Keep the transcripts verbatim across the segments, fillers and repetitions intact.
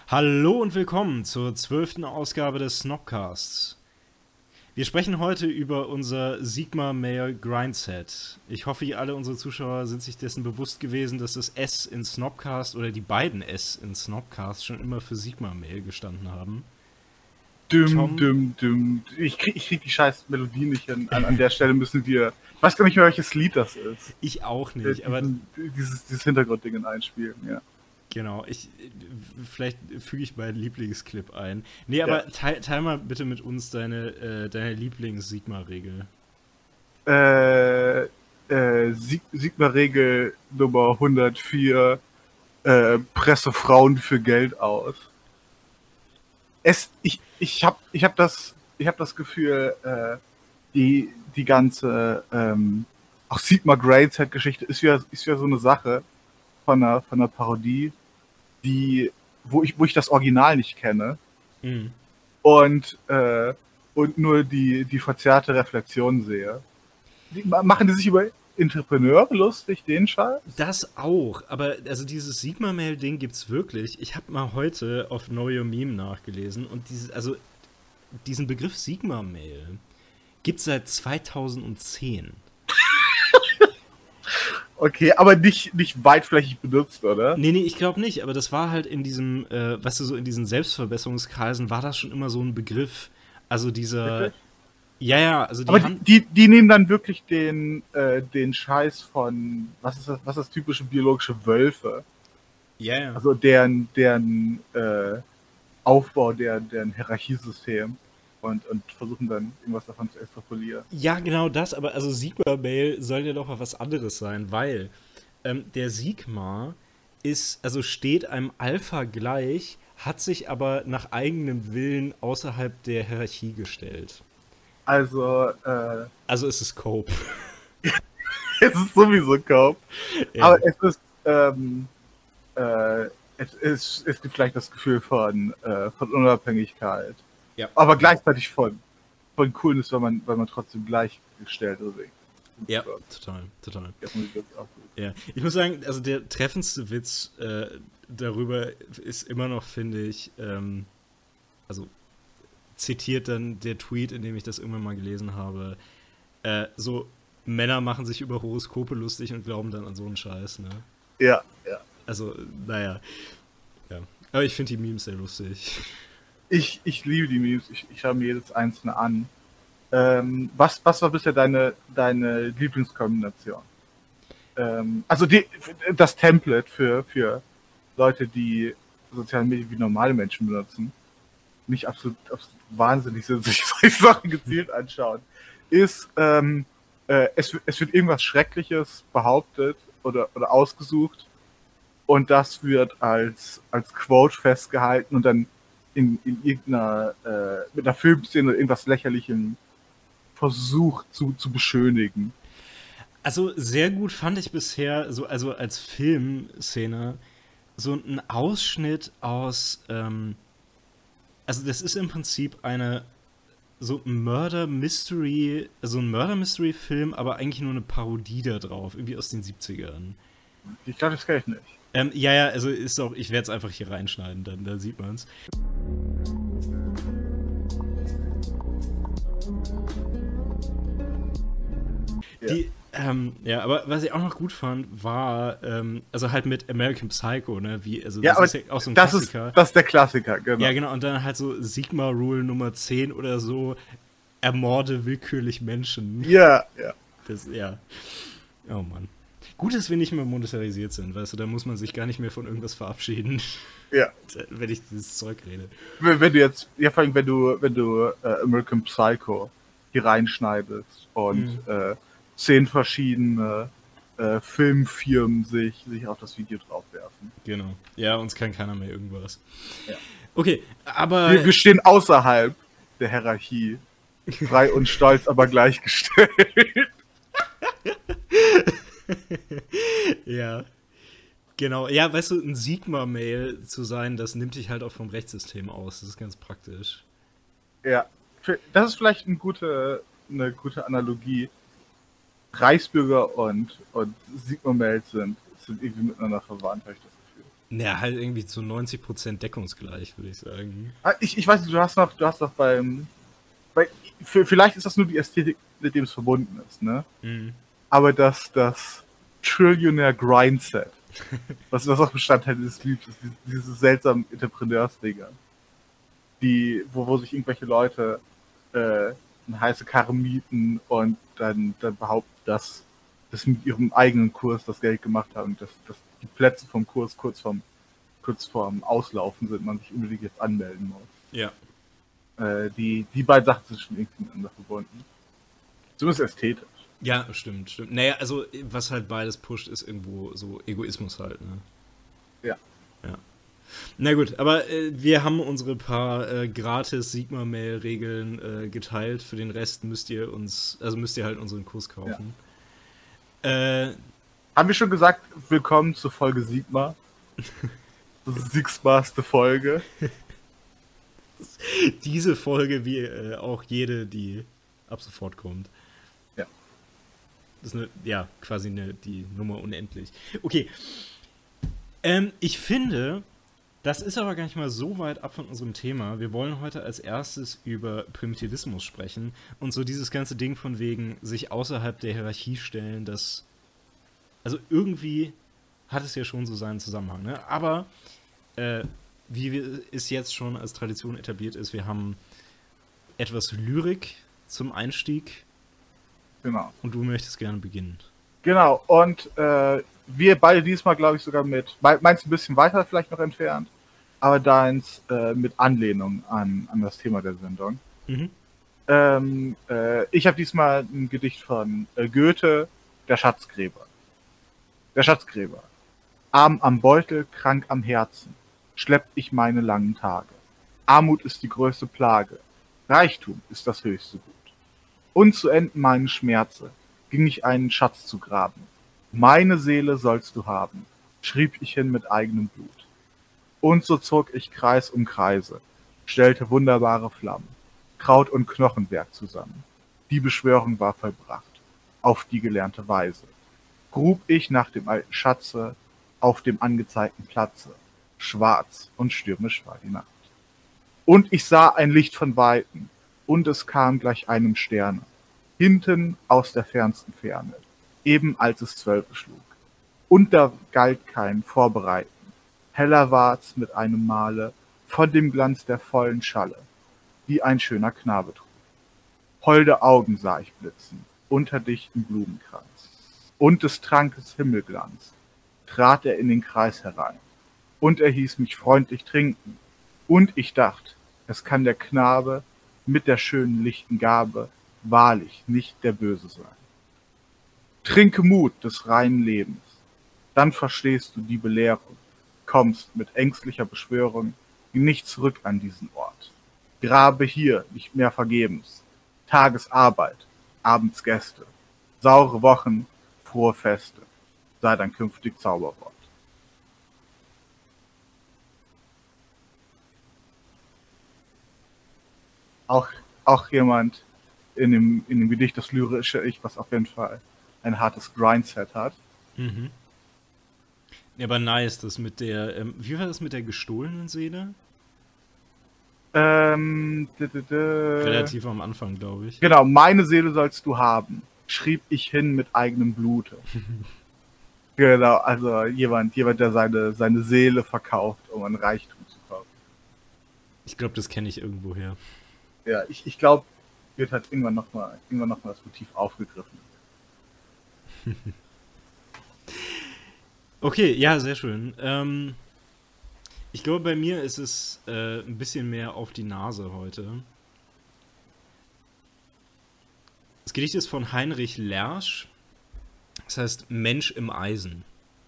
Hallo und willkommen zur zwölften Ausgabe des Snobcasts. Wir sprechen heute über unser Sigma Male Grindset. Ich hoffe, ihr alle unsere Zuschauer sind sich dessen bewusst gewesen, dass das S in Snobcast oder die beiden S in Snobcast schon immer für Sigma Male gestanden haben. Düm, Tom? düm, düm. Ich krieg, ich krieg die scheiß Melodie nicht hin. An, an der Stelle müssen wir. Ich weiß gar nicht mehr, welches Lied das ist. Ich auch Äh, nicht, aber diesen, dieses, dieses Hintergrundding einspielen, ja. genau, ich, vielleicht füge ich meinen Lieblingsclip ein. Nee, aber Ja. teil, teil mal bitte mit uns deine, äh, deine Lieblings-Sigma-Regel. Äh, äh, Sig Sigma-Regel Nummer hundertvier. Äh, presse Frauen für Geld aus. Es, ich, ich hab, ich hab das, ich hab das Gefühl, äh, die, die ganze, ähm, auch Sigma Grades Geschichte ist ja, ist ja so eine Sache von einer, von einer Parodie, die, wo ich, wo ich das Original nicht kenne Mhm. und, äh, und nur die, die verzerrte Reflexion sehe. Die, machen die sich über Entrepreneure lustig, den Scheiß? Das auch, aber also dieses Sigma-Mail-Ding gibt's wirklich. Ich habe mal heute auf Know Your Meme nachgelesen und dieses, also diesen Begriff Sigma-Mail gibt's seit zweitausendzehn. Okay, aber nicht, nicht weitflächig benutzt, oder? Nee, nee, ich glaube nicht, aber das war halt in diesem, äh, weißt du, so in diesen Selbstverbesserungskreisen war das schon immer so ein Begriff. Also dieser, Wirklich? ja, ja, also die Aber die, haben, die, die nehmen dann wirklich den, äh, den Scheiß von, was ist das, was ist das typische biologische Wölfe? ja, ja. Also deren, deren äh, Aufbau, deren, deren Hierarchiesystem und, und versuchen dann irgendwas davon zu extrapolieren. Ja, genau das, aber also Sigma-Mail soll ja doch mal was anderes sein, weil ähm, der Sigma ist, also steht einem Alpha gleich, hat sich aber nach eigenem Willen außerhalb der Hierarchie gestellt. Also, äh, Also ist es Cope. es ist sowieso Cope, Ja. aber es ist, ähm, äh, es, ist, es gibt vielleicht das Gefühl von, äh, von Unabhängigkeit, Ja. aber gleichzeitig von, von Coolness, weil man, weil man trotzdem gleichgestellt ist. Ja, total, total. Das muss ich wirklich auch gut. Ja. Ich muss sagen, also der treffendste Witz äh, darüber ist immer noch, finde ich, ähm, also zitiert dann der Tweet, in dem ich das irgendwann mal gelesen habe, äh, so Männer machen sich über Horoskope lustig und glauben dann an so einen Scheiß, ne? Ja, ja. Also, naja. Ja. Aber ich finde die Memes sehr lustig. Ich, ich liebe die Memes, ich, ich schaue mir jedes einzelne an. Ähm, was, was war bisher deine, deine Lieblingskombination? Ähm, also die, das Template für, für Leute, die soziale Medien wie normale Menschen benutzen, nicht absolut, absolut wahnsinnig sind, sich solche Sachen gezielt anschauen, ist, ähm, äh, es, es wird irgendwas Schreckliches behauptet oder, oder ausgesucht und das wird als, als Quote festgehalten und dann in, in irgendeiner, äh, mit einer Filmszene oder irgendwas Lächerlichem versucht zu, zu beschönigen. Also, sehr gut fand ich bisher, so, also als Filmszene, so ein Ausschnitt aus, ähm, also das ist im Prinzip eine so Murder Mystery, so ein Murder Mystery Film, aber eigentlich nur eine Parodie da drauf, irgendwie aus den siebzigern. Ich glaube, das kenne ich nicht. Ähm, ja, ja, also ist auch, ich werde es einfach hier reinschneiden, dann, dann sieht man's. Ja. Die, ähm, ja, aber was ich auch noch gut fand, war, ähm, also halt mit American Psycho, ne, wie, also Ja, das aber ist ja auch so ein das ist, Klassiker. das ist der Klassiker, genau. Ja, genau, und dann halt so Sigma Rule Nummer zehn oder so, ermorde willkürlich Menschen. Ja, ja. Das, ja. Oh Mann. Gut, dass wir nicht mehr monetarisiert sind, weißt du, da muss man sich gar nicht mehr von irgendwas verabschieden, Ja. wenn ich dieses Zeug rede. Wenn wenn du jetzt, ja, vor allem, wenn du, wenn du äh, American Psycho hier reinschneidest und Mhm. äh, zehn verschiedene äh, Filmfirmen sich, sich auf das Video draufwerfen. Genau. Ja, uns kann keiner mehr irgendwas. Ja. Okay, aber. Wir, wir stehen außerhalb der Hierarchie. Frei und stolz, aber gleichgestellt. Ja. Genau. Ja, weißt du, ein Sigma-Mail zu sein, das nimmt dich halt auch vom Rechtssystem aus. Das ist ganz praktisch. Ja. Das ist vielleicht eine gute, eine gute Analogie. Reichsbürger und, und Sigma-Mails sind, sind irgendwie miteinander verwandt, habe ich das Gefühl. Ja, halt irgendwie zu neunzig Prozent deckungsgleich, würde ich sagen. Ah, Ich, ich weiß nicht, du hast noch, du hast noch beim, bei, für, vielleicht ist das nur die Ästhetik, mit dem es verbunden ist, ne? Mhm. Aber das, das Trillionaire Grind Set, was, was auch Bestandteil dieses Lieds ist, diese, diese seltsamen Entrepreneursdinger, die, wo, wo sich irgendwelche Leute äh, eine heiße Karre mieten und dann, dann behaupten, dass, dass mit ihrem eigenen Kurs das Geld gemacht haben, dass, dass die Plätze vom Kurs kurz vorm, kurz vorm Auslaufen sind, man sich unbedingt jetzt anmelden muss. Ja. Äh, die, die beiden Sachen sind schon irgendwie miteinander verbunden. Zumindest ästhetisch. Ja, stimmt, stimmt. Naja, also, was halt beides pusht, ist irgendwo so Egoismus halt, ne? Ja. Ja. Na gut, aber äh, wir haben unsere paar äh, gratis Sigma-Mail-Regeln äh, geteilt. Für den Rest müsst ihr uns, also müsst ihr halt unseren Kurs kaufen. Ja. Äh, Haben wir schon gesagt, willkommen zur Folge Sigma? Das ist Sigmaste Folge. diese Folge, wie äh, auch jede, die ab sofort kommt. Ja. Das ist eine, ja, quasi eine, die Nummer unendlich. Okay. Ähm, ich finde, das ist aber gar nicht mal so weit ab von unserem Thema. Wir wollen heute als erstes über Primitivismus sprechen und so dieses ganze Ding von wegen sich außerhalb der Hierarchie stellen, das, also irgendwie hat es ja schon so seinen Zusammenhang, ne? Aber äh, wie wir, es jetzt schon als Tradition etabliert ist, wir haben etwas Lyrik zum Einstieg. Genau. Und du möchtest gerne beginnen. Genau, und äh, wir beide diesmal, glaube ich, sogar mit, meins ein bisschen weiter vielleicht noch entfernt, aber deins äh, mit Anlehnung an, an das Thema der Sendung. Mhm. Ähm, äh, ich habe diesmal ein Gedicht von äh, Goethe, Der Schatzgräber. Der Schatzgräber. Arm am Beutel, krank am Herzen, schleppt ich meine langen Tage. Armut ist die größte Plage, Reichtum ist das höchste Gut. Und zu enden meine Schmerze, ging ich einen Schatz zu graben. Meine Seele sollst du haben, schrieb ich hin mit eigenem Blut. Und so zog ich Kreis um Kreise, stellte wunderbare Flammen, Kraut und Knochenwerk zusammen. Die Beschwörung war vollbracht, auf die gelernte Weise. Grub ich nach dem alten Schatze, auf dem angezeigten Platze. Schwarz und stürmisch war die Nacht. Und ich sah ein Licht von Weiten, und es kam gleich einem Sterne, hinten aus der fernsten Ferne, eben als es zwölfe schlug. Und da galt kein Vorbereiten, heller ward's mit einem Male von dem Glanz der vollen Schalle, die ein schöner Knabe trug. Holde Augen sah ich blitzen, unter dichten Blumenkranz. Und des Trankes Himmelglanz trat er in den Kreis herein, und er hieß mich freundlich trinken, und ich dacht, es kann der Knabe mit der schönen lichten Gabe wahrlich nicht der Böse sein. Trinke Mut des reinen Lebens, dann verstehst du die Belehrung, kommst mit ängstlicher Beschwörung nicht zurück an diesen Ort. Grabe hier nicht mehr vergebens, Tagesarbeit, abends Gäste, saure Wochen, frohe Feste, sei dein künftig Zauberwort. Auch, auch jemand in dem, in dem Gedicht das lyrische Ich, was auf jeden Fall ein hartes Grindset hat. Mhm. Ja, aber nice, das mit der, ähm, wie war das mit der gestohlenen Seele? Ähm, d -d -d Relativ am Anfang, glaube ich. Genau, meine Seele sollst du haben, schrieb ich hin mit eigenem Blute. Genau, also jemand, jemand, der seine, seine Seele verkauft, um ein Reichtum zu kaufen. Ich glaube, das kenne ich irgendwoher. Ja, ich, ich glaube, wird halt irgendwann nochmal irgendwann noch mal das Motiv aufgegriffen. Okay, ja, sehr schön. Ähm, ich glaube, bei mir ist es äh, ein bisschen mehr auf die Nase heute. Das Gedicht ist von Heinrich Lersch. Das heißt Mensch im Eisen.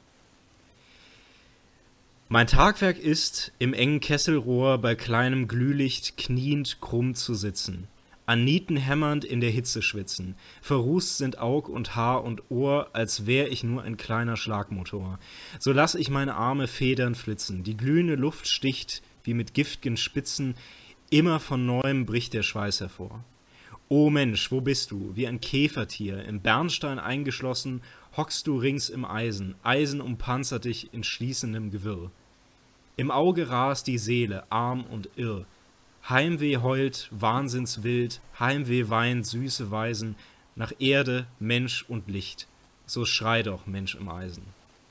Mein Tagwerk ist, im engen Kesselrohr bei kleinem Glühlicht kniend krumm zu sitzen, an Nieten hämmernd in der Hitze schwitzen, verrußt sind Aug und Haar und Ohr, als wär ich nur ein kleiner Schlagmotor. So lass ich meine Arme Federn flitzen, die glühende Luft sticht wie mit gift'gen Spitzen, immer von neuem bricht der Schweiß hervor. O Mensch, wo bist du? Wie ein Käfertier, im Bernstein eingeschlossen, hockst du rings im Eisen, Eisen umpanzert dich in schließendem Gewirr. Im Auge rast die Seele, arm und irr. Heimweh heult, wahnsinnswild, Heimweh weint, süße Weisen, nach Erde, Mensch und Licht. So schrei doch, Mensch im Eisen.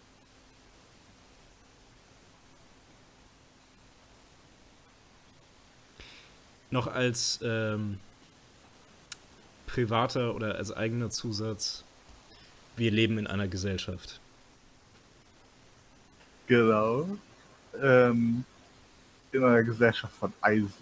Noch als ähm, privater oder als eigener Zusatz, wir leben in einer Gesellschaft. Genau. Ähm, in einer Gesellschaft von Eisen.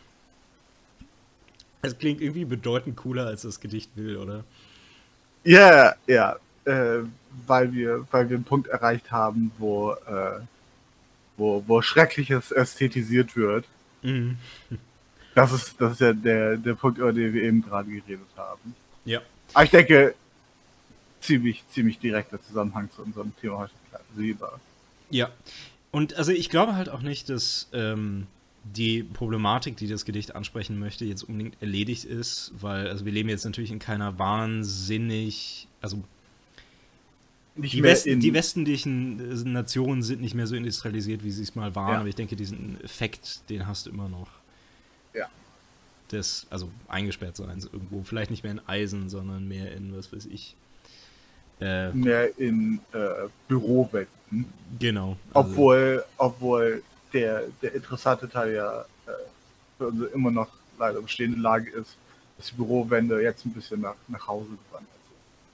Es klingt irgendwie bedeutend cooler, als das Gedicht will, oder? Ja, ja. Äh, weil wir, weil wir einen Punkt erreicht haben, wo, äh, wo, wo Schreckliches ästhetisiert wird. Mhm. Das ist, das ist ja der, der Punkt, über den wir eben gerade geredet haben. Ja. Aber ich denke, ziemlich, ziemlich direkter Zusammenhang zu unserem Thema heute sehbar. Ja. Und also ich glaube halt auch nicht, dass ähm, die Problematik, die das Gedicht ansprechen möchte, jetzt unbedingt erledigt ist, weil also wir leben jetzt natürlich in keiner wahnsinnig, also Nicht die, mehr Westen, in, die westlichen Nationen sind nicht mehr so industrialisiert, wie sie es mal waren, Ja. aber ich denke, diesen Effekt, den hast du immer noch. Ja. Des, also eingesperrt sein irgendwo, vielleicht nicht mehr in Eisen, sondern mehr in, was weiß ich. Äh, mehr in äh, Bürowelten. genau. Also, Obwohl, obwohl der, der interessante Teil ja äh, für unsere immer noch leider bestehende Lage ist, dass die Bürowände jetzt ein bisschen nach, nach Hause gewandert sind.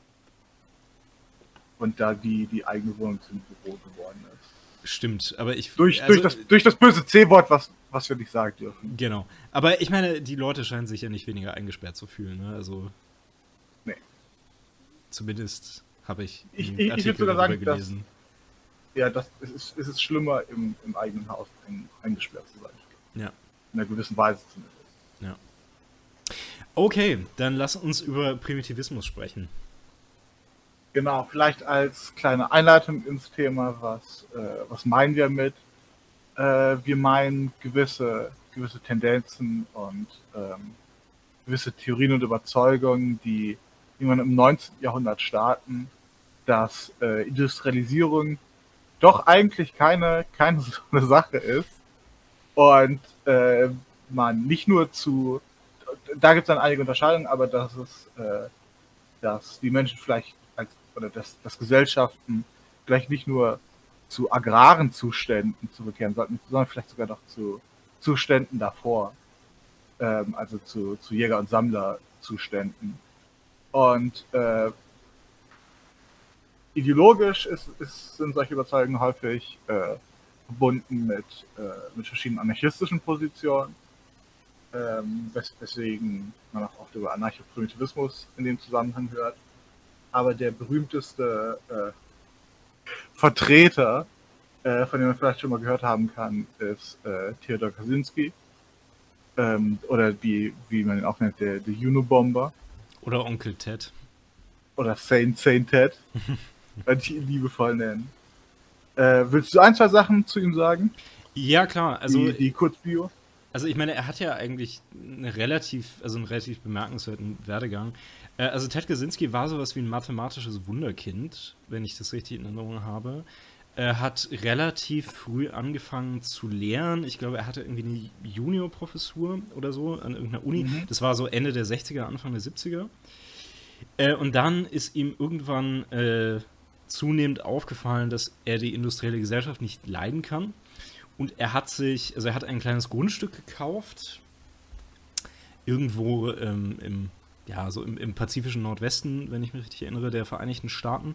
Und da die, die eigene Wohnung zum Büro geworden ist. stimmt, aber ich... Durch, also, durch, das, durch das böse C-Wort, was, was wir nicht sagen dürfen. Genau. Aber ich meine, die Leute scheinen sich ja nicht weniger eingesperrt zu fühlen, ne? Also... Nee. Zumindest habe ich Ich, einen ich, ich Artikel würde sogar darüber sagen, dass, gelesen. ja, das, es, ist, es ist schlimmer, im, im eigenen Haus ein, eingesperrt zu sein. Ja. In einer gewissen Weise zumindest. Ja. Okay, dann lass uns über Primitivismus sprechen. Genau, vielleicht als kleine Einleitung ins Thema, was, äh, was meinen wir mit? Äh, wir meinen gewisse, gewisse Tendenzen und ähm, gewisse Theorien und Überzeugungen, die irgendwann im neunzehnten Jahrhundert starten, dass äh, Industrialisierung doch eigentlich keine, keine so eine Sache ist und äh, man nicht nur zu, da gibt es dann einige Unterscheidungen, aber dass es, äh, dass die Menschen vielleicht als, oder dass, dass Gesellschaften vielleicht nicht nur zu agraren Zuständen zurückkehren sollten, sondern vielleicht sogar noch zu Zuständen davor, ähm, also zu, zu Jäger- und Sammlerzuständen. Und äh, ideologisch ist, ist, sind solche Überzeugungen häufig äh, verbunden mit, äh, mit verschiedenen anarchistischen Positionen, ähm, wes weswegen man auch oft über Anarcho-Primitivismus in dem Zusammenhang hört. Aber der berühmteste äh, Vertreter, äh, von dem man vielleicht schon mal gehört haben kann, ist äh, Theodor Kaczynski. Ähm, oder wie, wie man ihn auch nennt, der, der Unabomber. Oder Onkel Ted. Oder Saint Saint Ted, wenn ich ihn liebevoll nennen. Äh, willst du ein, zwei Sachen zu ihm sagen? Ja, klar. Also, die, die Kurzbio? Also ich meine, er hat ja eigentlich eine relativ, also einen relativ bemerkenswerten Werdegang. Äh, also Ted Kaczynski war sowas wie ein mathematisches Wunderkind, wenn ich das richtig in Erinnerung habe. Er hat relativ früh angefangen zu lehren. Ich glaube, er hatte irgendwie eine Juniorprofessur oder so an irgendeiner Uni. Mhm. Das war so Ende der sechziger, Anfang der siebziger. Äh, und dann ist ihm irgendwann äh, zunehmend aufgefallen, dass er die industrielle Gesellschaft nicht leiden kann. Und er hat sich, also er hat ein kleines Grundstück gekauft, irgendwo ähm, im, ja, so im, im pazifischen Nordwesten, wenn ich mich richtig erinnere, der Vereinigten Staaten.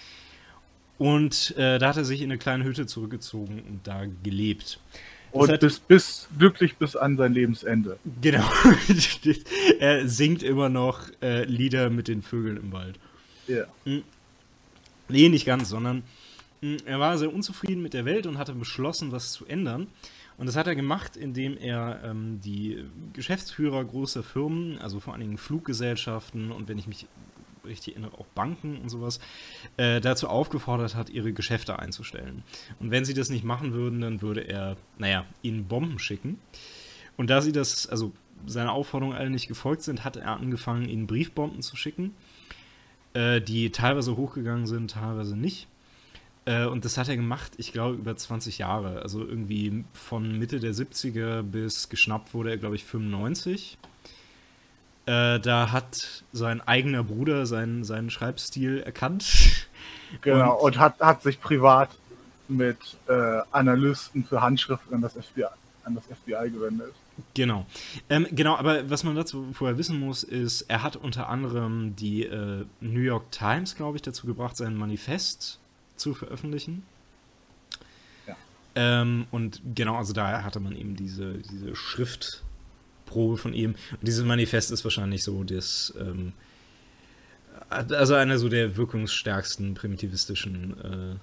Und äh, da hat er sich in eine kleine Hütte zurückgezogen und da gelebt. Das und hat, bis, bis glücklich bis an sein Lebensende. Genau. Er singt immer noch äh, Lieder mit den Vögeln im Wald. Ja. Nee, nicht ganz, sondern er war sehr unzufrieden mit der Welt und hatte beschlossen, was zu ändern. Und das hat er gemacht, indem er ähm, die Geschäftsführer großer Firmen, also vor allen Dingen Fluggesellschaften und wenn ich mich richtig erinnere, auch Banken und sowas, äh, dazu aufgefordert hat, ihre Geschäfte einzustellen. Und wenn sie das nicht machen würden, dann würde er, naja, ihnen Bomben schicken. Und da sie das, also seiner Aufforderung alle nicht gefolgt sind, hat er angefangen, ihnen Briefbomben zu schicken, äh, die teilweise hochgegangen sind, teilweise nicht. Äh, und das hat er gemacht, ich glaube, über zwanzig Jahre. Also irgendwie von Mitte der siebziger bis geschnappt wurde er, glaube ich, fünfundneunzig. Äh, da hat sein eigener Bruder seinen, seinen Schreibstil erkannt. Und Genau, und hat, hat sich privat mit äh, Analysten für Handschriften an das F B I, an das F B I gewendet. genau. Ähm, genau, aber was man dazu vorher wissen muss, ist, er hat unter anderem die äh, New York Times, glaube ich, dazu gebracht, sein Manifest zu veröffentlichen. Ja. Ähm, und genau, also daher hatte man eben diese, diese Schriftprobe von ihm. Und dieses Manifest ist wahrscheinlich so das, ähm, also einer so der wirkungsstärksten primitivistischen äh,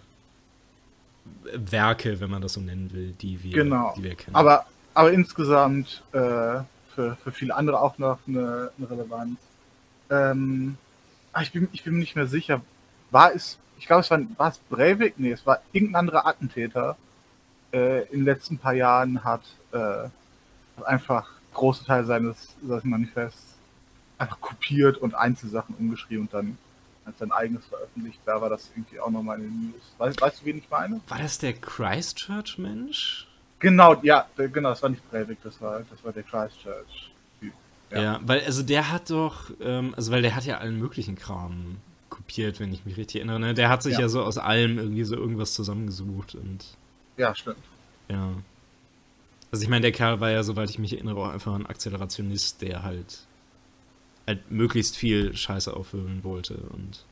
Werke, wenn man das so nennen will, die wir, Genau. die wir kennen. Aber, aber insgesamt äh, für, für viele andere auch noch eine, eine Relevanz. Ähm, ah, ich, bin, ich bin mir nicht mehr sicher. War es, ich glaube, es war, war es Breivik? Nee, es war irgendein anderer Attentäter. Äh, in den letzten paar Jahren hat äh, einfach große Teile seines, seines Manifests einfach kopiert und Einzelsachen umgeschrieben und dann als sein eigenes veröffentlicht. Da war das irgendwie auch nochmal in den News. Weißt, weißt du, wen ich meine? War das der Christchurch-Mensch? Genau, ja, genau, das war nicht Breivik, das war, das war der Christchurch-Typ. Ja. ja, weil, also der hat doch, ähm, also weil der hat ja allen möglichen Kram kopiert, wenn ich mich richtig erinnere. Ne? Der hat sich ja. ja so aus allem irgendwie so irgendwas zusammengesucht und. Ja, stimmt. Ja. Also ich meine, der Kerl war ja, soweit ich mich erinnere, auch einfach ein Akzelerationist, der halt, halt möglichst viel Scheiße aufwirbeln wollte und.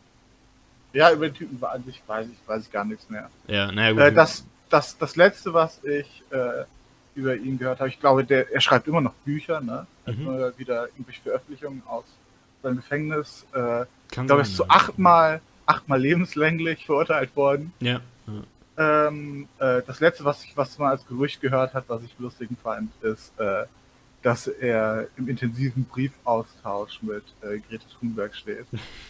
Ja, über den Typen war an sich weiß ich, weiß ich gar nichts mehr. Ja, naja, gut. Äh, das, das, das letzte, was ich äh, über ihn gehört habe, ich glaube, der, er schreibt immer noch Bücher, ne? Er hat Mhm. immer wieder irgendwelche Veröffentlichungen aus seinem Gefängnis. Äh, ich Kann glaube, er sein, ist zu ja. achtmal, achtmal lebenslänglich verurteilt worden. Ja. ja. Ähm, äh, das letzte, was ich, was man als Gerücht gehört hat, was ich lustig fand, ist, äh, dass er im intensiven Briefaustausch mit äh, Greta Thunberg steht.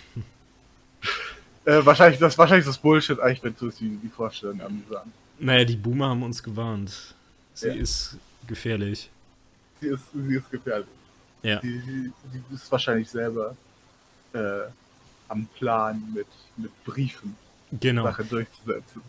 Äh, wahrscheinlich, das, wahrscheinlich ist das Bullshit, eigentlich, wenn du die, die Vorstellung amüsant. Naja, die Boomer haben uns gewarnt. Sie Ja. ist gefährlich. Sie ist, sie ist gefährlich. Ja. Die, die, die ist wahrscheinlich selber äh, am Plan, mit, mit Briefen Genau. Sachen durchzusetzen.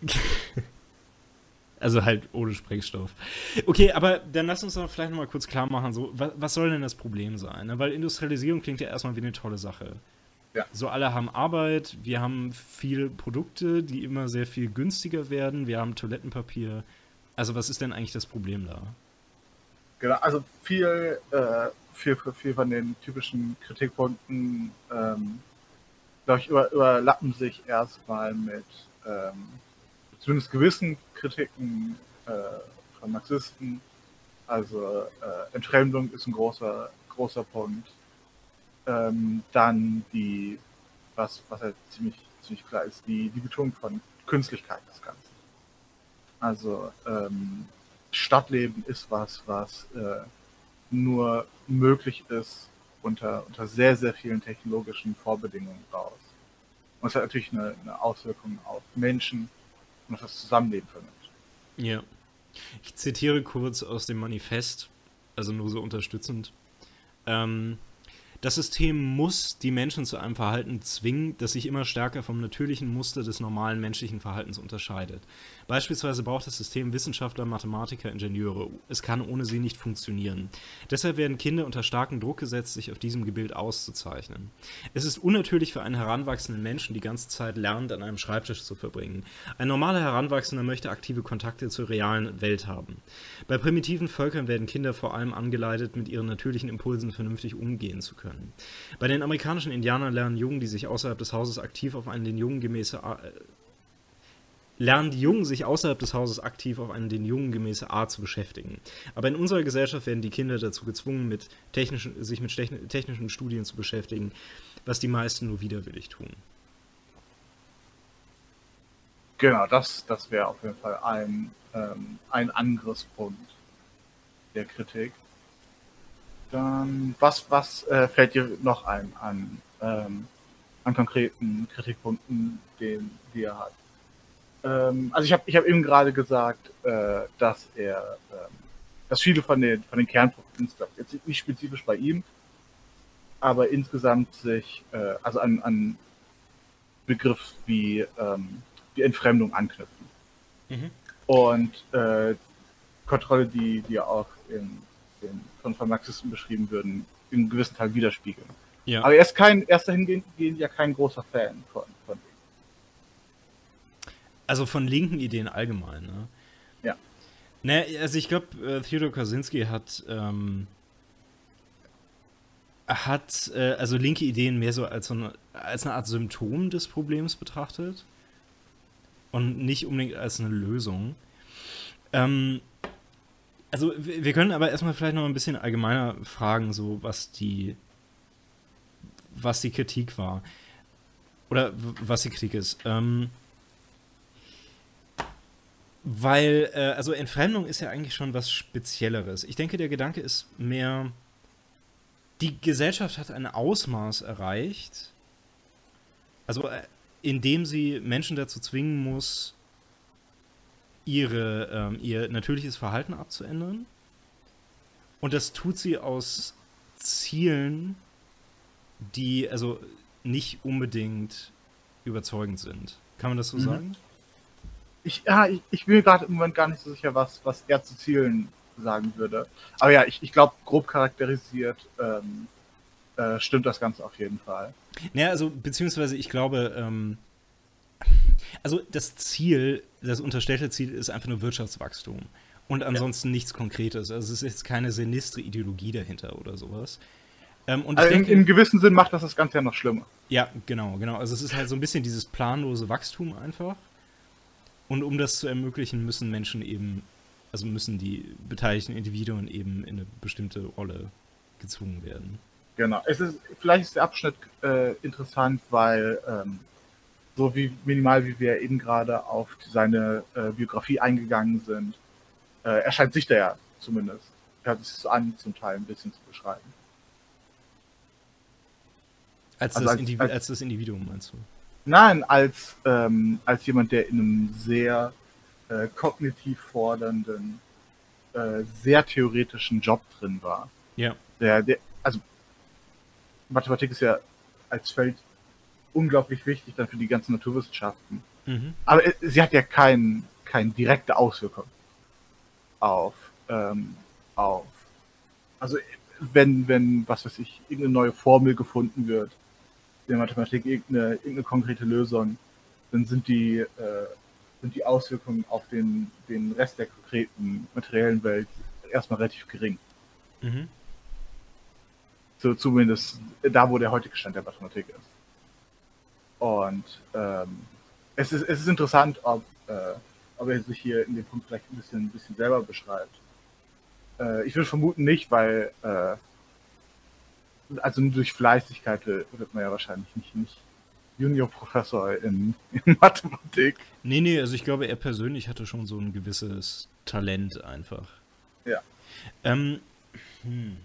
Also halt ohne Sprengstoff. Okay, aber dann lass uns doch vielleicht noch mal kurz klar machen, so, was, was soll denn das Problem sein? Ne? Weil Industrialisierung klingt ja erstmal wie eine tolle Sache. Ja. So, alle haben Arbeit, wir haben viele Produkte, die immer sehr viel günstiger werden, wir haben Toilettenpapier. Also was ist denn eigentlich das Problem da? Genau, also viel, äh, viel, viel von den typischen Kritikpunkten, ähm, glaube ich, über, überlappen sich erstmal mit ähm, zumindest gewissen Kritiken äh, von Marxisten. Also äh, Entfremdung ist ein großer, großer Punkt. Ähm, dann die, was, was halt ziemlich, ziemlich klar ist, die, die Betonung von Künstlichkeit des Ganzen. Also ähm, Stadtleben ist was, was äh, nur möglich ist unter, unter sehr, sehr vielen technologischen Vorbedingungen raus. Und es hat natürlich eine, eine Auswirkung auf Menschen und auf das Zusammenleben von Menschen. Ja. Ich zitiere kurz aus dem Manifest, also nur so unterstützend. Ähm, Das System muss die Menschen zu einem Verhalten zwingen, das sich immer stärker vom natürlichen Muster des normalen menschlichen Verhaltens unterscheidet. Beispielsweise braucht das System Wissenschaftler, Mathematiker, Ingenieure. Es kann ohne sie nicht funktionieren. Deshalb werden Kinder unter starken Druck gesetzt, sich auf diesem Gebiet auszuzeichnen. Es ist unnatürlich für einen heranwachsenden Menschen, die ganze Zeit lernend an einem Schreibtisch zu verbringen. Ein normaler Heranwachsender möchte aktive Kontakte zur realen Welt haben. Bei primitiven Völkern werden Kinder vor allem angeleitet, mit ihren natürlichen Impulsen vernünftig umgehen zu können. Bei den amerikanischen Indianern lernen Jungen, die sich außerhalb des Hauses aktiv auf eine den Jungen gemäße Art, äh, lernen die Jungen sich außerhalb des Hauses aktiv auf eine den Jungen gemäße Art zu beschäftigen. Aber in unserer Gesellschaft werden die Kinder dazu gezwungen, mit technischen, sich mit technischen Studien zu beschäftigen, was die meisten nur widerwillig tun. Genau, das, das wäre auf jeden Fall ein, ähm, ein Angriffspunkt der Kritik. Dann, was, was äh, fällt dir noch ein an, ähm, an konkreten Kritikpunkten, den, die er hat? Ähm, also ich habe ich hab eben gerade gesagt, äh, dass er, ähm, dass viele von den, von den Kernpunkten, jetzt nicht spezifisch bei ihm, aber insgesamt sich, äh, also an, an Begriff wie, ähm, die Entfremdung anknüpfen. Mhm. Und äh, Kontrolle, die, die auch in, in, von, von Marxisten beschrieben würden, in gewissen Teil widerspiegeln. Ja. Aber er ist kein, er ist dahingehend ja kein großer Fan von, von dem. Also von linken Ideen allgemein, ne? Ja. Ne, also ich glaube, äh, Theodor Kaczynski hat ähm, hat äh, also linke Ideen mehr so als, so eine, als eine Art Symptom des Problems betrachtet und nicht unbedingt als eine Lösung. Ähm, also wir können aber erstmal vielleicht noch ein bisschen allgemeiner fragen, so was die was die Kritik war. Oder was die Kritik ist. Ähm, weil, äh, also Entfremdung ist ja eigentlich schon was Spezielleres. Ich denke, der Gedanke ist mehr, die Gesellschaft hat ein Ausmaß erreicht, also äh, indem sie Menschen dazu zwingen muss, ihre, ähm, ihr natürliches Verhalten abzuändern. Und das tut sie aus Zielen, die also nicht unbedingt überzeugend sind. Kann man das so Mhm. sagen? Ich, ja, ich, ich bin mir gerade im Moment gar nicht so sicher, was, was er zu Zielen sagen würde. Aber ja, ich, ich glaube, grob charakterisiert ähm, äh, stimmt das Ganze auf jeden Fall. Naja, also, beziehungsweise ich glaube, ähm, also das Ziel, das unterstellte Ziel ist einfach nur Wirtschaftswachstum. Und ansonsten ja. nichts Konkretes. Also es ist jetzt keine sinistre Ideologie dahinter oder sowas. Ähm, und also ich denke, im, im gewissen Sinn macht das das Ganze ja noch schlimmer. Ja, genau, genau. Also es ist halt so ein bisschen dieses planlose Wachstum einfach. Und um das zu ermöglichen, müssen Menschen eben, also müssen die beteiligten Individuen eben in eine bestimmte Rolle gezwungen werden. Genau. Es ist, vielleicht ist der Abschnitt äh, interessant, weil ähm, so wie minimal wie wir eben gerade auf seine äh, Biografie eingegangen sind, äh, erscheint sich der ja zumindest, hört es so an, zum Teil ein bisschen zu beschreiben. Als, also das, als, Individ als als das Individuum, meinst du? Nein, als, ähm, als jemand, der in einem sehr äh, kognitiv fordernden, äh, sehr theoretischen Job drin war. Ja. Der, der, also Mathematik ist ja als Feld unglaublich wichtig dann für die ganzen Naturwissenschaften. Mhm. Aber äh, sie hat ja kein, keine direkte Auswirkung auf, ähm, auf, also wenn, wenn, was weiß ich, irgendeine neue Formel gefunden wird, in der Mathematik irgendeine, irgendeine konkrete Lösung, dann sind die, äh, sind die Auswirkungen auf den, den Rest der konkreten materiellen Welt erstmal relativ gering. Mhm. So, zumindest da, wo der heutige Stand der Mathematik ist. Und ähm, es, ist, es ist interessant, ob, äh, ob er sich hier in dem Punkt vielleicht ein bisschen, ein bisschen selber beschreibt. Äh, ich würde vermuten nicht, weil äh, also nur durch Fleißigkeit wird man ja wahrscheinlich nicht, nicht Juniorprofessor in, in Mathematik. Nee, nee, also ich glaube, er persönlich hatte schon so ein gewisses Talent einfach. Ja. Ähm, hm.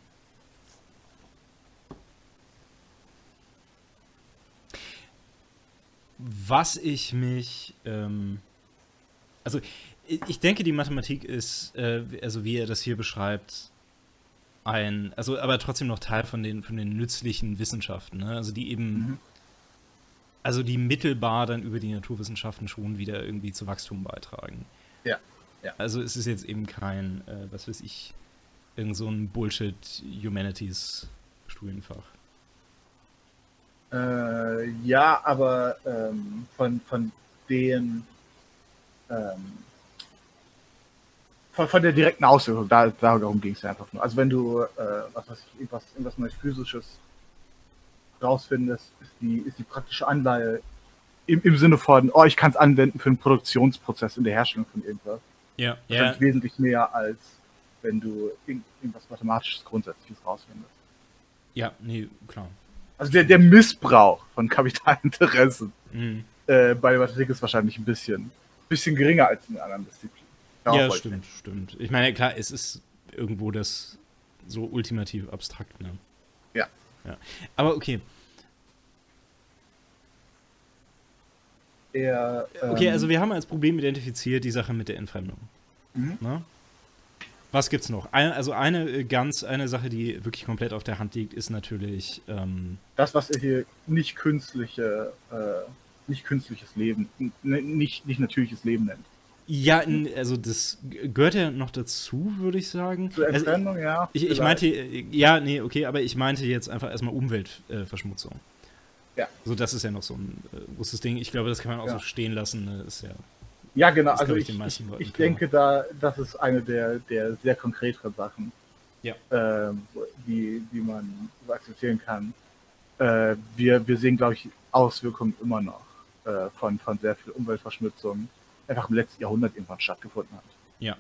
Was ich mich, ähm, also ich denke, die Mathematik ist, äh, also wie er das hier beschreibt, ein, also aber trotzdem noch Teil von den, von den nützlichen Wissenschaften, ne? Also die eben, mhm. also die mittelbar dann über die Naturwissenschaften schon wieder irgendwie zu Wachstum beitragen. Ja. Ja. Also es ist jetzt eben kein, äh, was weiß ich, irgend so ein Bullshit-Humanities-Studienfach. Äh, ja, aber ähm, von, von den ähm, Von, von der direkten Auswirkung, da, darum ging es ja einfach nur. Also wenn du, äh, was weiß ich, irgendwas, irgendwas Neues Physisches rausfindest, ist die, ist die praktische Anleihe im, im Sinne von, oh, ich kann es anwenden für einen Produktionsprozess in der Herstellung von irgendwas. Ja, ja. Wesentlich mehr, als wenn du irgendwas Mathematisches Grundsätzliches rausfindest. Ja, nee, klar. Also der, der Missbrauch von Kapitalinteressen mhm. äh, bei der Mathematik ist wahrscheinlich ein bisschen, bisschen geringer als in anderen Disziplinen. Ja, stimmt, nicht. stimmt. Ich meine, klar, es ist irgendwo das so ultimativ abstrakt, ne? Ja. ja. Aber okay. Er, ähm, okay, also wir haben als Problem identifiziert die Sache mit der Entfremdung. Mhm. Ne? Was gibt's noch? Eine, also eine ganz, eine Sache, die wirklich komplett auf der Hand liegt, ist natürlich ähm, das, was er hier nicht künstliche äh, nicht künstliches Leben, nicht, nicht natürliches Leben nennt. Ja, in, also das gehört ja noch dazu, würde ich sagen. Zur Also Entfremdung, ja. ich, ich meinte, ja, nee, okay, aber ich meinte jetzt einfach erstmal Umweltverschmutzung. Äh, ja. So, das ist ja noch so ein äh, großes Ding. Ich glaube, das kann man auch ja. so stehen lassen. Ne? Ist ja, ja, genau. Das also ich, ich, ich, ich denke, da, das ist eine der, der sehr konkreteren Sachen, ja. äh, die, die man akzeptieren kann. Äh, wir, wir sehen, glaube ich, Auswirkungen immer noch äh, von, von sehr viel Umweltverschmutzung, einfach im letzten Jahrhundert irgendwann stattgefunden hat. Ja.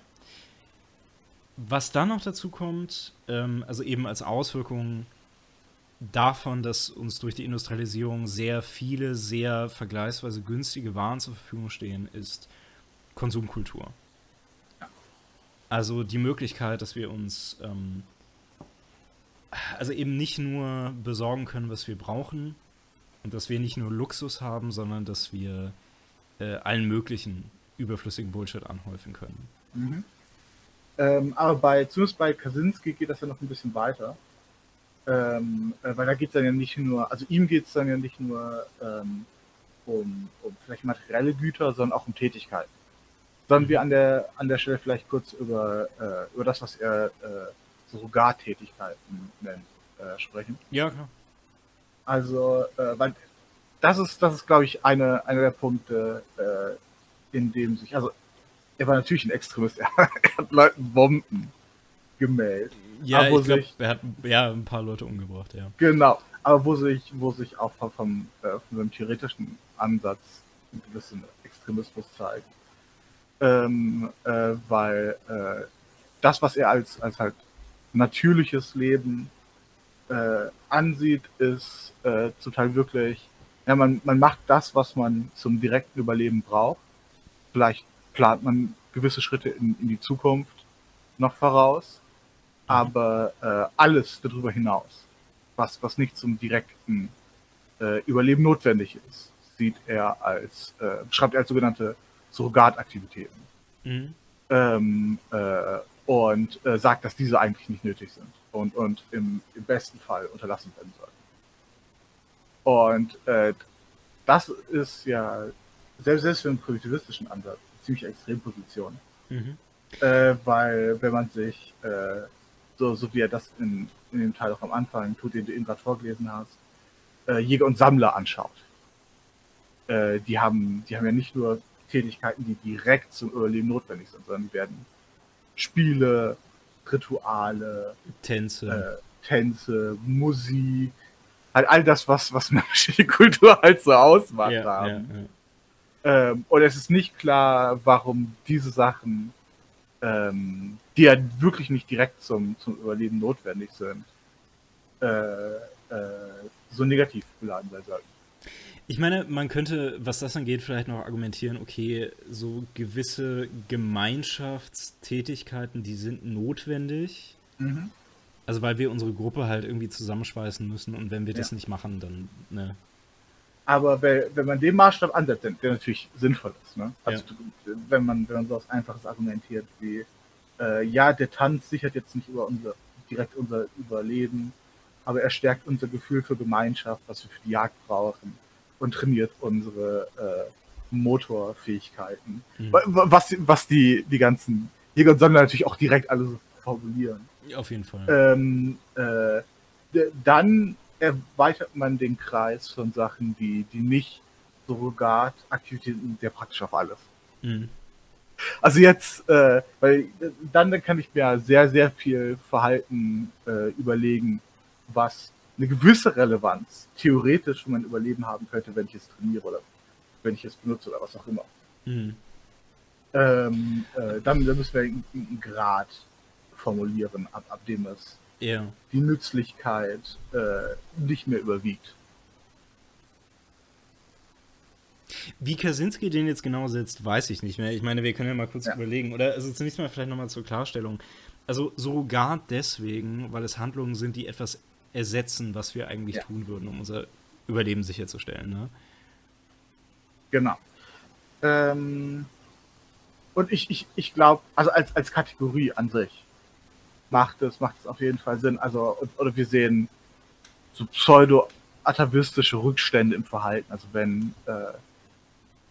Was dann noch dazu kommt, ähm, also eben als Auswirkung davon, dass uns durch die Industrialisierung sehr viele, sehr vergleichsweise günstige Waren zur Verfügung stehen, ist Konsumkultur. Ja. Also die Möglichkeit, dass wir uns ähm, also eben nicht nur besorgen können, was wir brauchen und dass wir nicht nur Luxus haben, sondern dass wir äh, allen möglichen überflüssigen Bullshit anhäufen können. Mhm. Ähm, aber bei, zumindest bei Kaczynski geht das ja noch ein bisschen weiter. Ähm, äh, weil da geht es dann ja nicht nur, also ihm geht es dann ja nicht nur ähm, um, um vielleicht materielle Güter, sondern auch um Tätigkeiten. Sollen wir an der, an der Stelle vielleicht kurz über, äh, über das, was er äh, Surrogattätigkeiten nennt, äh, sprechen? Ja, klar. Also, äh, weil das ist, das ist, glaube ich, eine, einer der Punkte, äh, in dem sich, also er war natürlich ein Extremist, er hat Leuten Bomben gemeldet. Ja, aber ich glaube, er hat ja ein paar Leute umgebracht, ja. Genau, aber wo sich, wo sich auch vom, vom, äh, von einem theoretischen Ansatz ein gewisser Extremismus zeigt. Ähm, äh, weil äh, das, was er als, als halt natürliches Leben äh, ansieht, ist äh, zum Teil wirklich, ja, man, man macht das, was man zum direkten Überleben braucht. Vielleicht plant man gewisse Schritte in, in die Zukunft noch voraus, mhm. aber äh, alles darüber hinaus, was, was nicht zum direkten äh, Überleben notwendig ist, sieht er als, äh, beschreibt er als sogenannte Surrogataktivitäten. Mhm. Ähm, äh, und äh, sagt, dass diese eigentlich nicht nötig sind und, und im, im besten Fall unterlassen werden sollten. Und äh, das ist ja, selbst, selbst für einen primitivistischen Ansatz, eine ziemlich Extremposition. Mhm. Äh, weil, wenn man sich, äh, so, so wie er das in, in dem Teil auch am Anfang tut, den du eben gerade vorgelesen hast, äh, Jäger und Sammler anschaut. Äh, die, haben, die haben ja nicht nur Tätigkeiten, die direkt zum Überleben notwendig sind, sondern die werden Spiele, Rituale, Tänze, äh, Tänze, Musik, halt all das, was, was menschliche Kultur halt so ausmacht ja, haben. Ja, ja. Ähm, und es ist nicht klar, warum diese Sachen, ähm, die ja wirklich nicht direkt zum, zum Überleben notwendig sind, äh, äh, so negativ beladen sein sollten. Ich meine, man könnte, was das angeht, vielleicht noch argumentieren, okay, so gewisse Gemeinschaftstätigkeiten, die sind notwendig. Mhm. Also weil wir unsere Gruppe halt irgendwie zusammenschweißen müssen und wenn wir ja. das nicht machen, dann, ne. Aber wenn man den Maßstab ansetzt, der natürlich sinnvoll ist, ne? Also ja. wenn man, wenn man so was Einfaches argumentiert wie, äh, ja, der Tanz sichert jetzt nicht über unser, direkt unser Überleben, aber er stärkt unser Gefühl für Gemeinschaft, was wir für die Jagd brauchen. Und trainiert unsere äh, Motorfähigkeiten. Mhm. Was, was die, die ganzen Jäger und Sammler natürlich auch direkt alle so formulieren. Auf jeden Fall. Ähm, äh, dann erweitert man den Kreis von Sachen, die, die nicht Surrogataktivitäten sind, sehr praktisch auf alles. Mhm. Also jetzt, äh, weil dann, dann kann ich mir sehr, sehr viel Verhalten äh, überlegen, was eine gewisse Relevanz theoretisch für mein Überleben haben könnte, wenn ich es trainiere oder wenn ich es benutze oder was auch immer. Mhm. Ähm, äh, dann, dann müssen wir einen Grad formulieren, ab, ab dem es yeah. die Nützlichkeit äh, nicht mehr überwiegt. Wie Kaczynski den jetzt genau setzt, weiß ich nicht mehr. Ich meine, wir können ja mal kurz ja. überlegen. Oder also zunächst mal vielleicht nochmal zur Klarstellung. Also Surrogat deswegen, weil es Handlungen sind, die etwas ersetzen, was wir eigentlich ja. tun würden, um unser Überleben sicherzustellen. Ne? Genau. Ähm, und ich, ich, ich glaube, also als, als Kategorie an sich macht es, macht es auf jeden Fall Sinn. Also, oder wir sehen so pseudo-atavistische Rückstände im Verhalten. Also wenn, äh,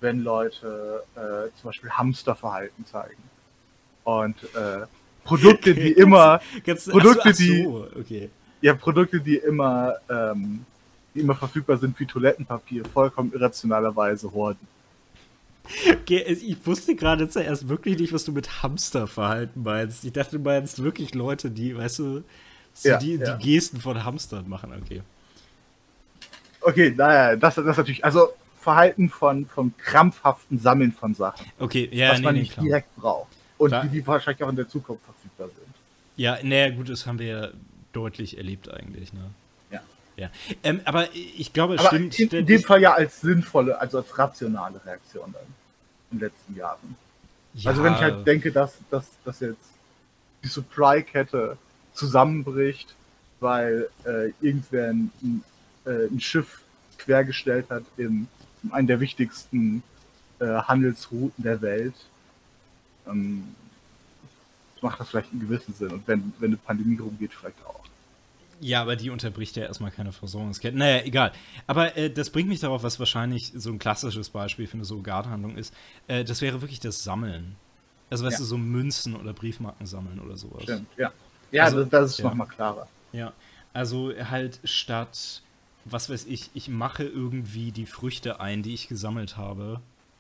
wenn Leute äh, zum Beispiel Hamsterverhalten zeigen. Und äh, Produkte, die immer Ganz, Produkte, ach so, ach die so, okay. ja Produkte, die immer ähm, die immer verfügbar sind wie Toilettenpapier, vollkommen irrationalerweise horden. Okay, ich wusste gerade zuerst wirklich nicht, was du mit Hamsterverhalten meinst. Ich dachte, du meinst wirklich Leute, die, weißt du, so Ja, die, ja. die Gesten von Hamstern machen, okay. Okay, naja, das, das natürlich, also Verhalten von, von krampfhaften Sammeln von Sachen, Okay, ja, was nee, man nee, nicht klar. direkt braucht. Und Klar. die, die wahrscheinlich auch in der Zukunft verfügbar sind. Ja, naja, gut, das haben wir ja deutlich erlebt eigentlich, ne? Ja. Ja. Ähm, aber ich glaube, es Aber stimmt. in, in dem Fall ja als sinnvolle, also als rationale Reaktion dann in den letzten Jahren. ja, Also wenn ich halt denke, dass, dass, dass jetzt die Supply-Kette zusammenbricht, weil äh, irgendwer ein, ein, äh, ein Schiff quergestellt hat in, in einen der wichtigsten äh, Handelsrouten der Welt, ähm, macht das vielleicht einen gewissen Sinn. Und wenn, wenn eine Pandemie rumgeht, vielleicht auch. Ja, aber die unterbricht ja erstmal keine Versorgungskette. Naja, egal. Aber äh, das bringt mich darauf, was wahrscheinlich so ein klassisches Beispiel für eine Surrogathandlung ist. Äh, das wäre wirklich das Sammeln. Also, weißt Ja. du, so Münzen oder Briefmarken sammeln oder sowas. Stimmt, ja. Ja, Also, das, das ist ja. nochmal klarer. Ja, also halt statt, was weiß ich, ich mache irgendwie die Früchte ein, die ich gesammelt habe,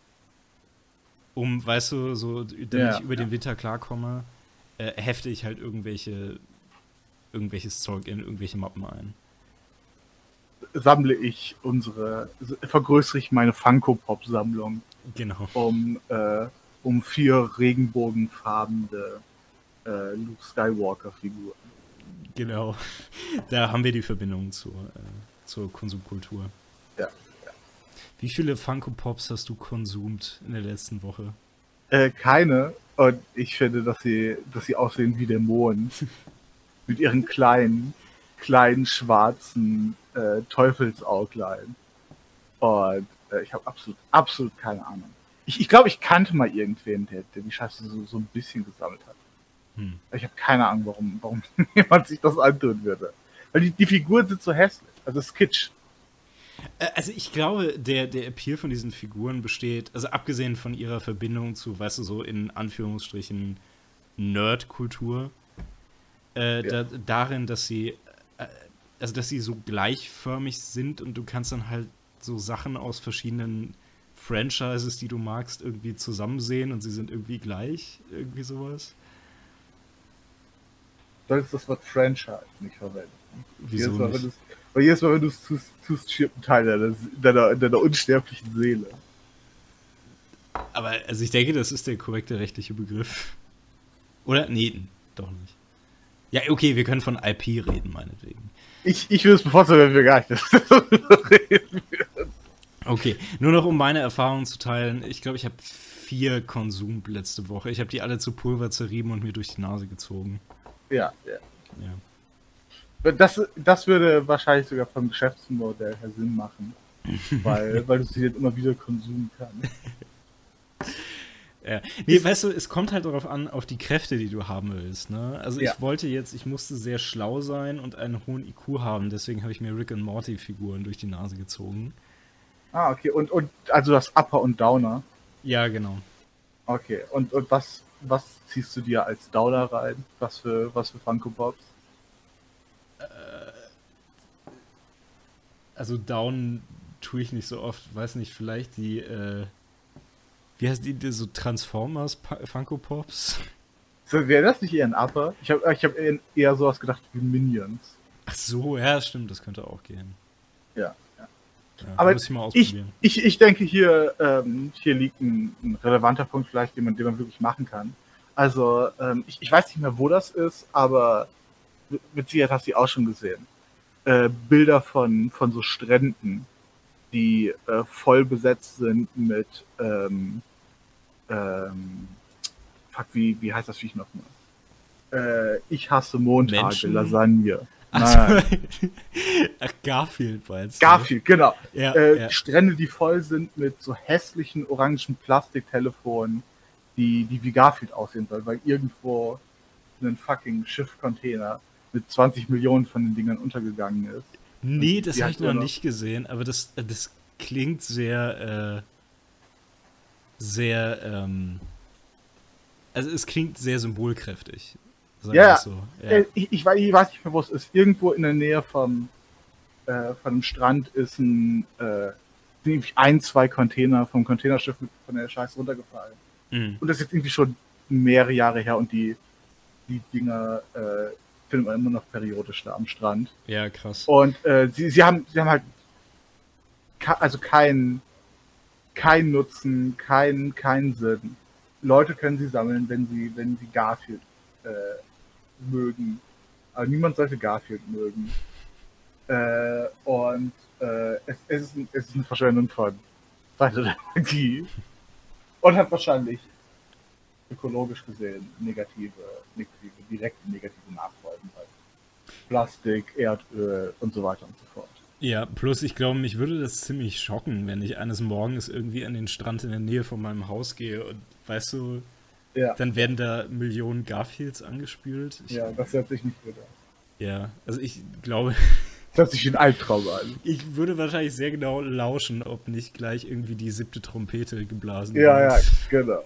um, weißt du, so, damit Ja, ich über ja. den Winter klarkomme, äh, hefte ich halt irgendwelche, irgendwelches Zeug in irgendwelche Mappen ein. Sammle ich unsere, vergrößere ich meine Funko-Pop-Sammlung, Genau. um, äh, um vier regenbogenfarbene äh, Luke Skywalker-Figuren. Genau. Da haben wir die Verbindung zur, äh, zur Konsumkultur. Ja. Wie viele Funko Pops hast du konsumt in der letzten Woche? Äh, keine. Und ich finde, dass sie, dass sie aussehen wie Dämonen. Mit ihren kleinen, kleinen schwarzen äh, Teufelsauglein. Und äh, ich habe absolut, absolut keine Ahnung. Ich, ich glaube, ich kannte mal irgendwen, der, der die Scheiße so, so ein bisschen gesammelt hat. Hm. Ich habe keine Ahnung, warum, warum jemand sich das antun würde. Weil die, die Figuren sind so hässlich. Also es ist Kitsch. Äh, Also ich glaube, der, der Appeal von diesen Figuren besteht, also abgesehen von ihrer Verbindung zu, weißt du, so in Anführungsstrichen Nerd-Kultur, äh, Ja. da, darin, dass sie, äh, also dass sie so gleichförmig sind und du kannst dann halt so Sachen aus verschiedenen Franchises, die du magst, irgendwie zusammen sehen und sie sind irgendwie gleich, irgendwie sowas. Du solltest das Wort Franchise nicht verwenden. Wieso jedes Mal, nicht? wenn du's- Weil jedes Mal, wenn du es tust, tust stirbt ein Teil deiner, deiner, deiner unsterblichen Seele. Aber also ich denke, das ist der korrekte rechtliche Begriff. Oder? Nee, doch nicht. Ja, okay, wir können von I P reden, meinetwegen. Ich, ich würde es bevorzugen, wenn wir gar nicht darüber reden. Okay, nur noch um meine Erfahrungen zu teilen. Ich glaube, ich habe vier Konsum letzte Woche. Ich habe die alle zu Pulver zerrieben und mir durch die Nase gezogen. Ja, ja. Ja. Das, das würde wahrscheinlich sogar vom Geschäftsmodell her Sinn machen. Weil, weil du sie jetzt immer wieder konsumieren kannst. Ja. Nee, weißt du, es kommt halt darauf an, auf die Kräfte, die du haben willst. Ne? Also Ja. ich wollte jetzt, ich musste sehr schlau sein und einen hohen I Q haben, deswegen habe ich mir Rick and Morty Figuren durch die Nase gezogen. Ah, okay. Und, und also das Upper und Downer. Ja, genau. Okay. Und, und was, was ziehst du dir als Downer rein? Was für, was für Funko Pops? Also Down tue ich nicht so oft, weiß nicht, vielleicht die, äh, wie heißt die, die so Transformers Pa- Funko Pops? So, wäre das nicht eher ein Upper? Ich habe ich hab eher, eher sowas gedacht wie Minions. Ach so, ja, stimmt, das könnte auch gehen. Ja. ja. Ja, Aber muss ich mal ich, ausprobieren. ich, ich denke, hier, ähm, hier liegt ein, ein relevanter Punkt vielleicht, den man, den man wirklich machen kann. Also, ähm, ich, ich weiß nicht mehr, wo das ist, aber mit mit Sicherheit hast du die auch schon gesehen. Äh, Bilder von, von so Stränden, die äh, voll besetzt sind mit, ähm, ähm, fuck, wie, wie heißt das Viech nochmal? Äh, ich hasse Montage, Menschen? Lasagne. Ach, Nein. so. Ach, Garfield meinst du? Garfield, genau. Ja, äh, ja. Strände, die voll sind mit so hässlichen orangen Plastiktelefonen, die, die wie Garfield aussehen sollen, weil irgendwo ein fucking Schiffcontainer mit zwanzig Millionen von den Dingern untergegangen ist. Nee, das Die habe halt ich noch immer noch- nicht gesehen, aber das, das klingt sehr, sehr, ähm, also es klingt sehr symbolkräftig. Sagen Ja, wir ja. es so. Ja. Äh, Ich, ich, weiß, ich weiß nicht mehr, wo es ist. Irgendwo in der Nähe vom, äh, von dem Strand ist ein, äh, sind irgendwie ein, zwei Container vom Containerschiff mit- von der Scheiße runtergefallen. Mhm. Und das ist jetzt irgendwie schon mehrere Jahre her und die, die Dinger äh, findet man immer noch periodisch da am Strand. Ja, krass. Und äh, sie, sie, haben, sie haben halt ka- also keinen kein Nutzen, keinen kein Sinn. Leute können sie sammeln, wenn sie, wenn sie Garfield äh, mögen. Aber niemand sollte Garfield mögen. Äh, und äh, es, es, ist, ein- es ist eine Verschwendung von Zeit und Energie. Und hat wahrscheinlich ökologisch gesehen negative, negative, direkte negative Nachfolgen bei Plastik, Erdöl und so weiter und so fort. Ja, plus ich glaube, mich würde das ziemlich schocken, wenn ich eines Morgens irgendwie an den Strand in der Nähe von meinem Haus gehe und, weißt du, Ja, dann werden da Millionen Garfields angespült. Ich, ja, das hört sich nicht gut an. ja, also ich glaube, Das hört sich wie ein Albtraum an. ich würde wahrscheinlich sehr genau lauschen, ob nicht gleich irgendwie die siebte Trompete geblasen Ja, ja, wird. genau.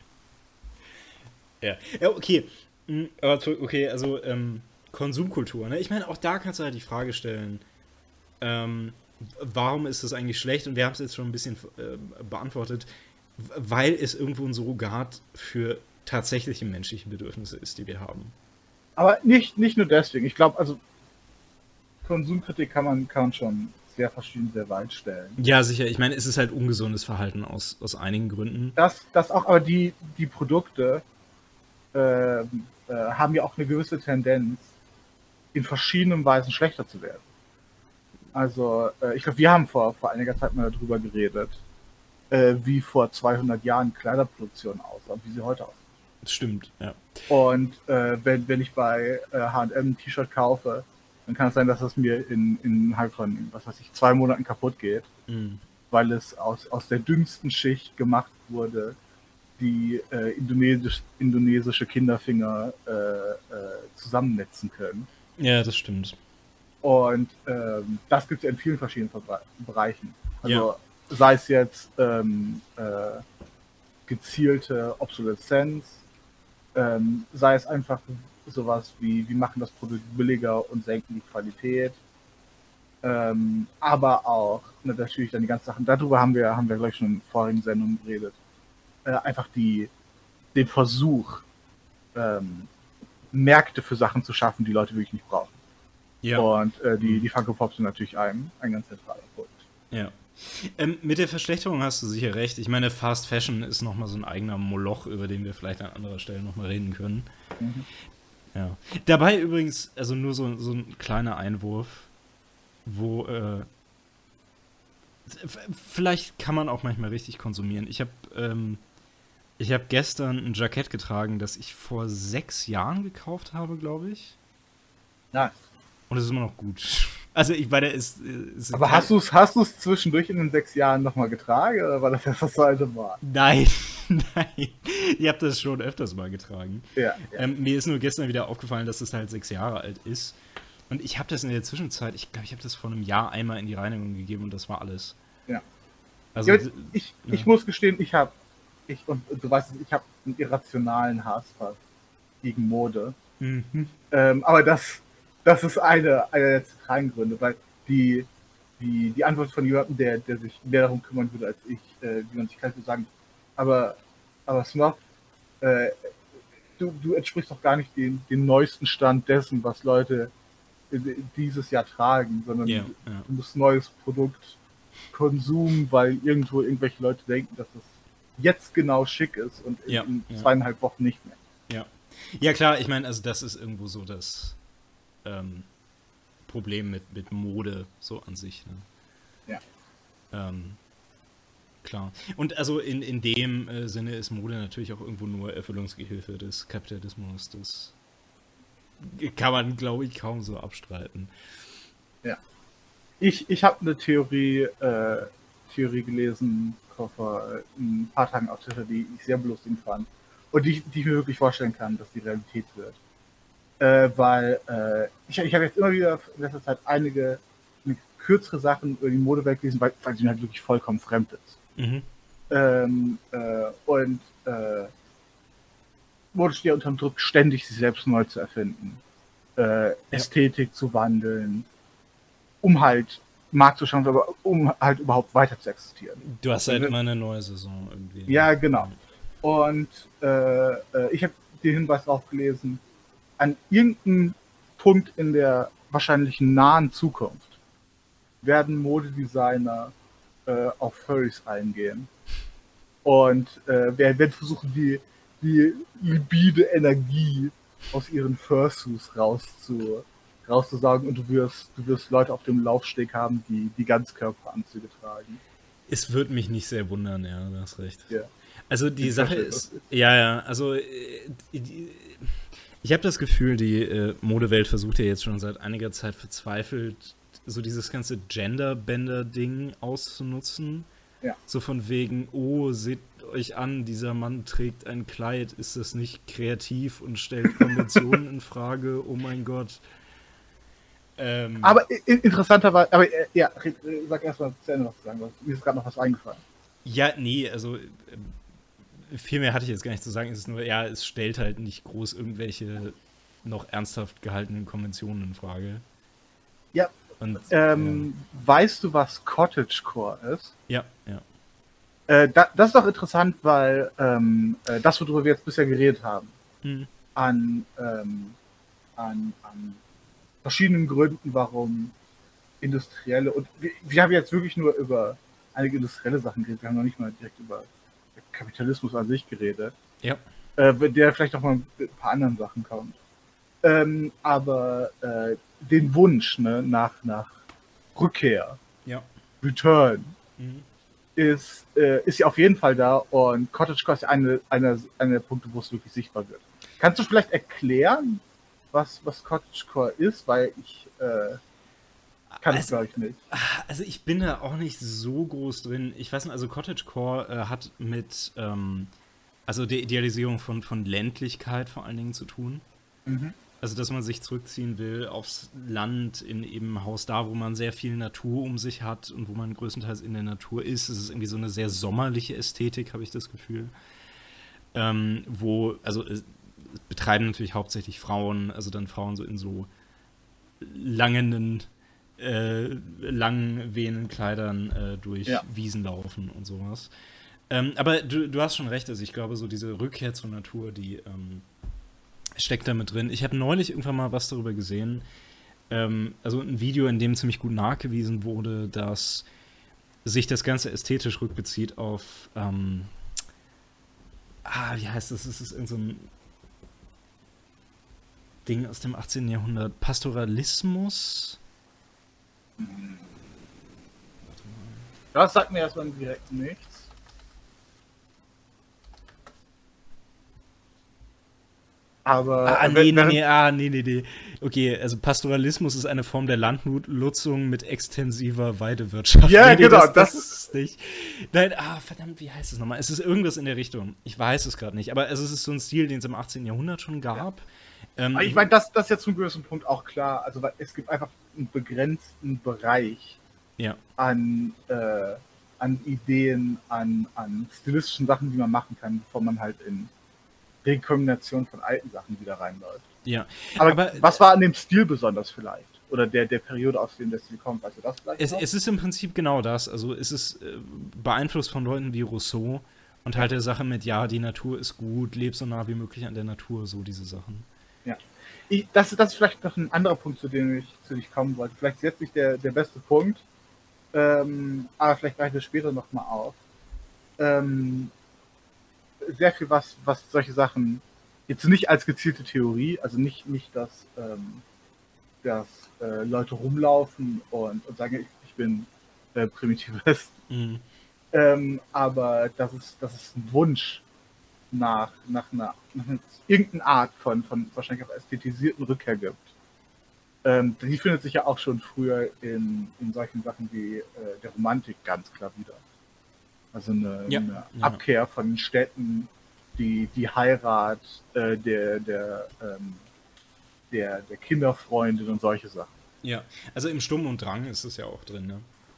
Ja, ja, okay. Hm, aber zu- okay, also ähm, Konsumkultur, ne? Ich meine, auch da kannst du halt die Frage stellen, ähm, warum ist das eigentlich schlecht? Und wir haben es jetzt schon ein bisschen äh, beantwortet, w- weil es irgendwo ein Surrogat für tatsächliche menschliche Bedürfnisse ist, die wir haben. Aber nicht, nicht nur deswegen. Ich glaube, also Konsumkritik kann man, kann man schon sehr verschieden, sehr weit stellen. Ja, sicher. Ich meine, es ist halt ungesundes Verhalten aus, aus einigen Gründen. Das, das auch, aber die, die Produkte ähm, äh, haben ja auch eine gewisse Tendenz, in verschiedenen Weisen schlechter zu werden. Also, äh, ich glaube, wir haben vor, vor einiger Zeit mal darüber geredet, äh, wie vor zweihundert Jahren Kleiderproduktion aussah und wie sie heute aussieht. Das stimmt, ja. Und äh, wenn, wenn ich bei äh, H und M ein T-Shirt kaufe, dann kann es sein, dass es mir in, innerhalb von, was weiß ich, zwei Monaten kaputt geht, Mhm. weil es aus, aus der dünnsten Schicht gemacht wurde, die äh, indonesisch, indonesische Kinderfinger äh, äh, zusammennetzen können. Ja, das stimmt. Und ähm, das gibt es ja in vielen verschiedenen Verbre- Bereichen. Also Ja. sei es jetzt ähm, äh, gezielte Obsoleszenz, ähm, sei es einfach sowas wie, wir machen das Produkt billiger und senken die Qualität, ähm, aber auch ne, natürlich dann die ganzen Sachen, darüber haben wir, haben wir gleich schon in vorigen Sendungen geredet, äh, einfach die, den Versuch, ähm, Märkte für Sachen zu schaffen, die Leute wirklich nicht brauchen. Ja. Und äh, die, die Funko Pops sind natürlich ein, ein ganz zentraler Punkt. Ja. Ähm, mit der Verschlechterung hast du sicher recht. Ich meine, Fast Fashion ist nochmal so ein eigener Moloch, über den wir vielleicht an anderer Stelle nochmal reden können. Mhm. Ja. Dabei übrigens, also nur so, so ein kleiner Einwurf, wo äh, f- vielleicht kann man auch manchmal richtig konsumieren. Ich habe ähm, ich habe gestern ein Jackett getragen, das ich vor sechs Jahren gekauft habe, glaube ich. Nice. Und es ist immer noch gut. Also ich meine, es ist. Aber hast du es hast du's zwischendurch in den sechs Jahren nochmal getragen oder war das erst das zweite Mal? Nein, nein. Ich habe das schon öfters mal getragen. Ja, ja. Ähm, mir ist nur gestern wieder aufgefallen, dass es halt sechs Jahre alt ist. Und ich habe das in der Zwischenzeit, ich glaube, ich habe das vor einem Jahr einmal in die Reinigung gegeben und das war alles. Ja. Also, Ja, d- ich, ja. ich muss gestehen, ich habe, ich, und du weißt es, ich habe einen irrationalen Hass fast gegen Mode. Mhm. Ähm, aber das, das ist eine, eine der zentralen Gründe, weil die, die, die Antwort von jemandem, der, der sich mehr darum kümmern würde als ich, äh, wie man sich kann, zu sagen, aber, aber Snob, äh, du, du entsprichst doch gar nicht den, den neuesten Stand dessen, was Leute äh, dieses Jahr tragen, sondern Ja, du, ja. du musst neues Produkt Konsum, weil irgendwo irgendwelche Leute denken, dass es jetzt genau schick ist und in, Ja, in ja. zweieinhalb Wochen nicht mehr. Ja. Ja, klar, ich meine, also das ist irgendwo so das ähm, Problem mit, mit Mode so an sich. Ne? Ja. Ähm, klar. Und also in, in dem äh, Sinne ist Mode natürlich auch irgendwo nur Erfüllungsgehilfe des Kapitalismus. Das kann man, glaube ich, kaum so abstreiten. Ja. Ich, ich habe eine Theorie, äh, Theorie gelesen vor, vor ein paar Tagen auf Twitter, die ich sehr belustigend fand und die, die ich mir wirklich vorstellen kann, dass die Realität wird. Äh, weil äh, ich, ich habe jetzt immer wieder in letzter Zeit einige kürzere Sachen über die Modewelt gelesen, weil, weil sie mir halt wirklich vollkommen fremd ist. Mhm. Ähm, äh, und äh, Mode steht ja unter dem Druck, ständig sich selbst neu zu erfinden, äh, Ja. Ästhetik zu wandeln, um halt Markt zu schauen, aber um halt überhaupt weiter zu existieren. Du hast halt Also, immer eine neue Saison irgendwie. ja, genau. Und äh, äh, ich habe den Hinweis darauf gelesen, an irgendeinem Punkt in der wahrscheinlich nahen Zukunft werden Modedesigner äh, auf Furries eingehen und äh, werden versuchen, die, die libide Energie aus ihren Fursuits rauszu, rauszusaugen, und du wirst, du wirst Leute auf dem Laufsteg haben, die die Ganzkörperanzüge tragen. Es wird mich nicht sehr wundern, ja, du hast recht. Ja. Also die Ich Sache verstehe, ist, was ist. ja, ja, also äh, die, ich habe das Gefühl, die äh, Modewelt versucht ja jetzt schon seit einiger Zeit verzweifelt, so dieses ganze Gender-Bender-Ding auszunutzen. Ja. So von wegen, oh, seht euch an, dieser Mann trägt ein Kleid, ist das nicht kreativ und stellt Konventionen in Frage? Oh mein Gott. Ähm, Aber i- interessanterweise, aber äh, ja, äh, sag erstmal zu Ende was zu sagen, weil mir ist gerade noch was eingefallen. ja, nee, also äh, viel mehr hatte ich jetzt gar nicht zu sagen. Es ist nur, ja, es stellt halt nicht groß irgendwelche noch ernsthaft gehaltenen Konventionen in Frage. Ja, Und ähm, weißt du, was Cottagecore ist? ja, ja. Äh, da, das ist doch interessant, weil ähm, äh, das, worüber wir jetzt bisher geredet haben, Hm. an, ähm, an, an verschiedenen Gründen, warum industrielle, und wir, wir haben jetzt wirklich nur über einige industrielle Sachen geredet, wir haben noch nicht mal direkt über Kapitalismus an sich geredet, Ja. äh, der vielleicht noch mal mit ein paar anderen Sachen kommt. Ähm, aber äh, den Wunsch, ne, nach, nach Rückkehr, Ja. Return, Mhm. ist, äh, ist ja auf jeden Fall da, und Cottagecore ist eine, eine, eine der Punkte, wo es wirklich sichtbar wird. Kannst du vielleicht erklären, was, was Cottagecore ist? Weil ich äh, kann es, Also, glaube ich, nicht. also ich bin da auch nicht so groß drin. Ich weiß nicht, also Cottagecore äh, hat mit ähm, also der Idealisierung von, von Ländlichkeit vor allen Dingen zu tun. Mhm. Also, dass man sich zurückziehen will aufs Land, in eben ein Haus da, wo man sehr viel Natur um sich hat und wo man größtenteils in der Natur ist. Es ist irgendwie so eine sehr sommerliche Ästhetik, habe ich das Gefühl. Ähm, wo, also es betreiben natürlich hauptsächlich Frauen, also dann Frauen so in so langen, äh, langen, wehenden Kleidern äh, durch Ja. Wiesen laufen und sowas. Ähm, aber du, du hast schon recht, also ich glaube, so diese Rückkehr zur Natur, die ähm, steckt da mit drin. Ich habe neulich irgendwann mal was darüber gesehen, ähm, also ein Video, in dem ziemlich gut nachgewiesen wurde, dass sich das Ganze ästhetisch rückbezieht auf, ähm, ah, wie heißt das? Es ist irgend so ein Ding aus dem achtzehnten. Jahrhundert. Pastoralismus? Das sagt mir erstmal direkt nichts. Aber Ah, äh, nee, nee, während- nee, ah, nee, nee, nee. Okay, also Pastoralismus ist eine Form der Landnutzung mit extensiver Weidewirtschaft. Ja, nee, nee, genau, das, das das- ist es nicht. Nein, ah, verdammt, wie heißt es nochmal? Es ist irgendwas in der Richtung. Ich weiß es gerade nicht, aber es ist so ein Stil, den es im achtzehnten. Jahrhundert schon gab. Ähm, Aber ich meine, das, das ist jetzt zum gewissen Punkt auch klar. Also, weil es gibt einfach einen begrenzten Bereich ja, an, äh, an Ideen, an, an stilistischen Sachen, die man machen kann, bevor man halt in Rekombination von alten Sachen wieder reinläuft. ja. Aber, Aber was war an dem Stil besonders vielleicht? Oder der, der Periode, aus dem der Stil kommt? Weißt du das vielleicht? es, noch? es ist im Prinzip genau das. Also es ist äh, beeinflusst von Leuten wie Rousseau und halt der Sache mit, ja, die Natur ist gut, leb so nah wie möglich an der Natur, so diese Sachen. Ja. Ich, das, das ist vielleicht noch ein anderer Punkt, zu dem ich zu dich kommen wollte. Vielleicht ist jetzt nicht der, der beste Punkt, ähm, aber vielleicht greife ich das später nochmal auf. Ähm, sehr viel, was, was solche Sachen jetzt nicht als gezielte Theorie, also nicht, nicht dass, ähm, dass äh, Leute rumlaufen und, und sagen, ich, ich bin äh, Primitivist, Mhm. ähm, aber dass es, dass es einen Wunsch nach, nach, einer, nach einer irgendeiner Art von, von wahrscheinlich auch ästhetisierten Rückkehr gibt. Ähm, die findet sich ja auch schon früher in, in solchen Sachen wie äh, der Romantik ganz klar wieder. Also eine, Ja, eine ja. Abkehr von den Städten, die, die Heirat äh, der, der, ähm, der, der Kinderfreundin und solche Sachen. Ja, also im Sturm und Drang ist es ja auch drin, ne?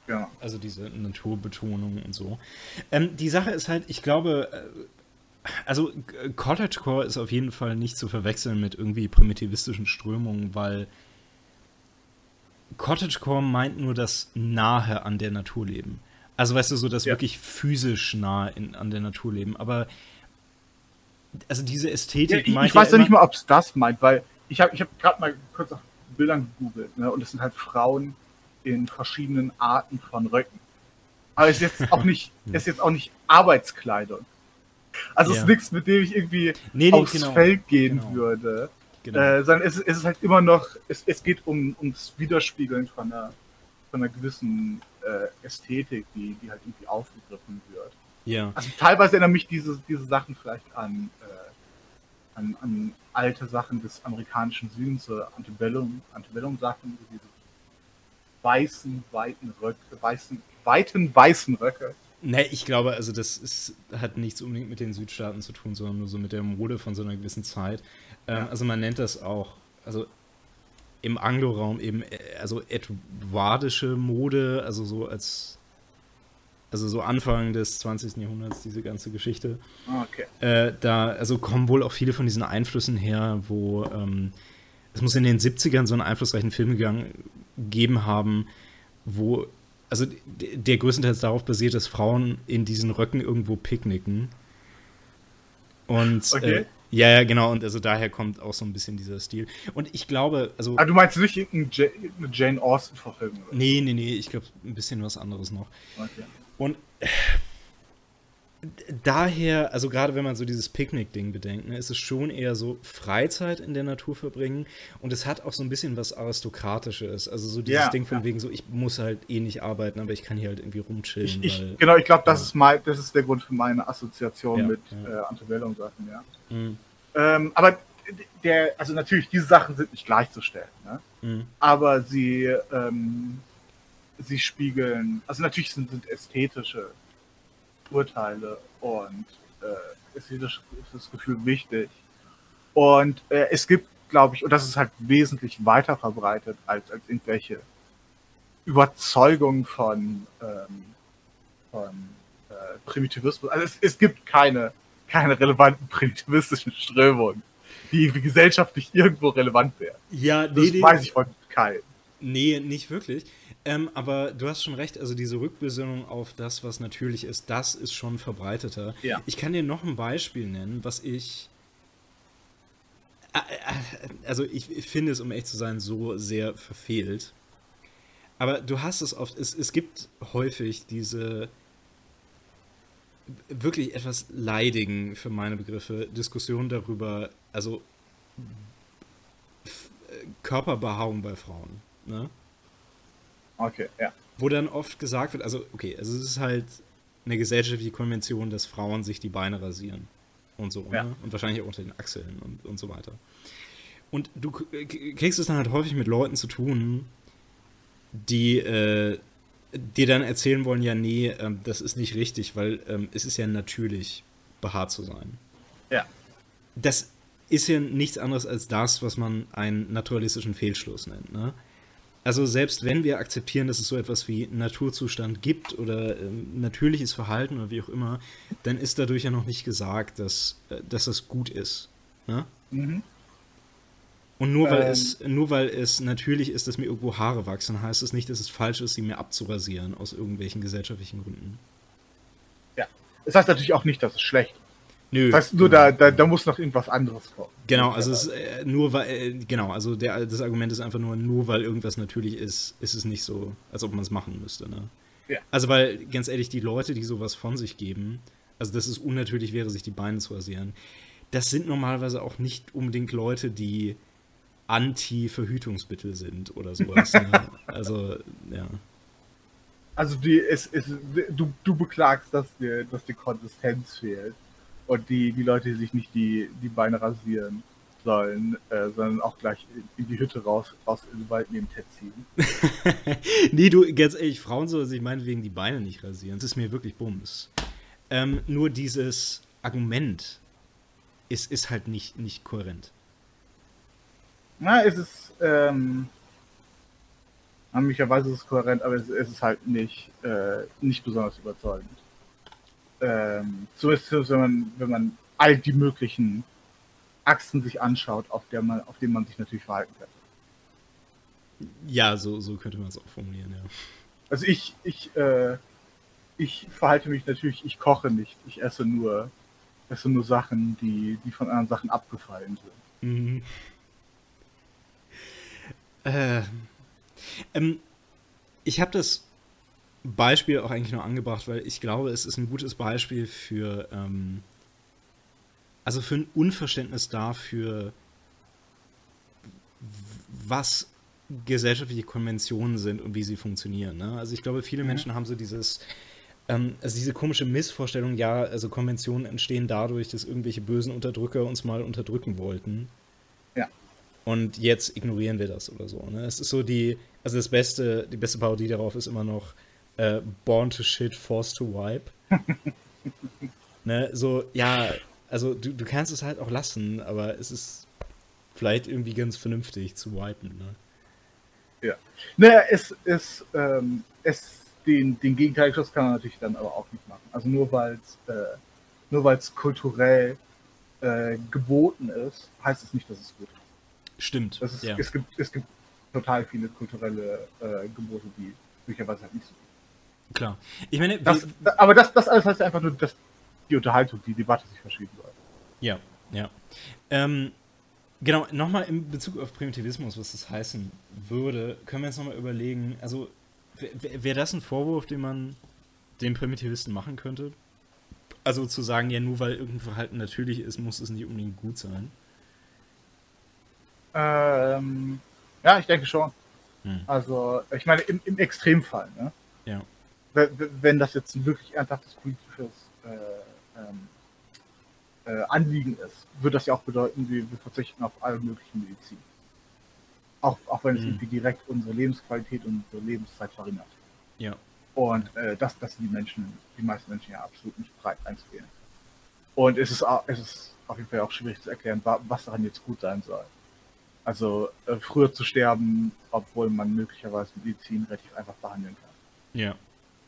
Ja. Also diese Naturbetonung und so. Ähm, die Sache ist halt, ich glaube, äh, also äh, Cottagecore ist auf jeden Fall nicht zu verwechseln mit irgendwie primitivistischen Strömungen, weil Cottagecore meint nur das nahe an der Natur leben. Also weißt du, so das Ja. wirklich physisch nah in, an der Natur leben. Aber also diese Ja, Ästhetik ich, meint ich ja weiß ja nicht immer. mal, ob es das meint, weil ich habe ich hab gerade mal kurz nach Bildern gegoogelt, ne? Und es sind halt Frauen in verschiedenen Arten von Röcken. Aber es ist jetzt auch nicht, es ist jetzt auch nicht Arbeitskleidung. Also es ist Ja. nichts, mit dem ich irgendwie Nee, nee, aufs genau. Feld gehen Genau. würde. Genau. Äh, sondern es, es ist halt immer noch, es, es geht um ums Widerspiegeln von einer, von einer gewissen äh, Ästhetik, die, die halt irgendwie aufgegriffen wird. Ja. Also teilweise erinnern mich diese, diese Sachen vielleicht an, äh, an, an alte Sachen des amerikanischen Südens, so Antebellum, Antebellum-Sachen, so diese weißen, weiten Röcke, weißen, weiten, weißen Röcke. Ne, ich glaube, also das ist, hat nichts unbedingt mit den Südstaaten zu tun, sondern nur so mit der Mode von so einer gewissen Zeit. Ähm, Ja. Also man nennt das auch, also im Anglo-Raum eben, äh, also edwardische Mode, also so als, also so Anfang des zwanzigsten Jahrhunderts, diese ganze Geschichte. Okay. Äh, da, also kommen wohl auch viele von diesen Einflüssen her, wo, ähm, es muss in den siebzigern so einen einflussreichen Film gegangen, gegeben haben, wo, also d- der größtenteils darauf basiert, dass Frauen in diesen Röcken irgendwo picknicken. Und äh, Okay. ja, ja, genau, und also daher kommt auch so ein bisschen dieser Stil. Und ich glaube, also, Aber du meinst nicht irgendeine Ja- eine Jane Austen-Verfilmung? oder? nee, nee, nee, ich glaube, ein bisschen was anderes noch. Okay. Und daher, also gerade wenn man so dieses Picknick-Ding bedenkt, ne, ist es schon eher so Freizeit in der Natur verbringen und es hat auch so ein bisschen was Aristokratisches. Also so dieses Ja, Ding von ja. wegen so, ich muss halt eh nicht arbeiten, aber ich kann hier halt irgendwie rumchillen, Ich, weil. ich, genau, ich glaube, das Ja. ist mein, das ist der Grund für meine Assoziation Ja, mit ja. äh, Antebellum-Sachen, ja. Mhm. Ähm, aber der, also natürlich, diese Sachen sind nicht gleichzustellen, ne? Mhm. Aber sie, ähm, sie spiegeln, also natürlich sind, sind ästhetische Urteile und äh, ästhetisch ist das Gefühl wichtig. Und äh, es gibt, glaube ich, und das ist halt wesentlich weiter verbreitet als, als irgendwelche Überzeugungen von, ähm, von äh, Primitivismus. Also es, es gibt keine, keine relevanten primitivistischen Strömungen, die gesellschaftlich irgendwo relevant wären. Ja, nee, Das nee, weiß ich von keinem. nee, nicht wirklich. Ähm, aber du hast schon recht, also diese Rückbesinnung auf das, was natürlich ist, das ist schon verbreiteter. Ja. Ich kann dir noch ein Beispiel nennen, was ich. Äh, äh, Also ich, ich finde es, um echt zu sein, so sehr verfehlt. Aber du hast es oft, es, es gibt häufig diese wirklich etwas leidigen, für meine Begriffe, Diskussionen darüber, also Körperbehaarung bei Frauen, ne? Okay, ja. Wo dann oft gesagt wird, also okay, also es ist halt eine gesellschaftliche Konvention, dass Frauen sich die Beine rasieren und so, Ja. ne? Und wahrscheinlich auch unter den Achseln und, und so weiter. Und du k- kriegst es dann halt häufig mit Leuten zu tun, die äh, dir dann erzählen wollen, ja, nee, ähm, das ist nicht richtig, weil ähm, es ist ja natürlich, behaart zu sein. Ja. Das ist ja nichts anderes als das, was man einen naturalistischen Fehlschluss nennt, ne? Also selbst wenn wir akzeptieren, dass es so etwas wie Naturzustand gibt oder ähm, natürliches Verhalten oder wie auch immer, dann ist dadurch ja noch nicht gesagt, dass, äh, dass das gut ist. Ne? Mhm. Und nur weil, Ähm, es, nur weil es natürlich ist, dass mir irgendwo Haare wachsen, heißt es nicht, dass es falsch ist, sie mir abzurasieren aus irgendwelchen gesellschaftlichen Gründen. ja. Das heißt natürlich auch nicht, dass es schlecht ist. Nö. Das heißt nur, genau, da, da, genau. da muss noch irgendwas anderes kommen. Genau, also es ist äh, nur weil, äh, genau, also der, das Argument ist einfach nur, nur weil irgendwas natürlich ist, ist es nicht so, als ob man es machen müsste, ne? Ja. Also weil, ganz ehrlich, die Leute, die sowas von sich geben, also dass es unnatürlich wäre, sich die Beine zu rasieren, das sind normalerweise auch nicht unbedingt Leute, die Anti-Verhütungsmittel sind oder sowas, ne? Also, ja. Also die, es, es, du, du beklagst, dass dir, dass die Konsistenz fehlt und die, die Leute, die sich nicht die, die Beine rasieren sollen, äh, sondern auch gleich in die Hütte raus, raus in den Wald neben Ted ziehen. Nee, du, ganz ehrlich, Frauen sollen sich meinetwegen die Beine nicht rasieren. Das ist mir wirklich Bums. Ähm, nur dieses Argument ist, ist halt nicht, nicht kohärent. Na, es ist, ähm, Möglicherweise ist es kohärent, aber es, es ist halt nicht, äh, nicht besonders überzeugend. Ähm, so ist es, wenn man, wenn man all die möglichen Achsen sich anschaut, auf, der man, auf denen man sich natürlich verhalten könnte. Ja, so, so könnte man es auch formulieren, ja. Also ich, ich, äh, ich verhalte mich natürlich, ich koche nicht, ich esse nur, esse nur Sachen, die, die von anderen Sachen abgefallen sind. Mhm. Äh, ähm, ich habe das Beispiel auch eigentlich nur angebracht, weil ich glaube, es ist ein gutes Beispiel für, ähm, also für ein Unverständnis dafür, was gesellschaftliche Konventionen sind und wie sie funktionieren. Ne? Also ich glaube, viele Mhm. Menschen haben so dieses, ähm, also diese komische Missvorstellung, ja, also Konventionen entstehen dadurch, dass irgendwelche bösen Unterdrücker uns mal unterdrücken wollten. Ja. Und jetzt ignorieren wir das oder so. Ne? Es ist so die, also das beste, die beste Parodie darauf ist immer noch äh, Born to Shit, Forced to Wipe. Ne? So, ja, also du, du kannst es halt auch lassen, aber es ist vielleicht irgendwie ganz vernünftig zu wipen. Ne? Ja. Naja, es ist, ähm, es, den, den Gegenteilschuss kann man natürlich dann aber auch nicht machen. Also nur weil es äh, nur weil es kulturell äh, geboten ist, heißt es nicht, dass es gut ist. Stimmt. Das ist Ja. es, gibt, es gibt total viele kulturelle äh, Gebote, die möglicherweise halt nicht so sind. Klar. Ich meine, Das, wir, aber das, das alles heißt ja einfach nur, dass die Unterhaltung, die Debatte sich verschieben soll. ja, ja. Ähm, genau, nochmal in Bezug auf Primitivismus, was das heißen würde, können wir uns nochmal überlegen, also wäre wär das ein Vorwurf, den man den Primitivisten machen könnte? Also zu sagen, ja, nur weil irgendein Verhalten natürlich ist, muss es nicht unbedingt gut sein. Ähm, ja, ich denke schon. Hm. Also, ich meine, im, im Extremfall, ne? Ja. Wenn das jetzt ein wirklich ernsthaftes politisches äh, ähm, äh, Anliegen ist, würde das ja auch bedeuten, wir, wir verzichten auf alle möglichen Medizin. Auch, auch wenn es Hm. irgendwie direkt unsere Lebensqualität und unsere Lebenszeit verringert. Ja. Und äh, das, das sind die Menschen, die meisten Menschen ja absolut nicht bereit einzugehen. Und es ist, auch, es ist auf jeden Fall auch schwierig zu erklären, was daran jetzt gut sein soll. Also äh, früher zu sterben, obwohl man möglicherweise Medizin relativ einfach behandeln kann. Ja.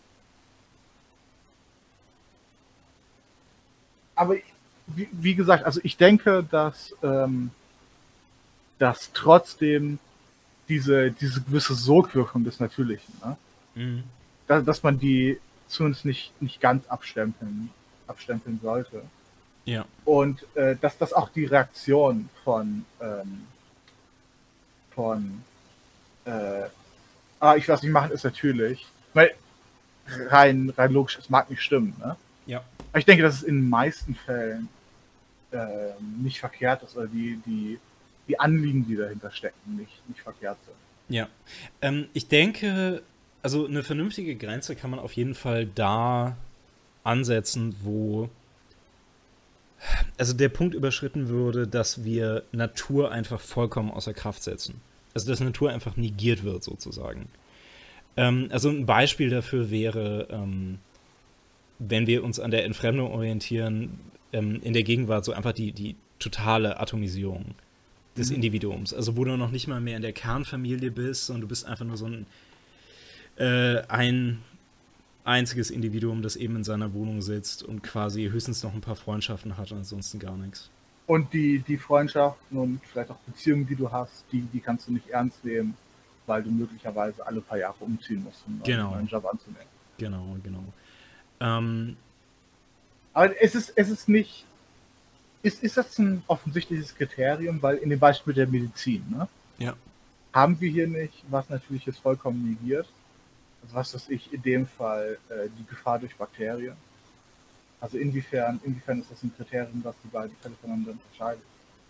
Aber wie, wie gesagt, also ich denke, dass, ähm, dass trotzdem diese, diese gewisse Sogwirkung des Natürlichen, ne? Mhm. dass, dass man die zumindest nicht, nicht ganz abstempeln, abstempeln sollte. Ja. Und äh, dass das auch die Reaktion von, ähm, von äh, ah, ich weiß nicht machen, ist natürlich, weil rein, rein logisch, es mag nicht stimmen. Ne? Ja. Aber ich denke, dass es in den meisten Fällen äh, nicht verkehrt ist oder die, die, die Anliegen, die dahinter stecken, nicht, nicht verkehrt sind. Ja. Ähm, ich denke, also eine vernünftige Grenze kann man auf jeden Fall da ansetzen, wo also der Punkt überschritten würde, dass wir Natur einfach vollkommen außer Kraft setzen. Also dass Natur einfach negiert wird, sozusagen. Ähm, also ein Beispiel dafür wäre, ähm, wenn wir uns an der Entfremdung orientieren, ähm, in der Gegenwart so einfach die, die totale Atomisierung des Mhm. Individuums. Also wo du noch nicht mal mehr in der Kernfamilie bist, sondern du bist einfach nur so ein, äh, ein einziges Individuum, das eben in seiner Wohnung sitzt und quasi höchstens noch ein paar Freundschaften hat und ansonsten gar nichts. Und die, die Freundschaften und vielleicht auch Beziehungen, die du hast, die, die kannst du nicht ernst nehmen, weil du möglicherweise alle paar Jahre umziehen musst, um Genau. einen neuen Job anzunehmen. Genau, genau. Ähm, Aber es ist, es ist nicht, ist, ist das ein offensichtliches Kriterium, weil in dem Beispiel der Medizin, ne, ja. haben wir hier nicht, was natürlich jetzt vollkommen negiert, also was weiß ich, in dem Fall äh, die Gefahr durch Bakterien. Also inwiefern, inwiefern ist das ein Kriterium, das die beiden Fälle voneinander unterscheidet?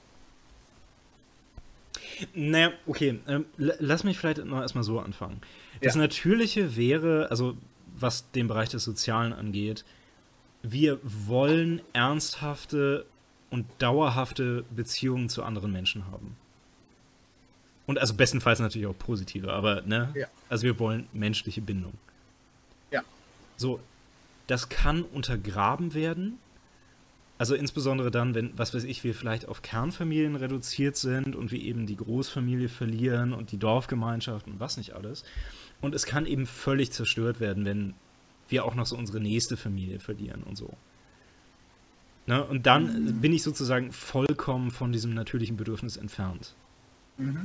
Naja, okay. Ähm, l- lass mich vielleicht noch erstmal so anfangen. Das Ja. Natürliche wäre, also was den Bereich des Sozialen angeht, wir wollen ernsthafte und dauerhafte Beziehungen zu anderen Menschen haben. Und also bestenfalls natürlich auch positive, aber ne? Ja. Also wir wollen menschliche Bindung. Ja. So, das kann untergraben werden, Also insbesondere dann, wenn, was weiß ich, wir vielleicht auf Kernfamilien reduziert sind und wir eben die Großfamilie verlieren und die Dorfgemeinschaft und was nicht alles. Und es kann eben völlig zerstört werden, wenn wir auch noch so unsere nächste Familie verlieren und so. Ne? Und dann Mhm. bin ich sozusagen vollkommen von diesem natürlichen Bedürfnis entfernt. Mhm.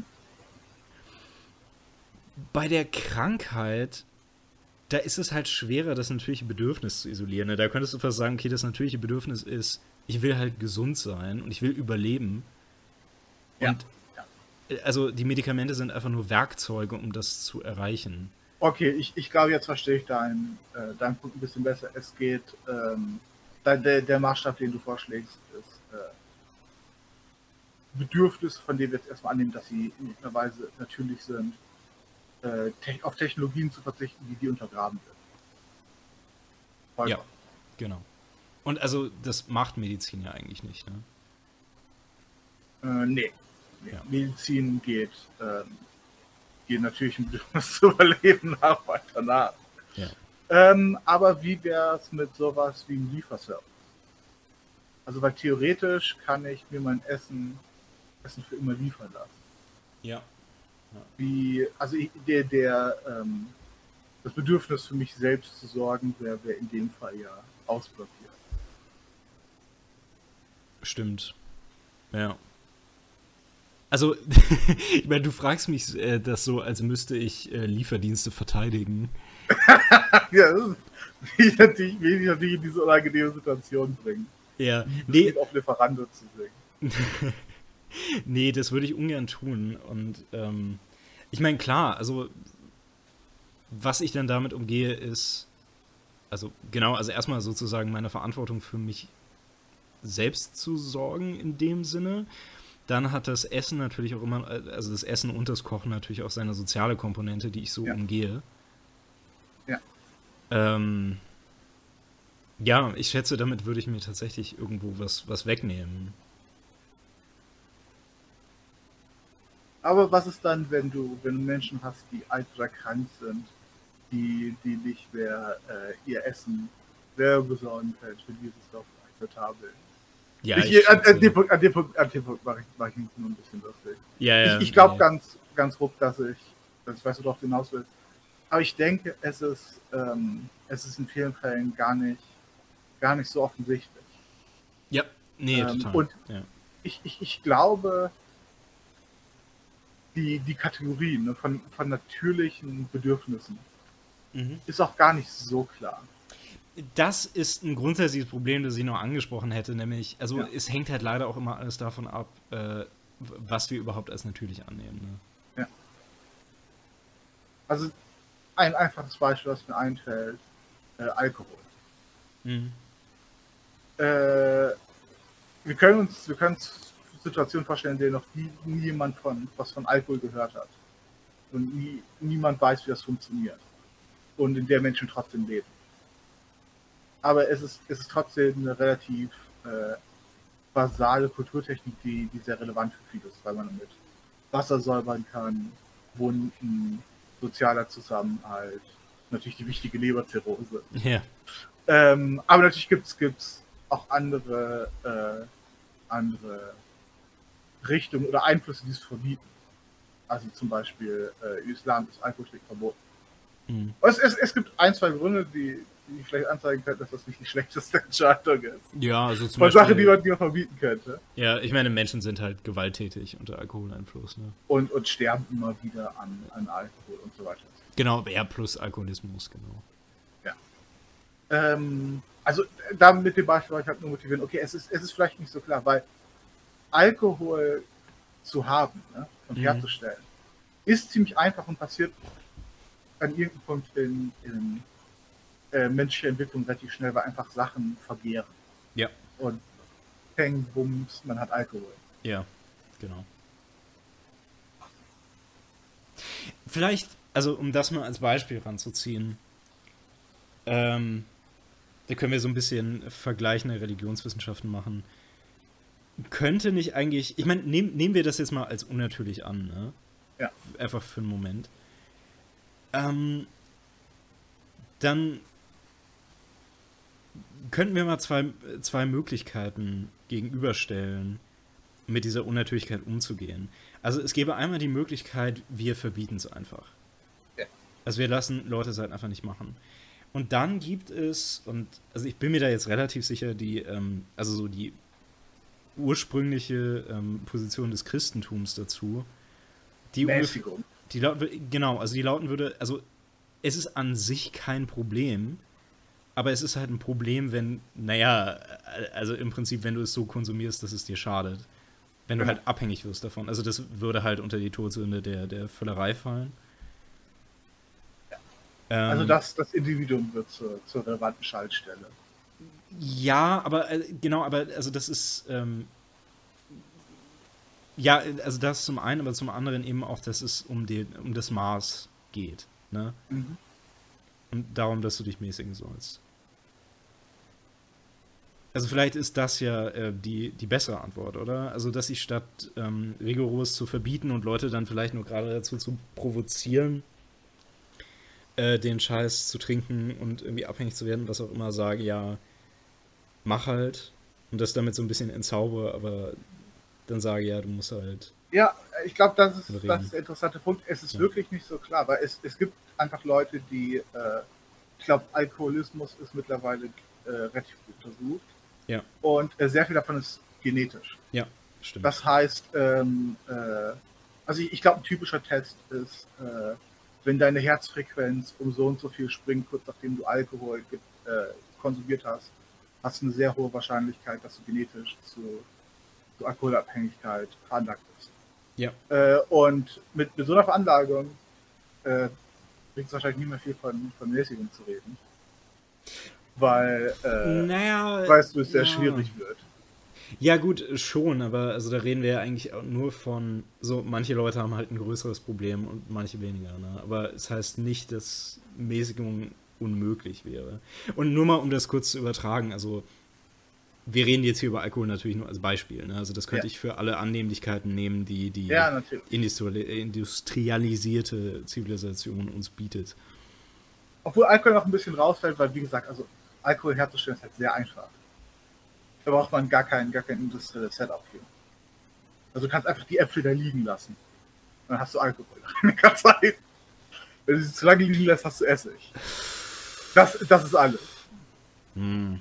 Bei der Krankheit, da ist es halt schwerer, das natürliche Bedürfnis zu isolieren. Ne? Da könntest du fast sagen, okay, das natürliche Bedürfnis ist, ich will halt gesund sein und ich will überleben. Ja. Und Ja. äh, also die Medikamente sind einfach nur Werkzeuge, um das zu erreichen. Okay, ich, ich glaube, jetzt verstehe ich deinen, äh, deinen Punkt ein bisschen besser. Es geht, ähm, der, der der Maßstab, den du vorschlägst, ist äh, Bedürfnisse, von denen wir jetzt erstmal annehmen, dass sie in irgendeiner Weise natürlich sind, äh, te auf Technologien zu verzichten, die die untergraben wird. Ja, Vollkommen. genau. Und also das macht Medizin ja eigentlich nicht, ne? Äh, nee. nee. Ja. Medizin geht, ähm, geht natürlich ein Bedürfnis zu überleben nach weiter nach. Ja. Ähm, aber wie wäre es mit sowas wie einem Lieferservice? Also, weil theoretisch kann ich mir mein Essen, Essen für immer liefern lassen. Ja. Wie, also ich, der, der, ähm, das Bedürfnis für mich selbst zu sorgen, wäre wär in dem Fall ja ausblockiert. Stimmt. Ja. Also, ich meine, du fragst mich äh, das so, als müsste ich äh, Lieferdienste verteidigen. Ja, das ist, will ich natürlich, will ich natürlich in diese unangenehme Situation bringen. Ja, nee, Liebeslied auf Lieferando zu singen. nee, das würde ich ungern tun. Und ähm, ich meine, klar, also was ich dann damit umgehe, ist, also genau, also erstmal sozusagen meine Verantwortung für mich selbst zu sorgen in dem Sinne. Dann hat das Essen natürlich auch immer, also das Essen und das Kochen natürlich auch seine soziale Komponente, die ich so Ja. umgehe. Ja. Ähm, ja, ich schätze, damit würde ich mir tatsächlich irgendwo was, was wegnehmen. Aber was ist dann, wenn du, wenn du Menschen hast, die alt oder krank sind, die, die nicht mehr äh, ihr Essen selber besorgen können für dieses Dorf akzeptabel? Ja, ich Ich, an, an, dem schätze. Punkt, an dem Punkt, an dem Punkt mache ich, mach ich mich nur ein bisschen lustig. Ja, Ich, ja, ich glaube nee. ganz, ganz ruck, dass ich, dass ich weiß, worauf du hinaus willst. Aber ich denke, es ist, ähm, es ist in vielen Fällen gar nicht, gar nicht so offensichtlich. Ja, nee, Ähm, total. und Ja. ich, ich, ich glaube, die, die Kategorie ne, von, von natürlichen Bedürfnissen Mhm. ist auch gar nicht so klar. Das ist ein grundsätzliches Problem, das ich noch angesprochen hätte, nämlich, also Ja. es hängt halt leider auch immer alles davon ab, äh, was wir überhaupt als natürlich annehmen. Ne? Ja. Also ein einfaches Beispiel, was mir einfällt, äh, Alkohol. Mhm. Äh, wir können uns, wir können uns Situationen vorstellen, in denen noch nie, nie jemand von, was von Alkohol gehört hat. Und nie, niemand weiß, wie das funktioniert. Und in der Menschen trotzdem leben. Aber es ist, es ist trotzdem eine relativ äh, basale Kulturtechnik, die, die sehr relevant für viele ist, weil man damit Wasser säubern kann, Wunden, sozialer Zusammenhalt, natürlich die wichtige Leberzirrhose. Ja. Ähm, aber natürlich gibt es auch andere, äh, andere Richtungen oder Einflüsse, die es verbieten. Also zum Beispiel äh, Islam ist Alkoholtrinken verboten. Mhm. Es, es, es gibt ein, zwei Gründe, die, die vielleicht anzeigen können, dass das nicht die schlechteste Entscheidung ist. Ja, also zum Von Beispiel. Sachen, die man, die man verbieten könnte. Ja, ich meine, Menschen sind halt gewalttätig unter Alkoholeinfluss. Ne? Und, und sterben immer wieder an, an Alkohol und so weiter. Genau, ja, plus Alkoholismus, genau. Ja. Ähm, also da mit dem Beispiel war ich halt nur motivieren, okay, es ist, es ist vielleicht nicht so klar, weil Alkohol zu haben, ne, und Mhm. herzustellen, ist ziemlich einfach und passiert an irgendeinem Punkt in, in äh, menschlicher Entwicklung relativ schnell, weil einfach Sachen vergehren. Ja. Und Peng, Bums, man hat Alkohol. Ja, genau. Vielleicht, also um das mal als Beispiel ranzuziehen, ähm, da können wir so ein bisschen vergleichende Religionswissenschaften machen. Könnte nicht eigentlich, ich meine, nehm, nehmen wir das jetzt mal als unnatürlich an, ne? Ja. Einfach für einen Moment. Ähm, dann könnten wir mal zwei, zwei Möglichkeiten gegenüberstellen, mit dieser Unnatürlichkeit umzugehen. Also es gäbe einmal die Möglichkeit, wir verbieten es einfach. Ja. Also wir lassen Leute es halt einfach nicht machen. Und dann gibt es, und also ich bin mir da jetzt relativ sicher, die, ähm, also so die ursprüngliche ähm, Position des Christentums dazu, die ungefähr, Mäßigung. die lauten, genau, also die lauten würde, also es ist an sich kein Problem, aber es ist halt ein Problem, wenn, naja, also im Prinzip, wenn du es so konsumierst, dass es dir schadet. Wenn du Genau. halt abhängig wirst davon. Also das würde halt unter die Todsünde der, der Völlerei fallen. Ähm, Also das, das Individuum wird zur, zur relevanten Schaltstelle. ja, aber äh, genau, aber also das ist ähm, ja, also das zum einen, aber zum anderen eben auch, dass es um, den, um das Maß geht. Ne? Mhm. Und darum, dass du dich mäßigen sollst. Also vielleicht ist das ja äh, die, die bessere Antwort, oder? Also dass ich statt ähm, rigoros zu verbieten und Leute dann vielleicht nur gerade dazu zu provozieren, äh, den Scheiß zu trinken und irgendwie abhängig zu werden, was auch immer, sage, ja, mach halt. Und das damit so ein bisschen entzauber, aber dann sage, ja, du musst halt Ja, ich glaube, das ist, reden. das ist der interessante Punkt. Es ist Ja. wirklich nicht so klar, weil es, es gibt einfach Leute, die, äh, ich glaube, Alkoholismus ist mittlerweile äh, relativ gut untersucht. Ja. Und äh, sehr viel davon ist genetisch. Ja, stimmt. Das heißt, ähm, äh, also ich, ich glaube, ein typischer Test ist, äh, wenn deine Herzfrequenz um so und so viel springt, kurz nachdem du Alkohol ge äh, konsumiert hast, hast du eine sehr hohe Wahrscheinlichkeit, dass du genetisch zu, zu Alkoholabhängigkeit veranlagt bist. Ja. Äh, und mit, mit so einer Veranlagung äh, bringt es wahrscheinlich nicht mehr viel von, von Mäßigung zu reden. Weil, äh, naja, weißt du, es sehr ja. schwierig wird. Ja, gut, schon, aber also da reden wir ja eigentlich auch nur von, so, manche Leute haben halt ein größeres Problem und manche weniger, ne? Aber es heißt nicht, dass Mäßigung unmöglich wäre. Und nur mal, um das kurz zu übertragen, also wir reden jetzt hier über Alkohol natürlich nur als Beispiel, ne? Also das könnte Ja. ich für alle Annehmlichkeiten nehmen, die die Ja, natürlich. industriali industrialisierte Zivilisation uns bietet. Obwohl Alkohol noch ein bisschen rausfällt, weil, wie gesagt, also Alkohol herzustellen ist halt sehr einfach. Da braucht man gar kein, gar kein industrielles Setup für. Also du kannst einfach die Äpfel da liegen lassen. Dann hast du Alkohol nach einer Zeit. Wenn du sie zu lange liegen lässt, hast du Essig. Das, das ist alles. Hm.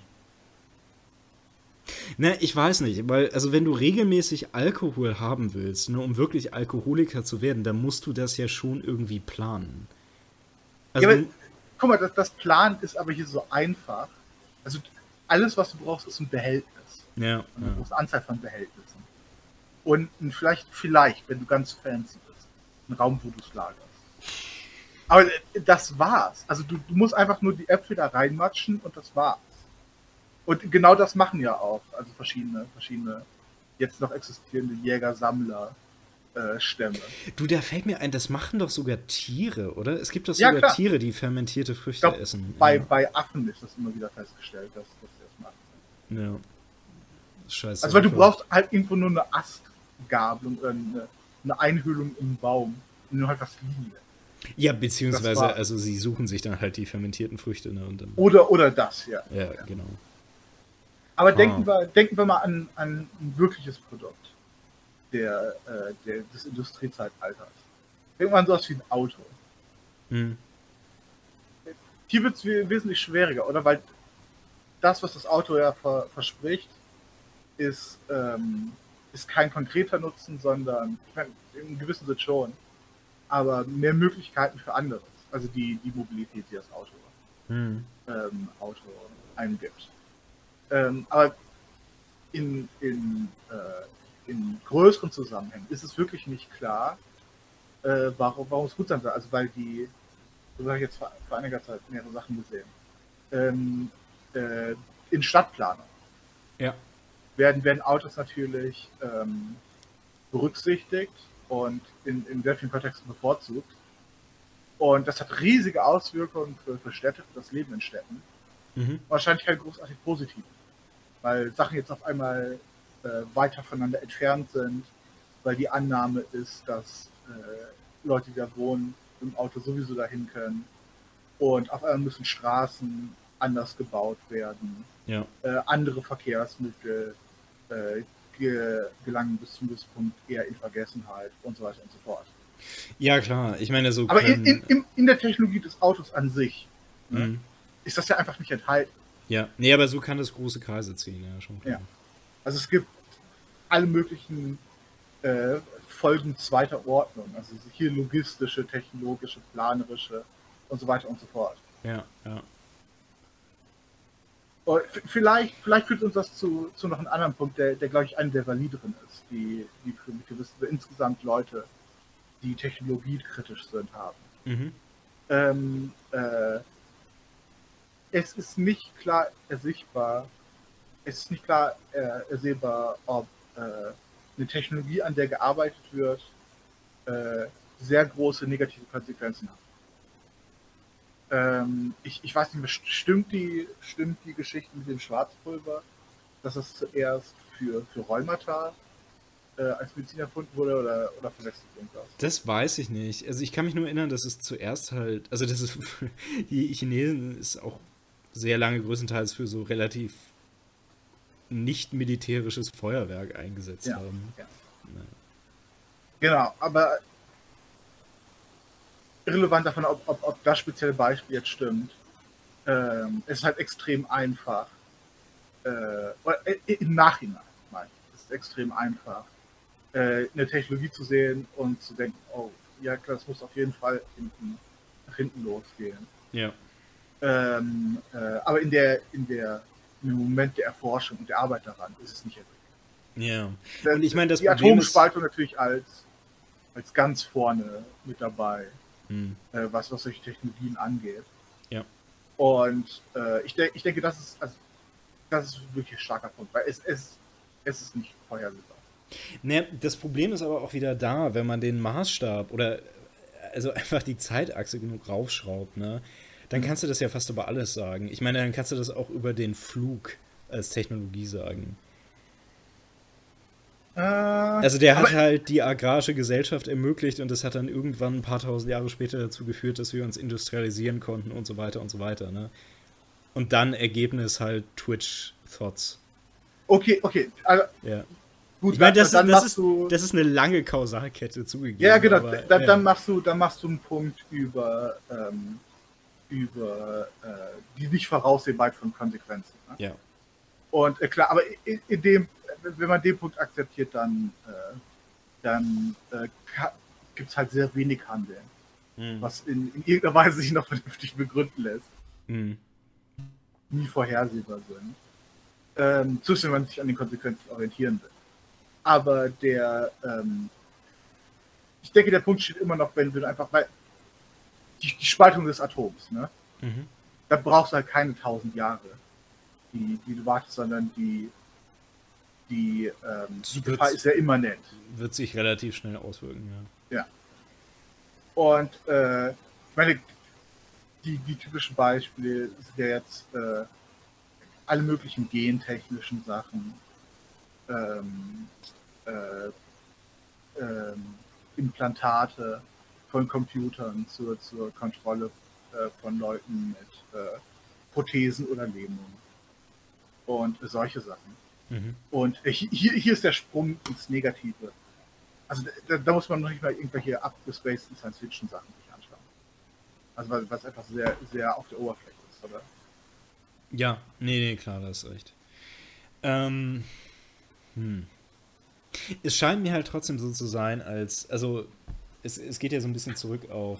Ne, ich weiß nicht, weil, also wenn du regelmäßig Alkohol haben willst, ne, um wirklich Alkoholiker zu werden, dann musst du das ja schon irgendwie planen. Also, Ja, aber, guck mal, das, das Plan ist aber hier so einfach. Also alles, was du brauchst, ist ein Behältnis. ja, Und du ja. brauchst eine Anzahl von Behältnissen. Und ein- vielleicht, vielleicht, wenn du ganz fancy bist, einen Raum, wo du es lagerst. Aber äh, das war's. Also du, du musst einfach nur die Äpfel da reinmatschen und das war's. Und genau das machen ja auch, also verschiedene, verschiedene jetzt noch existierende Jäger-Sammler-Stämme. Du, da fällt mir ein, das machen doch sogar Tiere, oder? Es gibt doch Ja, sogar klar. Tiere, die fermentierte Ich Früchte glaube, essen. bei, ja. bei Affen ist das immer wieder festgestellt, dass, dass sie das machen. ja. Scheiße. Also weil du brauchst halt irgendwo nur eine Astgabelung oder eine, eine Einhüllung im Baum und nur halt was liegen. Ja, Das beziehungsweise, war- also sie suchen sich dann halt die fermentierten Früchte, ne? Und dann, Oder, oder das, ja. ja, genau. Aber Ah. denken, wir, denken wir mal an, an ein wirkliches Produkt der, äh, der, des Industriezeitalters. Denken wir an sowas wie ein Auto. Hm. Hier wird es wesentlich schwieriger, oder? Weil das, was das Auto ja ver verspricht, ist, ähm, ist kein konkreter Nutzen, sondern ich meine, im gewissen Sinne schon, aber mehr Möglichkeiten für anderes. Also die, die Mobilität, die das Auto, Hm. ähm, Auto einem gibt. Ähm, aber in, in, äh, in größeren Zusammenhängen ist es wirklich nicht klar, äh, warum, warum es gut sein soll. Also weil die, so habe ich jetzt vor, vor einiger Zeit mehrere Sachen gesehen, ähm, äh, in Stadtplanung Ja. werden, werden Autos natürlich ähm, berücksichtigt und in, in sehr vielen Kontexten bevorzugt. Und das hat riesige Auswirkungen für, für Städte, für das Leben in Städten. Mhm. Wahrscheinlich keine großartig positiv. Weil Sachen jetzt auf einmal äh, weiter voneinander entfernt sind, weil die Annahme ist, dass äh, Leute, die da wohnen, im Auto sowieso dahin können. Und auf einmal müssen Straßen anders gebaut werden, Ja. äh, andere Verkehrsmittel äh, ge gelangen bis zum gewissen Punkt eher in Vergessenheit und so weiter und so fort. Ja, klar. Ich meine, so Aber in, können. in, in, in der Technologie des Autos an sich, ne, Mhm. ist das ja einfach nicht enthalten. Ja. Nee, aber so kann das große Kreise ziehen, ja, schon klar. Ja. Also es gibt alle möglichen äh, Folgen zweiter Ordnung. Also hier logistische, technologische, planerische und so weiter und so fort. Ja, ja. Und vielleicht, vielleicht führt uns das zu, zu noch einem anderen Punkt, der, der glaube ich, einer der valideren ist, die, die für, gewisse, für insgesamt Leute, die technologiekritisch sind, haben. Mhm. Ähm, äh, es ist nicht klar ersichtbar, es ist nicht klar äh, ersehbar, ob äh, eine Technologie, an der gearbeitet wird, äh, sehr große negative Konsequenzen hat. Ähm, ich, ich weiß nicht mehr, stimmt die, stimmt die Geschichte mit dem Schwarzpulver, dass es zuerst für, für Rheumata äh, als Medizin erfunden wurde, oder, oder verlässt sich irgendwas? Das weiß ich nicht. Also ich kann mich nur erinnern, dass es zuerst halt, also das ist, die Chinesen ist auch sehr lange größtenteils für so relativ nicht militärisches Feuerwerk eingesetzt Ja, haben. ja. Naja. Genau, aber irrelevant davon, ob, ob, ob das spezielle Beispiel jetzt stimmt, ähm, es ist halt extrem einfach, äh, oder, äh, im Nachhinein, meine ich, es ist extrem einfach, äh, eine Technologie zu sehen und zu denken, oh, ja klar, das muss auf jeden Fall hinten, nach hinten losgehen. Ja. Ähm, äh, aber in der, in der, im Moment der Erforschung und der Arbeit daran ist es nicht erwiesen. Ja. Und ich meine, das die Problem ist. Atomspaltung natürlich als, als ganz vorne mit dabei, Hm. äh, was, was solche Technologien angeht. Ja. Und äh, ich, de ich denke, das ist, also, das ist wirklich ein starker Punkt, weil es, es, es ist nicht vorhersehbar. Ne, das Problem ist aber auch wieder da, wenn man den Maßstab oder also einfach die Zeitachse genug raufschraubt, ne, dann Mhm. kannst du das ja fast über alles sagen. Ich meine, dann kannst du das auch über den Flug als Technologie sagen. Äh, Also der aber hat halt die agrarische Gesellschaft ermöglicht und das hat dann irgendwann ein paar tausend Jahre später dazu geführt, dass wir uns industrialisieren konnten und so weiter und so weiter, ne? Und dann Ergebnis halt Twitch-Thoughts. okay, okay, also, Ja. gut, Ich meine, das, dann ist, das, machst ist, du, das ist eine lange Kausalkette zugegeben. ja genau, aber, dann, ja. dann machst du, dann machst du einen Punkt über, ähm, über äh, die nicht Voraussehbarkeit von Konsequenzen. Ne? Ja. Und äh, klar, aber in, in dem, wenn man den Punkt akzeptiert, dann, äh, dann äh, gibt es halt sehr wenig Handeln, Mhm. was in, in irgendeiner Weise sich noch vernünftig begründen lässt, Mhm. nie vorhersehbar sind. Ähm, zumindest wenn man sich an den Konsequenzen orientieren will. Aber der, ähm, ich denke, der Punkt steht immer noch, wenn du einfach, weil die, die Spaltung des Atoms, ne? Mhm. Da brauchst du halt keine tausend Jahre, die, die du wartest, sondern die, die, ähm, die Es Gefahr wird- ist ja immanent. Wird sich relativ schnell auswirken, ja. Ja. Und äh, ich meine, die, die typischen Beispiele sind ja jetzt äh, alle möglichen gentechnischen Sachen, ähm, äh, ähm, Implantate von Computern zur, zur Kontrolle äh, von Leuten mit äh, Prothesen oder Lähmungen und äh, solche Sachen. Mhm. Und äh, hier, hier ist der Sprung ins Negative. Also da, da muss man noch nicht mal irgendwelche abgespaceden Science-Fiction-Sachen sich anschauen. Also was, was einfach sehr, sehr auf der Oberfläche ist, oder? Ja, nee, nee, klar, da hast recht. Ähm, hm. Es scheint mir halt trotzdem so zu sein, als, also, es, es geht ja so ein bisschen zurück auf,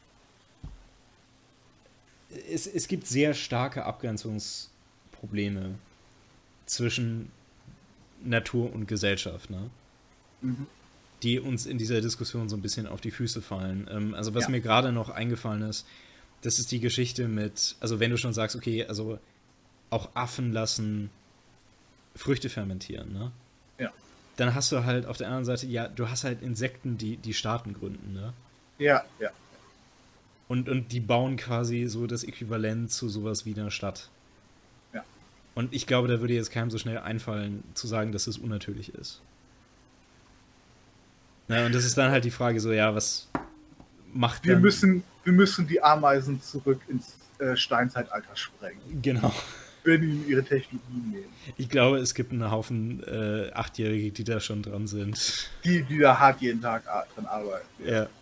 es, es gibt sehr starke Abgrenzungsprobleme zwischen Natur und Gesellschaft, ne? Mhm. Die uns in dieser Diskussion so ein bisschen auf die Füße fallen. Ähm, also was Ja. mir gerade noch eingefallen ist, das ist die Geschichte mit, also wenn du schon sagst, okay, also auch Affen lassen Früchte fermentieren, ne? Ja. Dann hast du halt auf der anderen Seite, ja, du hast halt Insekten, die, die Staaten gründen, ne? Ja, ja. Und, und die bauen quasi so das Äquivalent zu sowas wie einer Stadt. Ja. Und ich glaube, da würde jetzt keinem so schnell einfallen, zu sagen, dass das unnatürlich ist. Na, und das ist dann halt die Frage so, ja, was macht Wir dann... müssen, wir müssen die Ameisen zurück ins äh, Steinzeitalter sprengen, Genau. wenn die ihre Technologie nehmen. Ich glaube, es gibt einen Haufen äh, Achtjährige, die da schon dran sind. Die, die da hart jeden Tag dran arbeiten. Ja. Ja,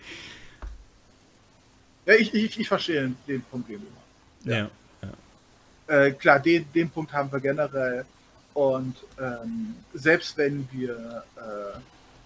ja ich, ich, ich verstehe den Punkt, den du machst. ja. ja. Äh, klar, den, den Punkt haben wir generell. Und ähm, selbst wenn wir äh,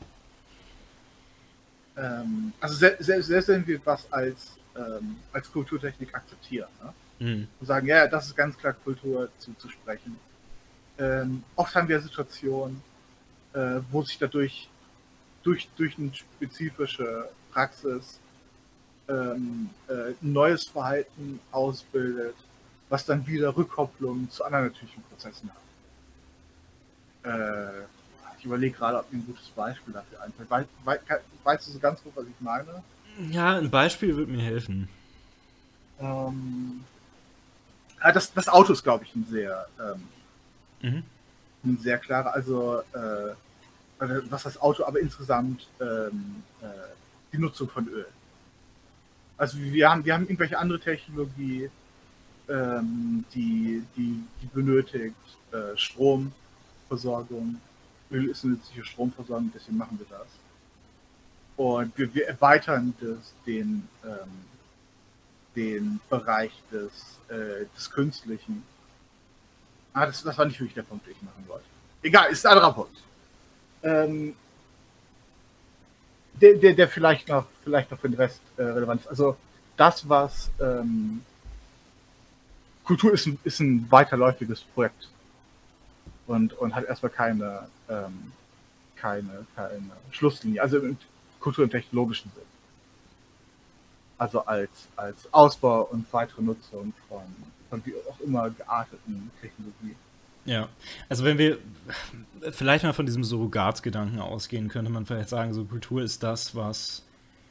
ähm, also se selbst, selbst wenn wir was als, ähm, als Kulturtechnik akzeptieren, ne? Mhm. Und sagen, ja, das ist ganz klar Kultur zuzusprechen. Ähm, oft haben wir Situationen, äh, wo sich dadurch durch, durch eine spezifische Praxis ähm, äh, neues Verhalten ausbildet, was dann wieder Rückkopplungen zu anderen natürlichen Prozessen hat. Äh, ich überlege gerade, ob mir ein gutes Beispiel dafür einfällt. Wei wei weißt du so ganz gut, was ich meine? Ja, ein Beispiel würde mir helfen. Ähm, ja, das, das Auto ist, glaube ich, ein sehr, ähm, Mhm. ein sehr klarer, also äh, was das Auto, aber insgesamt ähm, äh, die Nutzung von Öl. Also wir haben, wir haben irgendwelche andere Technologie, ähm, die, die, die benötigt äh, Stromversorgung. Öl ist eine nützliche Stromversorgung, deswegen machen wir das. Und wir, wir erweitern das, den, ähm, den Bereich des, äh, des Künstlichen. Ah, das, das war nicht wirklich der Punkt, den ich machen wollte. Egal, ist ein anderer Punkt. Ähm, der, der, der vielleicht noch, vielleicht noch für den Rest äh, relevant ist. Also das, was ähm, Kultur ist ein, ist ein weiterläufiges Projekt und, und hat erstmal keine, ähm, keine, keine Schlusslinie, also im Kultur- und technologischen Sinn. Also als, als Ausbau und weitere Nutzung von, von wie auch immer gearteten Technologien. Ja, also wenn wir vielleicht mal von diesem Surrogatgedanken ausgehen, könnte man vielleicht sagen, so Kultur ist das, was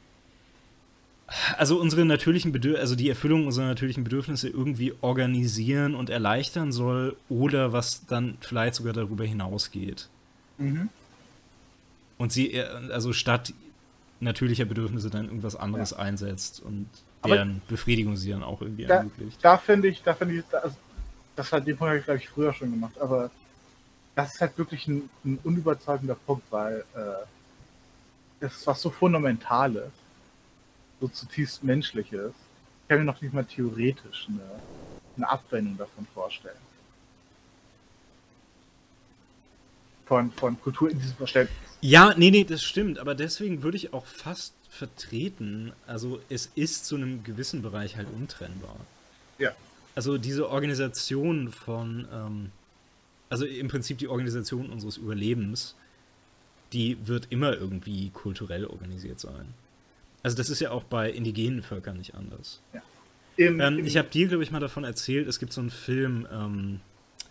also unsere natürlichen Bedürfnisse, also die Erfüllung unserer natürlichen Bedürfnisse irgendwie organisieren und erleichtern soll oder was dann vielleicht sogar darüber hinausgeht. Mhm. Und sie, äh, also statt natürlicher Bedürfnisse dann irgendwas anderes Ja. einsetzt und Aber deren Befriedigung sie dann auch irgendwie da, ermöglicht. da finde ich, da finde ich, das, das hat den Punkt habe ich glaube ich früher schon gemacht, aber das ist halt wirklich ein, ein unüberzeugender Punkt, weil äh, das ist was so Fundamentales, so zutiefst Menschliches. Ich kann mir noch nicht mal theoretisch eine, eine Abwendung davon vorstellen. Von, von Kultur in diesem Verständnis. Ja, nee, nee, das stimmt, aber deswegen würde ich auch fast vertreten, also es ist zu einem gewissen Bereich halt untrennbar. Ja. Also diese Organisation von, ähm, also im Prinzip die Organisation unseres Überlebens, die wird immer irgendwie kulturell organisiert sein. Also das ist ja auch bei indigenen Völkern nicht anders. Ja. Im, Ähm, im, ich habe dir, glaube ich, mal davon erzählt, es gibt so einen Film, ähm,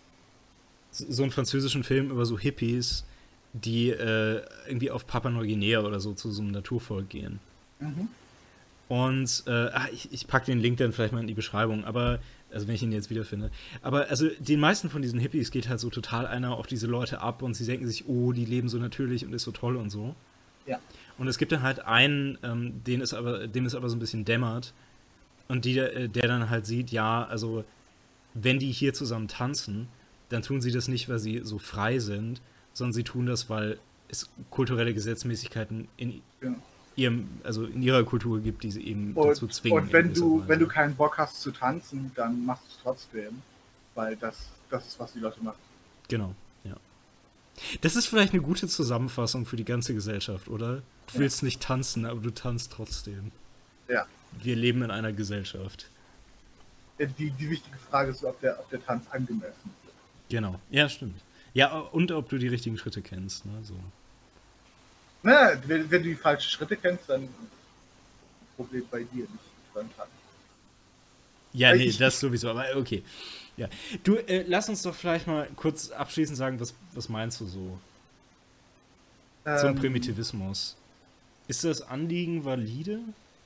so einen französischen Film über so Hippies, die äh, irgendwie auf Papua-Neuguinea oder so zu so einem Naturvolk gehen. mhm. Und äh, ach, ich, ich packe den Link dann vielleicht mal in die Beschreibung, aber, also wenn ich ihn jetzt wiederfinde. Aber also den meisten von diesen Hippies geht halt so total einer auf diese Leute ab und sie denken sich, oh, die leben so natürlich und ist so toll und so. Ja. Und es gibt dann halt einen, ähm, den ist aber, dem ist aber so ein bisschen dämmert und die, äh, der dann halt sieht, ja, also wenn die hier zusammen tanzen, dann tun sie das nicht, weil sie so frei sind, sondern sie tun das, weil es kulturelle Gesetzmäßigkeiten in Ja. ihrem, also in ihrer Kultur gibt, die sie eben Und, dazu zwingen. und wenn in gewisser du, Weise. wenn du keinen Bock hast zu tanzen, dann machst du es trotzdem. Weil das, das ist, was die Leute machen. Genau, ja. Das ist vielleicht eine gute Zusammenfassung für die ganze Gesellschaft, oder? Du Ja. willst nicht tanzen, aber du tanzt trotzdem. Ja. Wir leben in einer Gesellschaft. Die, die wichtige Frage ist, ob der, ob der Tanz angemessen ist. Genau, ja, stimmt. Ja, und ob du die richtigen Schritte kennst, ne? So. Na, wenn, wenn du die falschen Schritte kennst, dann ist das Problem bei dir, nicht beim Tanz. Ja, Weil nee, ich- das sowieso, aber okay. Ja. Du, äh, lass uns doch vielleicht mal kurz abschließend sagen, was, was meinst du so zum Ähm, Primitivismus? Ist das Anliegen valide?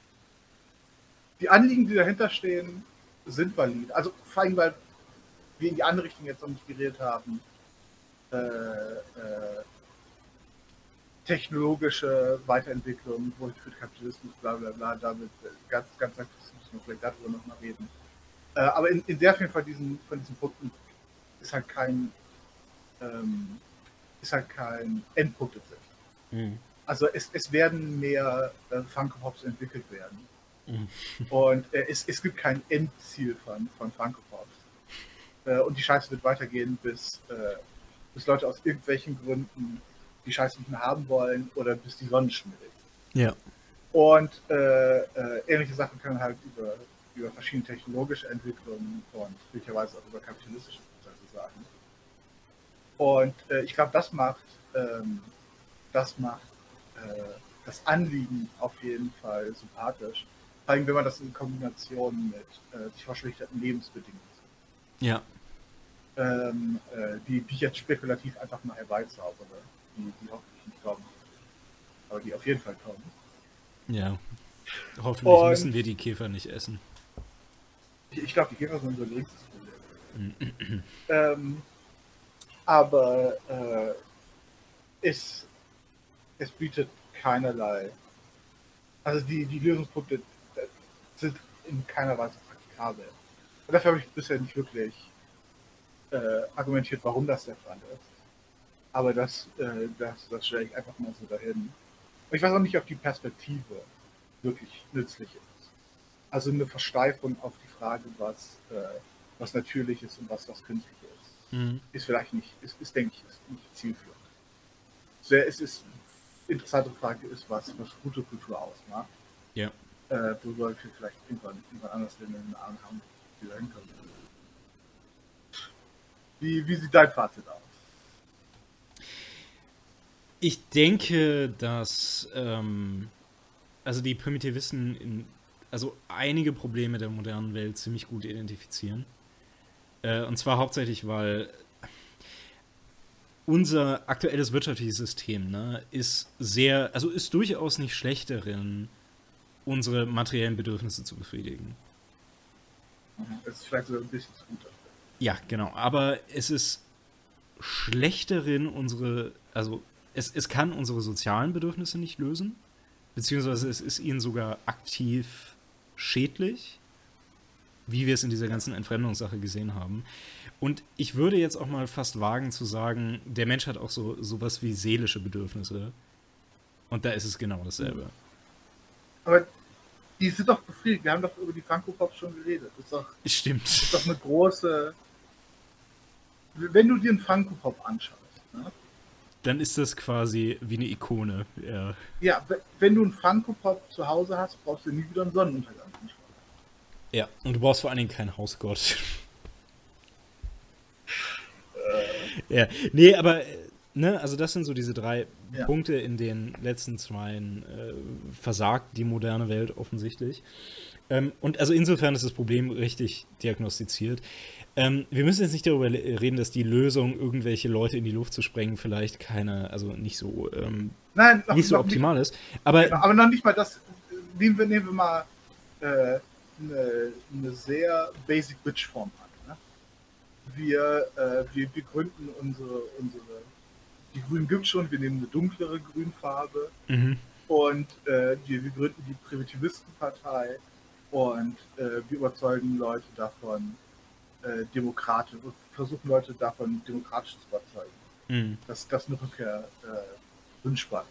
Die Anliegen, die dahinter stehen, sind valid. Also vor allem, weil wir in die andere Richtung jetzt noch nicht geredet haben. Äh, äh, technologische Weiterentwicklung, wohin führt Kapitalismus, bla bla bla, damit äh, ganz, ganz langfristig müssen wir vielleicht darüber nochmal reden. Äh, aber in, in sehr vielen von diesen, von diesen Punkten ist halt kein, ähm, ist halt kein Endpunkt gesetzt. Mhm. Also es, es werden mehr äh, Funko Pops entwickelt werden. Mhm. Und äh, es, es gibt kein Endziel von, von Funko Pops. Äh, und die Scheiße wird weitergehen, bis, äh, bis Leute aus irgendwelchen Gründen die Scheiße nicht mehr haben wollen oder bis die Sonne schmilzt. Ja. Und äh, äh, ähnliche Sachen können halt über, über verschiedene technologische Entwicklungen und möglicherweise auch über kapitalistische Prozesse sagen. Und äh, ich glaube, das macht, ähm, das macht äh, das Anliegen auf jeden Fall sympathisch. Vor allem, wenn man das in Kombination mit äh, sich verschlechterten Lebensbedingungen sieht. Ja. Ähm, äh, die, die ich jetzt spekulativ einfach mal herbeizaubere, die, die hoffentlich nicht kommen. Aber die auf jeden Fall kommen. Ja. Hoffentlich Und müssen wir die Käfer nicht essen. ich, ich glaube, die Käfer sind unser geringstes Problem. ähm, aber äh, es, es bietet keinerlei. Also die, die Lösungspunkte sind in keiner Weise praktikabel. Und dafür habe ich bisher nicht wirklich äh, argumentiert, warum das der Fall ist. Aber das, äh, das, das stelle ich einfach mal so dahin. Und ich weiß auch nicht, ob die Perspektive wirklich nützlich ist. Also eine Versteifung auf die Frage, was, äh, was natürlich ist und was, was künstlich ist, Mhm. ist vielleicht nicht, ist, ist denke ich, ist nicht zielführend. Sehr, es ist eine interessante Frage ist, was, was gute Kultur ausmacht. Ja. Äh, worüber wir vielleicht irgendwann, irgendwann anders in den Arm haben, wie wir hinkommen. Wie, wie sieht dein Fazit aus? Ich denke, dass ähm, also die Primitivisten in, also einige Probleme der modernen Welt ziemlich gut identifizieren. Äh, und zwar hauptsächlich, weil unser aktuelles wirtschaftliches System, ne, ist sehr, also ist durchaus nicht schlecht darin, unsere materiellen Bedürfnisse zu befriedigen. Das ist vielleicht so ein bisschen zu gut. Ja, genau. Aber es ist schlecht darin, unsere, also es, es kann unsere sozialen Bedürfnisse nicht lösen, beziehungsweise es ist ihnen sogar aktiv schädlich, wie wir es in dieser ganzen Entfremdungssache gesehen haben. Und ich würde jetzt auch mal fast wagen zu sagen, der Mensch hat auch so sowas wie seelische Bedürfnisse. Und da ist es genau dasselbe. Aber die sind doch befriedigt. Wir haben doch über die Funko Pops schon geredet. Das ist doch, Stimmt. das ist doch eine große. Wenn du dir einen Funko Pop anschaust, ne? Dann ist das quasi wie eine Ikone. Ja. Ja, wenn du einen Funko Pop zu Hause hast, brauchst du nie wieder einen Sonnenuntergang anschauen. Ja, und du brauchst vor allen Dingen keinen Hausgott. Äh. Ja, nee, aber, ne, also das sind so diese drei ja. Punkte, in den letzten zwei äh, versagt die moderne Welt offensichtlich. Ähm, und also insofern ist das Problem richtig diagnostiziert. Ähm, wir müssen jetzt nicht darüber reden, dass die Lösung, irgendwelche Leute in die Luft zu sprengen, vielleicht keine, also nicht so, ähm, Nein, noch, nicht so noch optimal nicht, ist. Aber, genau, aber noch nicht mal das. Nehmen wir, nehmen wir mal äh, eine, eine sehr basic Bitch Form an. Ne? Wir, äh, wir, wir gründen unsere, unsere. Die Grünen gibt es schon, wir nehmen eine dunklere Grünfarbe. Mhm. Und äh, wir, wir gründen die Primitivistenpartei und äh, wir überzeugen Leute davon, äh, demokratisch, versuchen Leute davon demokratisch zu überzeugen, mhm. dass das eine Rückkehr äh, wünschbar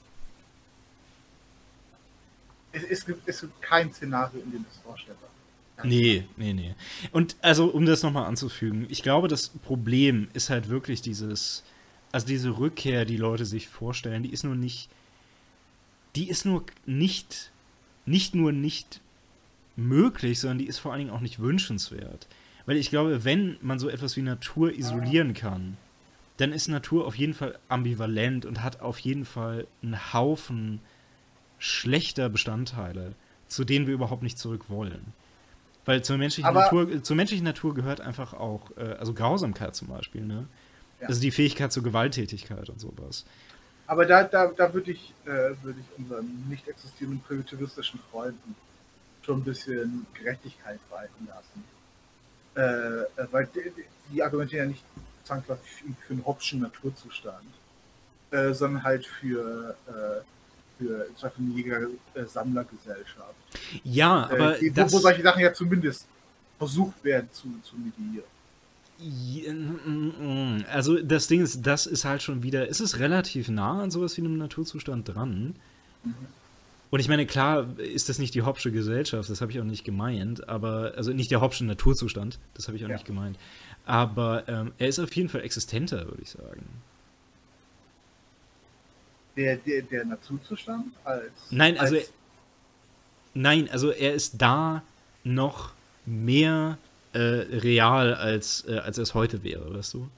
ist. Es, es, gibt, es gibt kein Szenario, in dem das vorstellbar ist. Nee, nee, nee. Und also, um das nochmal anzufügen, ich glaube, das Problem ist halt wirklich dieses, also diese Rückkehr, die Leute sich vorstellen, die ist nur nicht, die ist nur nicht, nicht nur nicht möglich, sondern die ist vor allen Dingen auch nicht wünschenswert. Weil ich glaube, wenn man so etwas wie Natur isolieren kann, dann ist Natur auf jeden Fall ambivalent und hat auf jeden Fall einen Haufen schlechter Bestandteile, zu denen wir überhaupt nicht zurück wollen. Weil zur menschlichen, Natur, zur menschlichen Natur gehört einfach auch, äh, also Grausamkeit zum Beispiel, ne? Ja. Also die Fähigkeit zur Gewalttätigkeit und sowas. Aber da, da, da würde ich, äh, würd ich unseren nicht existierenden primitivistischen Freunden schon ein bisschen Gerechtigkeit walten lassen. Äh, weil die, die argumentieren ja nicht zwangsläufig für einen Hobbschen Naturzustand, äh, sondern halt für, äh, für zum Beispiel eine Jäger-Sammlergesellschaft. Ja, aber äh, die, das... Wo, wo solche Sachen ja zumindest versucht werden zu, zu mediieren. Also das Ding ist, das ist halt schon wieder, es ist relativ nah an sowas wie einem Naturzustand dran. Mhm. Und ich meine, klar ist das nicht die Hobbsche Gesellschaft, das habe ich auch nicht gemeint, aber, also nicht der Hobbsche Naturzustand, das habe ich auch Ja. nicht gemeint. Aber ähm, er ist auf jeden Fall existenter, würde ich sagen. Der, der, der Naturzustand als... Nein, also, als, nein, also er ist da noch mehr äh, real, als, äh, als er es heute wäre, weißt du?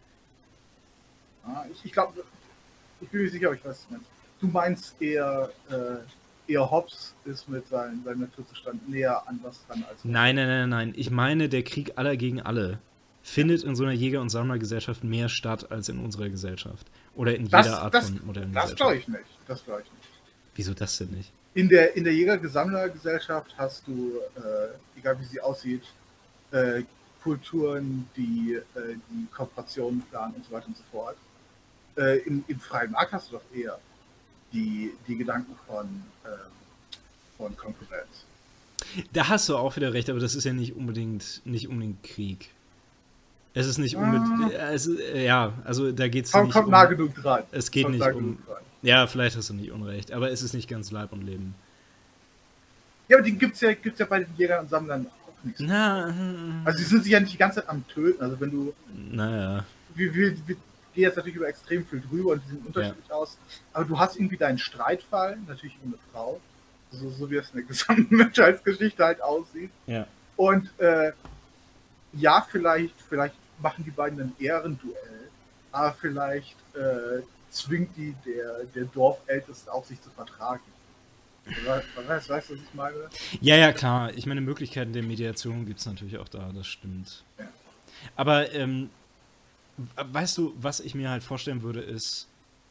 ah, ich ich glaube, ich bin mir sicher, ob ich weiß, was du meinst. Du meinst eher, äh, eher Hobbes ist mit seinem, seinem Naturzustand näher an was dran als... Nein, nein, nein, nein. Ich meine, der Krieg aller gegen alle findet in so einer Jäger- und Sammlergesellschaft mehr statt als in unserer Gesellschaft. Oder in jeder Das, Art das, von modernen das Gesellschaft. glaube ich nicht. Das glaube ich nicht. Wieso das denn nicht? In der, in der Jäger-Sammler-Gesellschaft hast du, äh, egal wie sie aussieht, äh, Kulturen, die äh, die Kooperationen planen und so weiter und so fort. Äh, im, Im freien Markt hast du doch eher die, die Gedanken von, äh, von Konkurrenz. Da hast du auch wieder recht, aber das ist ja nicht unbedingt, nicht unbedingt Krieg. Es ist nicht unbedingt. Ah. Es ist, ja, also da geht es Kommt, nicht kommt um. nah genug dran. Es geht kommt nicht nah um. genug dran. Ja, vielleicht hast du nicht unrecht, aber es ist nicht ganz Leib und Leben. Ja, aber die gibt es ja, gibt's ja bei den Jägern und Sammlern auch nicht. Na, Also, die sind sich ja nicht die ganze Zeit am Töten. Also, wenn du. naja. Wir, wir, wir gehen jetzt natürlich über extrem viel drüber und die sehen unterschiedlich aus. Aber du hast irgendwie deinen Streitfall, natürlich über eine Frau. So, so wie es in der gesamten Menschheitsgeschichte halt aussieht. Ja. Und äh, ja, vielleicht, vielleicht machen die beiden ein Ehrenduell, aber vielleicht äh, zwingt die der, der Dorfälteste auch sich zu vertragen. Weißt, weißt du, was ich meine? Ja, ja, klar. Ich meine, Möglichkeiten der Mediation gibt es natürlich auch da, das stimmt. Ja. Aber, ähm, weißt du, was ich mir halt vorstellen würde, ist,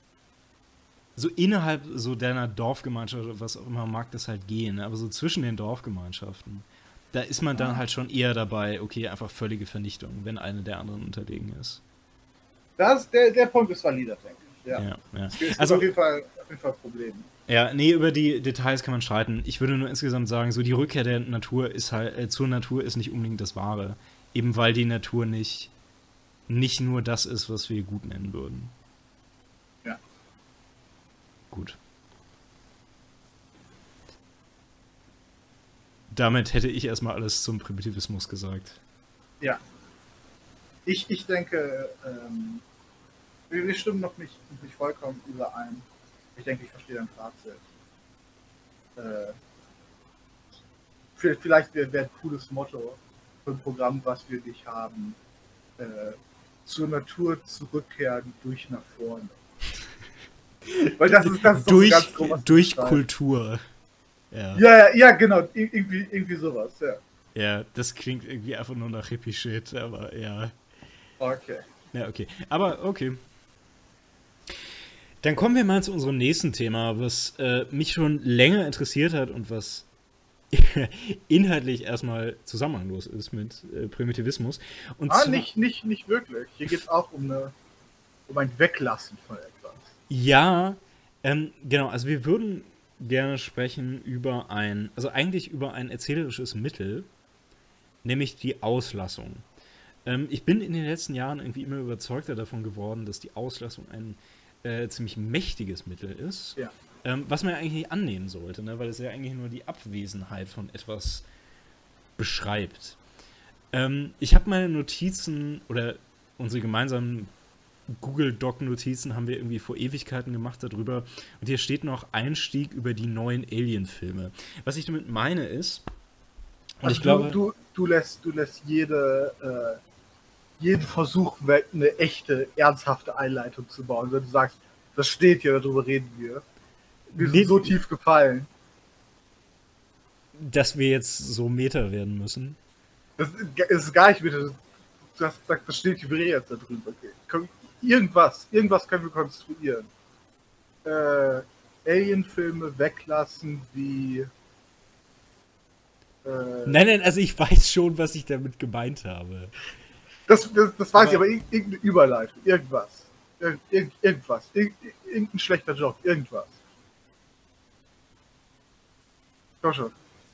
so innerhalb so deiner Dorfgemeinschaft oder was auch immer mag das halt gehen, aber so zwischen den Dorfgemeinschaften, da ist man dann Ja. halt schon eher dabei, okay, einfach völlige Vernichtung, wenn eine der anderen unterlegen ist. Das, der, der Punkt ist valider, denke ich. Ja. Ja, ja. Es gibt Also, auf jeden Fall, auf jeden Fall Probleme. ja, nee, über die Details kann man streiten. Ich würde nur insgesamt sagen, so die Rückkehr der Natur ist halt, äh, zur Natur ist nicht unbedingt das Wahre. Eben weil die Natur nicht, nicht nur das ist, was wir gut nennen würden. Ja. Gut. Damit hätte ich erstmal alles zum Primitivismus gesagt. Ja. Ich, ich denke, ähm, wir, wir stimmen noch nicht, nicht vollkommen überein. Ich denke, ich verstehe dein Fazit. Äh, vielleicht wäre wär ein cooles Motto für ein Programm, was wir nicht haben. Äh, zur Natur zurückkehren durch nach vorne. Weil das ist, das ist doch durch so ganz grob, was durch du sagst. Kultur. Ja. Ja, ja, ja, genau. Ir- Irgendwie, irgendwie sowas, ja. Ja, das klingt irgendwie einfach nur nach Hippie-Shit, aber ja. Okay. Ja, okay. Aber okay. Dann kommen wir mal zu unserem nächsten Thema, was äh, mich schon länger interessiert hat und was inhaltlich erstmal zusammenhanglos ist mit äh, Primitivismus. Und Ah, zwar, nicht, nicht, nicht wirklich. Hier geht es auch um, eine, um ein Weglassen von etwas. Ja, ähm, genau, also wir würden gerne sprechen über ein, also eigentlich über ein erzählerisches Mittel, nämlich die Auslassung. Ähm, ich bin in den letzten Jahren irgendwie immer überzeugter davon geworden, dass die Auslassung ein äh, ziemlich mächtiges Mittel ist, Ja. ähm, was man ja eigentlich nicht annehmen sollte, ne? Weil es ja eigentlich nur die Abwesenheit von etwas beschreibt. Ähm, ich habe meine Notizen oder unsere gemeinsamen Google-Doc-Notizen haben wir irgendwie vor Ewigkeiten gemacht darüber. Und hier steht noch Einstieg über die neuen Alien-Filme. Was ich damit meine ist, und Also ich glaube, du, du, du lässt, du lässt jede, äh, jeden Versuch weg, eine echte, ernsthafte Einleitung zu bauen. Wenn du sagst, das steht hier, darüber reden wir. Wir sind Nee. so tief gefallen. dass wir jetzt so Meta werden müssen. Das ist gar nicht wieder. Du hast gesagt, das steht hier, wir reden jetzt darüber. Okay. Komm, Irgendwas, irgendwas können wir konstruieren. Äh, Alien-Filme weglassen wie. Äh, Nein, nein, also ich weiß schon, was ich damit gemeint habe. das, das, das weiß Aber- ich, aber ir- irgendeine Überleitung, irgendwas. Ir ir irgendwas. Ir irgendein schlechter Joke. Irgendwas. Komm schon.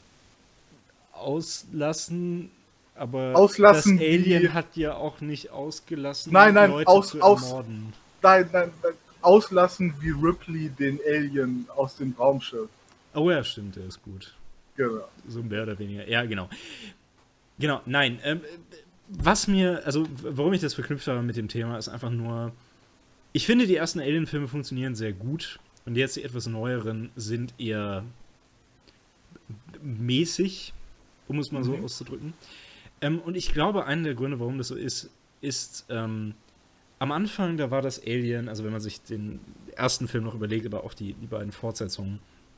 Auslassen, aber Auslassen das Alien wie... hat ja auch nicht ausgelassen, Nein, nein, Leute aus, zu aus, ermorden. nein, nein, nein, auslassen wie Ripley den Alien aus dem Raumschiff. Oh ja, stimmt, der ist gut. Genau. So mehr oder weniger. Ja, genau. Genau, nein. Ähm, was mir, also warum ich das verknüpft habe mit dem Thema, ist einfach nur, ich finde, die ersten Alien-Filme funktionieren sehr gut und jetzt die etwas neueren sind eher mäßig, um es mal so Mhm. auszudrücken. Ähm, und ich glaube, einer der Gründe, warum das so ist, ist, ähm, am Anfang, da war das Alien, also wenn man sich den ersten Film noch überlegt, aber auch die, die beiden Fortsetzungen,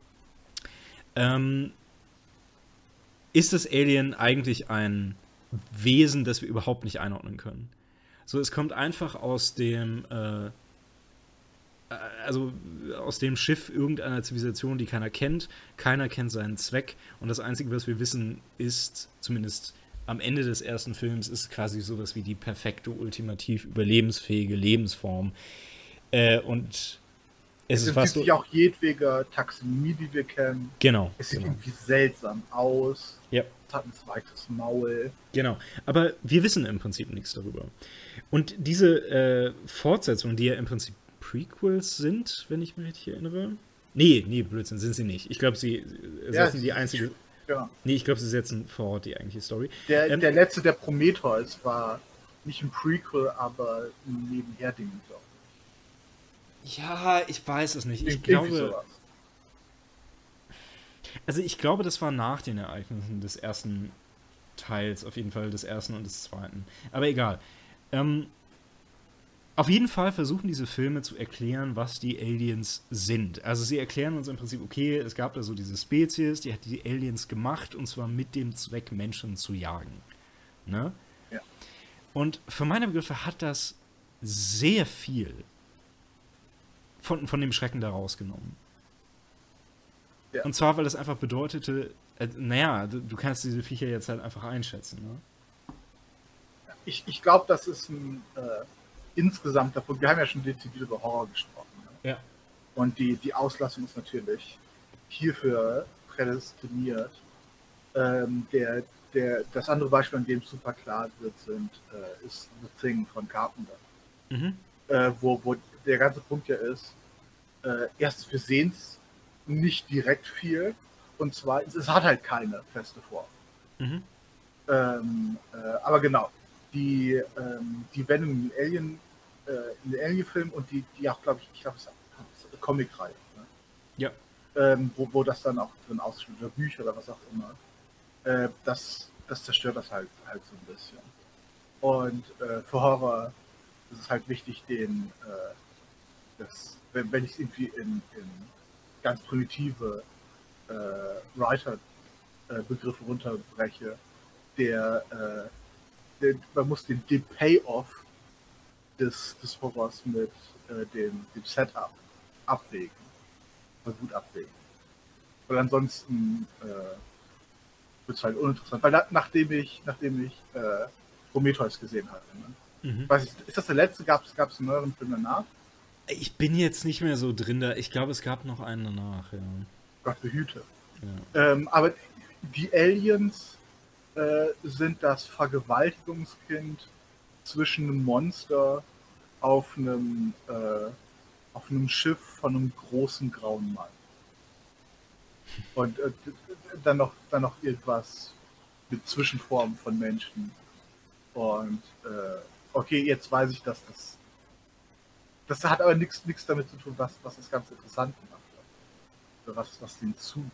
ähm, ist das Alien eigentlich ein Wesen, das wir überhaupt nicht einordnen können. So, es kommt einfach aus dem, äh, also aus dem Schiff irgendeiner Zivilisation, die keiner kennt. Keiner kennt seinen Zweck. Und das Einzige, was wir wissen, ist, zumindest am Ende des ersten Films, ist quasi sowas wie die perfekte, ultimativ überlebensfähige Lebensform. Äh, und es Es ist entzieht fast so. sich auch jedweder Taxonomie, die wir kennen. Genau. Es sieht genau. irgendwie seltsam aus. Ja. Es hat ein zweites Maul. Genau. Aber wir wissen im Prinzip nichts darüber. Und diese äh, Fortsetzungen, die ja im Prinzip Prequels sind, wenn ich mich richtig erinnere. Nee, nee, Blödsinn, sind sie nicht. Ich glaube, sie setzen Ja, die einzige. Ja. Nee, ich glaube, sie setzen fort die eigentliche Story. Der, Ähm, der letzte, der Prometheus, war nicht ein Prequel, aber ein Nebenherding, glaube ja, ich weiß es nicht. Ich ich. Irgendwie glaube. sowas. Also ich glaube, das war nach den Ereignissen des ersten Teils, auf jeden Fall des ersten und des zweiten. Aber egal. Ähm, auf jeden Fall versuchen diese Filme zu erklären, was die Aliens sind. Also sie erklären uns im Prinzip, okay, es gab da so diese Spezies, die hat die Aliens gemacht, und zwar mit dem Zweck, Menschen zu jagen. Ne? Ja. Und für meine Begriffe hat das sehr viel von, von dem Schrecken da rausgenommen. Ja. Und zwar, weil das einfach bedeutete, äh, naja, du, du kannst diese Viecher jetzt halt einfach einschätzen. Ne? Ich, ich glaube, das ist ein äh, insgesamter Punkt. Wir haben ja schon dezidiert über Horror gesprochen. Ne? Ja. Und die, die Auslassung ist natürlich hierfür prädestiniert. Ähm, der, der, das andere Beispiel, an dem es super klar wird, sind, äh, ist The Thing von Carpenter. Mhm. Äh, wo, wo der ganze Punkt ja ist, äh, erstens, wir sehen es nicht direkt viel, und zweitens, es hat halt keine feste Form. Mhm. Ähm, äh, aber genau, die, ähm, die Wendung in den Alien, äh, in den Alien-Film und die, die auch, glaube ich, ich glaube, es ist eine Comic-Reihe, ne? Ja. ähm, wo, wo das dann auch drin ausgeschrieben wird, oder Bücher oder was auch immer. Äh, das, das zerstört das halt, halt so ein bisschen. Und äh, für Horror ist es halt wichtig, den, äh, das, wenn, wenn ich es irgendwie in, in ganz primitive äh, Writer-Begriffe runterbreche, der, äh, der, man muss den, den Payoff des, des Horrors mit äh, dem, dem Setup abwägen. Mal gut abwägen. Weil ansonsten äh, wird es halt uninteressant. Weil na, nachdem ich, nachdem ich äh, Prometheus gesehen hatte, ne? Mhm. Weiß ich, ist das der letzte? Gab es einen neueren Film danach? Ich bin jetzt nicht mehr so drin da. Ich glaube, es gab noch einen danach, ja. Gott behüte. ja. Ähm, aber die Aliens äh, sind das Vergewaltigungskind zwischen einem Monster auf einem, äh, auf einem Schiff von einem großen grauen Mann. Und äh, dann, noch, dann noch irgendwas mit Zwischenformen von Menschen. Und äh, okay, jetzt weiß ich, dass das. Das hat aber nichts damit zu tun, was, was das Ganze interessant gemacht hat. Oder was, was den Zug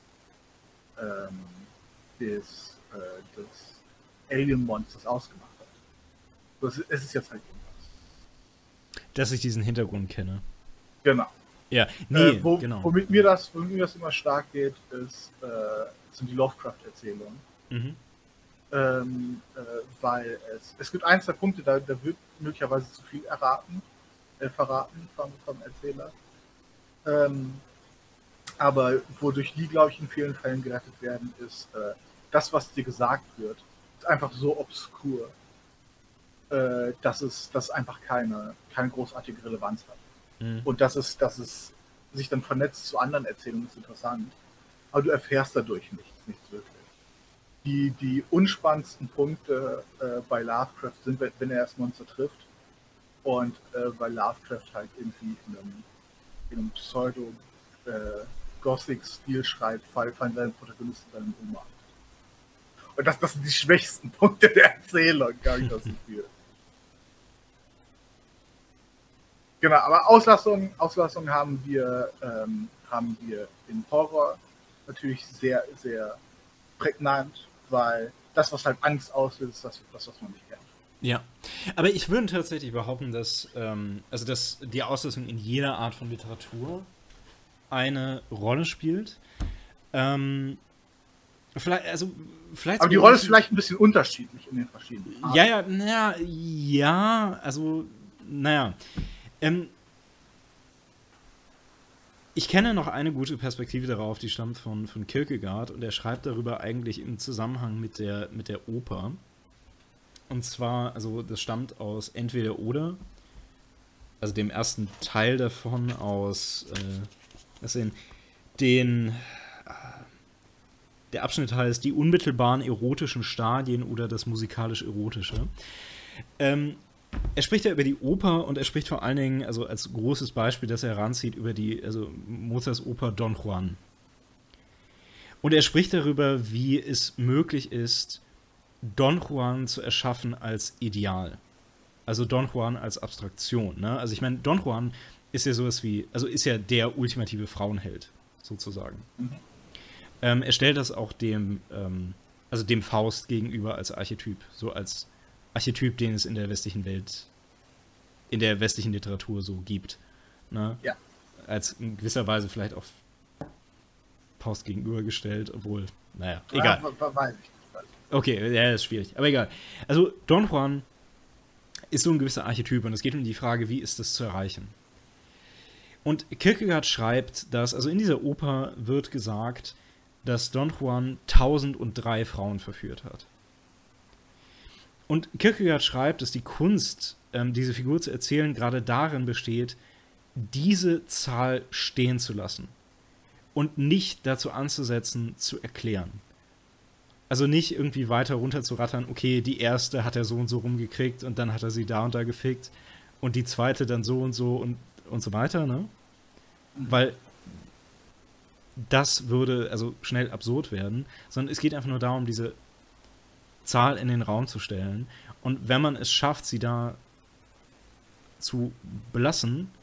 ähm, des, äh, des Alien-Monsters ausgemacht hat. So, es, es ist jetzt halt irgendwas. Dass ich diesen Hintergrund kenne. Genau. Ja, nee, äh, wo, genau. Womit mir das, womit mir das immer stark geht, ist, äh, sind die Lovecraft-Erzählungen. Mhm. Ähm, äh, weil es, es gibt ein, zwei Punkte, da, da wird möglicherweise zu viel erraten, äh, verraten vom, vom Erzähler. Ähm, aber wodurch die, glaube ich, in vielen Fällen gerettet werden, ist, äh, das, was dir gesagt wird, ist einfach so obskur, äh, dass, es, dass es einfach keine, keine großartige Relevanz hat. Mhm. Und dass es, dass es sich dann vernetzt zu anderen Erzählungen ist interessant. Aber du erfährst dadurch nichts, nichts wirklich. Die, die unspannendsten Punkte äh, bei Lovecraft sind, wenn er das Monster trifft. Und äh, weil Lovecraft halt irgendwie in einem, in einem Pseudo-Gothic-Stil äh, schreibt, fallen seine Protagonisten dann um. Und das, das sind die schwächsten Punkte der Erzählung, glaube ich, das Gefühl. Genau, aber Auslassungen, Auslassungen haben wir, ähm, haben wir in Horror natürlich sehr, sehr prägnant, weil das, was halt Angst auslöst, ist das, das was man nicht kennt. Ja, aber ich würde tatsächlich behaupten, dass, ähm, also dass die Auslassung in jeder Art von Literatur eine Rolle spielt. Ähm, vielleicht, also, vielleicht aber die Rolle ist vielleicht ein bisschen unterschiedlich in den verschiedenen Arten. Ja, ja, naja, ja, also, naja. Ähm, ich kenne noch eine gute Perspektive darauf, die stammt von, von Kierkegaard und er schreibt darüber eigentlich im Zusammenhang mit der, mit der Oper. Und zwar, also das stammt aus Entweder oder, also dem ersten Teil davon aus, äh, was denn, den, äh, der Abschnitt heißt Die unmittelbaren erotischen Stadien oder das musikalisch-erotische. Ähm, er spricht ja über die Oper und er spricht vor allen Dingen, also als großes Beispiel, das er heranzieht, über die, also Mozarts Oper Don Juan. Und er spricht darüber, wie es möglich ist, Don Juan zu erschaffen als Ideal. Also Don Juan als Abstraktion. Ne? Also ich meine, Don Juan ist ja sowas wie, also ist ja der ultimative Frauenheld, sozusagen. Mhm. Ähm, er stellt das auch dem, ähm, also dem Faust gegenüber als Archetyp, so als Archetyp, den es in der westlichen Welt, in der westlichen Literatur so gibt. Ne? Ja. Als in gewisser Weise vielleicht auch Faust gegenübergestellt, obwohl, naja, egal. Ja, weiß ich. Okay, ja, das ist schwierig. Aber egal. Also, Don Juan ist so ein gewisser Archetyp und es geht um die Frage, wie ist das zu erreichen? Und Kierkegaard schreibt, dass, also in dieser Oper wird gesagt, dass Don Juan tausenddrei Frauen verführt hat. Und Kierkegaard schreibt, dass die Kunst, ähm, diese Figur zu erzählen, gerade darin besteht, diese Zahl stehen zu lassen und nicht dazu anzusetzen, zu erklären. Also nicht irgendwie weiter runter zu rattern, okay, die erste hat er so und so rumgekriegt und dann hat er sie da und da gefickt und die zweite dann so und so und, und so weiter, ne? Mhm. Weil das würde also schnell absurd werden, sondern es geht einfach nur darum, diese Zahl in den Raum zu stellen. Und wenn man es schafft, sie da zu belassen,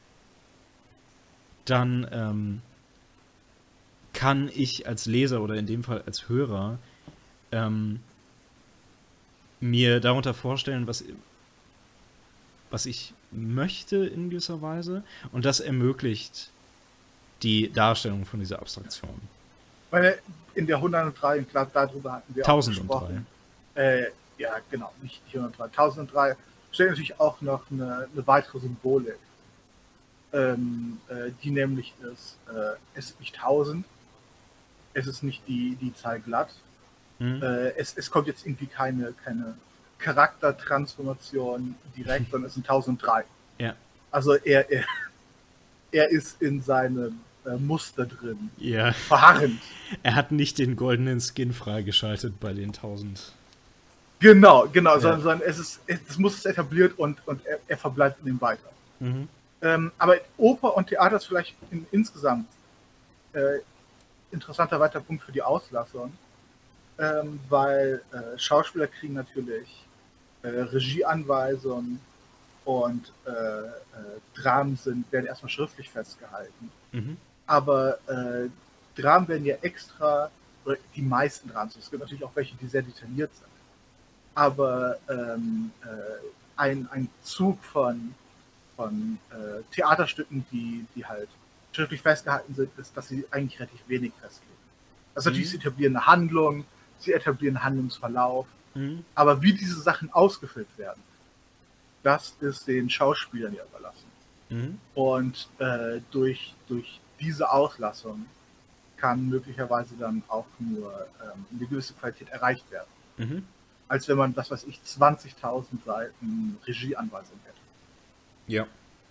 dann ähm, kann ich als Leser oder in dem Fall als Hörer ähm, mir darunter vorstellen, was, was ich möchte in gewisser Weise. Und das ermöglicht die Darstellung von dieser Abstraktion. Weil in der hundertdrei, klar, darüber hatten wir auch gesprochen. Äh, ja, genau, nicht die hundertdrei. tausenddrei stellt natürlich auch noch eine, eine weitere Symbolik. Ähm, äh, die nämlich ist, äh, es ist nicht tausend, es ist nicht die, die Zahl glatt, mhm. äh, es, es kommt jetzt irgendwie keine, keine Charaktertransformation direkt, sondern es sind tausenddrei. Ja. Also er, er, er ist in seinem äh, Muster drin, ja. verharrend. Er hat nicht den goldenen Skin freigeschaltet bei den tausend. Genau, genau, ja. sondern, sondern es ist, es, das Muster ist etabliert und, und er, er verbleibt in dem weiter. Mhm. Ähm, aber Oper und Theater ist vielleicht in, insgesamt äh, interessanter weiter Punkt für die Auslassung, ähm, weil äh, Schauspieler kriegen natürlich äh, Regieanweisungen und äh, äh, Dramen sind, werden erstmal schriftlich festgehalten. Mhm. Aber äh, Dramen werden ja extra, oder die meisten Dramen, es gibt natürlich auch welche, die sehr detailliert sind, aber ähm, äh, ein, ein Zug von von äh, Theaterstücken, die, die halt schriftlich festgehalten sind, ist, dass sie eigentlich relativ wenig festlegen. Also mhm. natürlich, sie etablieren eine Handlung, sie etablieren einen Handlungsverlauf, mhm. aber wie diese Sachen ausgefüllt werden, das ist den Schauspielern ja überlassen. Mhm. Und äh, durch, durch diese Auslassung kann möglicherweise dann auch nur ähm, eine gewisse Qualität erreicht werden. Mhm. als wenn man, was weiß ich, zwanzigtausend Seiten Regieanweisung hätte. Ja.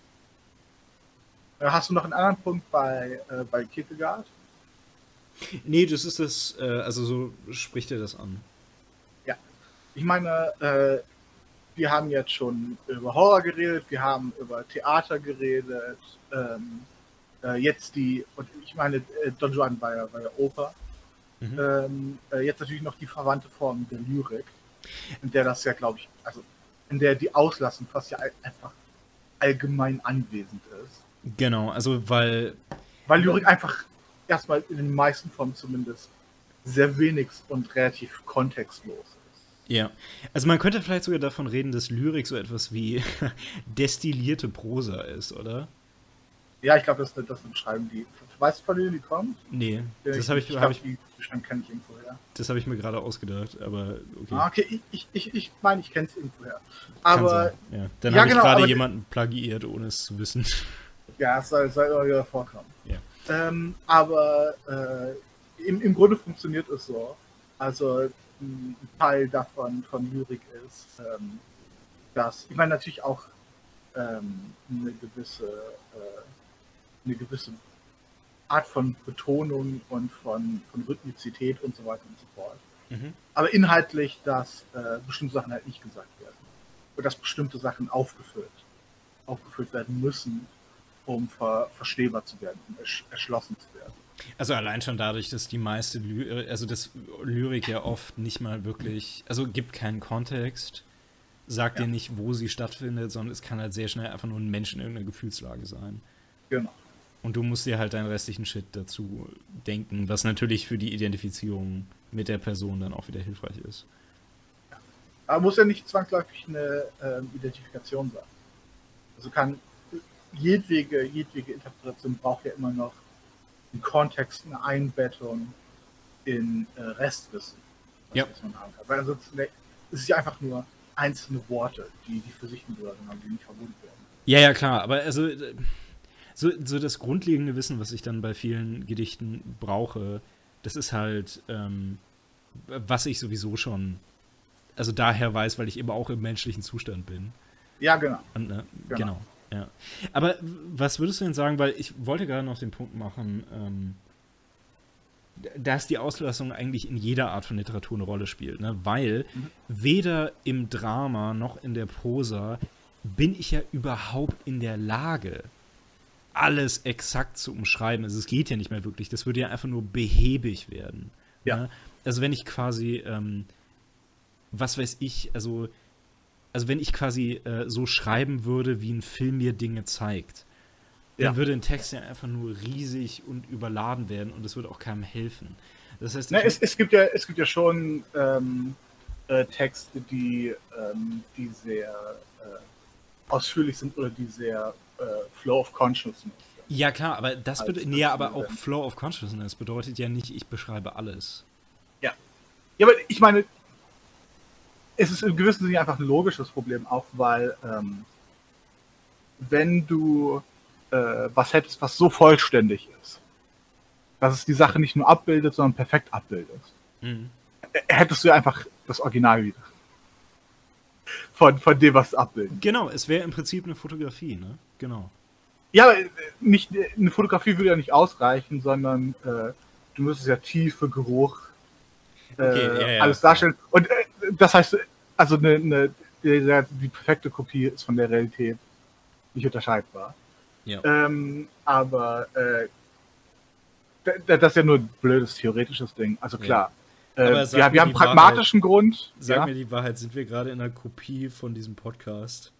Äh, Hast du noch einen anderen Punkt bei, äh, bei Kierkegaard? Nee, das ist das, äh, also so spricht er das an. Ja. Ich meine, äh, wir haben jetzt schon über Horror geredet, wir haben über Theater geredet, ähm, äh, jetzt die, und ich meine, äh, Don Juan war ja, war ja Oper. Mhm. Ähm, äh, jetzt natürlich noch die verwandte Form der Lyrik, in der das ja, glaube ich, also in der die Auslassung fast ja einfach allgemein anwesend ist. Genau, also weil, Weil Lyrik einfach erstmal in den meisten Formen zumindest sehr wenig und relativ kontextlos ist. ja, also man könnte vielleicht sogar davon reden, dass Lyrik so etwas wie destillierte Prosa ist, oder? Ja, ich glaube, das, das ist eine Beschreibung, die. Weißt du, von denen die kommt? Nee, Ja, das habe ich, ich, hab glaub, ich, die Beschreibung kenne ich irgendwoher. das hab ich mir gerade ausgedacht, aber okay. Ah, okay, ich, ich, ich, ich meine, ich kenne es irgendwoher. Kann Aber sein, ja. Dann ja, habe ich genau, gerade aber- jemanden plagiiert, ohne es zu wissen. ja, es soll, soll immer wieder vorkommen. Ja. Ähm, aber äh, im, im Grunde funktioniert es so. Also ein Teil davon von Lyrik ist, ähm, dass, ich meine natürlich auch ähm, eine gewisse äh, eine gewisse Art von Betonung und von, von Rhythmizität und so weiter und so fort. Mhm. Aber inhaltlich, dass äh, bestimmte Sachen halt nicht gesagt werden. Und dass bestimmte Sachen aufgefüllt, aufgefüllt werden müssen, um ver, verstehbar zu werden, um ersch erschlossen zu werden. Also allein schon dadurch, dass die meiste Ly also das Lyrik ja oft nicht mal wirklich, also gibt keinen Kontext, sagt Ja. dir nicht, wo sie stattfindet, sondern es kann halt sehr schnell einfach nur ein Mensch in irgendeiner Gefühlslage sein. Genau. Und du musst dir halt deinen restlichen Shit dazu denken, was natürlich für die Identifizierung mit der Person dann auch wieder hilfreich ist. Aber muss ja nicht zwangsläufig eine ähm, Identifikation sein. Also kann jedwege, jedwege Interpretation braucht ja immer noch einen Kontext, eine Einbettung in äh, Restwissen, was Ja. man haben kann. Weil ansonsten ne, es ist ja einfach nur einzelne Worte, die, die für sich eine Bedeutung haben, die nicht verbunden werden. Ja, ja, klar, aber also äh, so, so das grundlegende Wissen, was ich dann bei vielen Gedichten brauche, das ist halt, ähm, was ich sowieso schon, also daher weiß, weil ich eben auch im menschlichen Zustand bin. Ja, genau. Und, äh, Genau. genau. Ja. Aber was würdest du denn sagen, weil ich wollte gerade noch den Punkt machen, ähm, dass die Auslassung eigentlich in jeder Art von Literatur eine Rolle spielt, ne? Weil Mhm. weder im Drama noch in der Prosa bin ich ja überhaupt in der Lage, alles exakt zu umschreiben. Also es geht ja nicht mehr wirklich, das würde ja einfach nur behäbig werden. Ja. Ne? Also wenn ich quasi, ähm, was weiß ich, also also wenn ich quasi äh, so schreiben würde, wie ein Film mir Dinge zeigt, dann Ja. würde ein Text ja einfach nur riesig und überladen werden und es würde auch keinem helfen. Das heißt, Ne, ich- es, es, gibt ja, es gibt ja schon ähm, äh, Texte, die, ähm, die sehr äh, ausführlich sind oder die sehr äh, Flow of Consciousness sind. ja klar, aber das als- bedeutet, nee, als aber auch Event. Flow of Consciousness bedeutet ja nicht, ich beschreibe alles. Ja, aber ich meine, es ist im gewissen Sinne einfach ein logisches Problem, auch weil ähm, wenn du äh, was hättest, was so vollständig ist, dass es die Sache nicht nur abbildet, sondern perfekt abbildet, Mhm. äh, hättest du ja einfach das Original wieder. Von, von dem, was es abbildet. Genau, es wäre im Prinzip eine Fotografie, ne? Genau. Ja, aber äh, nicht, eine Fotografie würde ja nicht ausreichen, sondern äh, du müsstest ja Tiefe, Geruch, äh, Okay, ja, ja, alles klar. darstellen. Und äh, das heißt, also eine, eine, die, die perfekte Kopie ist von der Realität nicht unterscheidbar. Ja. Ähm, aber äh, d- d- das ist ja nur ein blödes theoretisches Ding. Also klar, Aber äh, sag wir, mir wir haben die pragmatischen Grund. Sag ja? mir die Wahrheit, sind wir gerade in einer Kopie von diesem Podcast?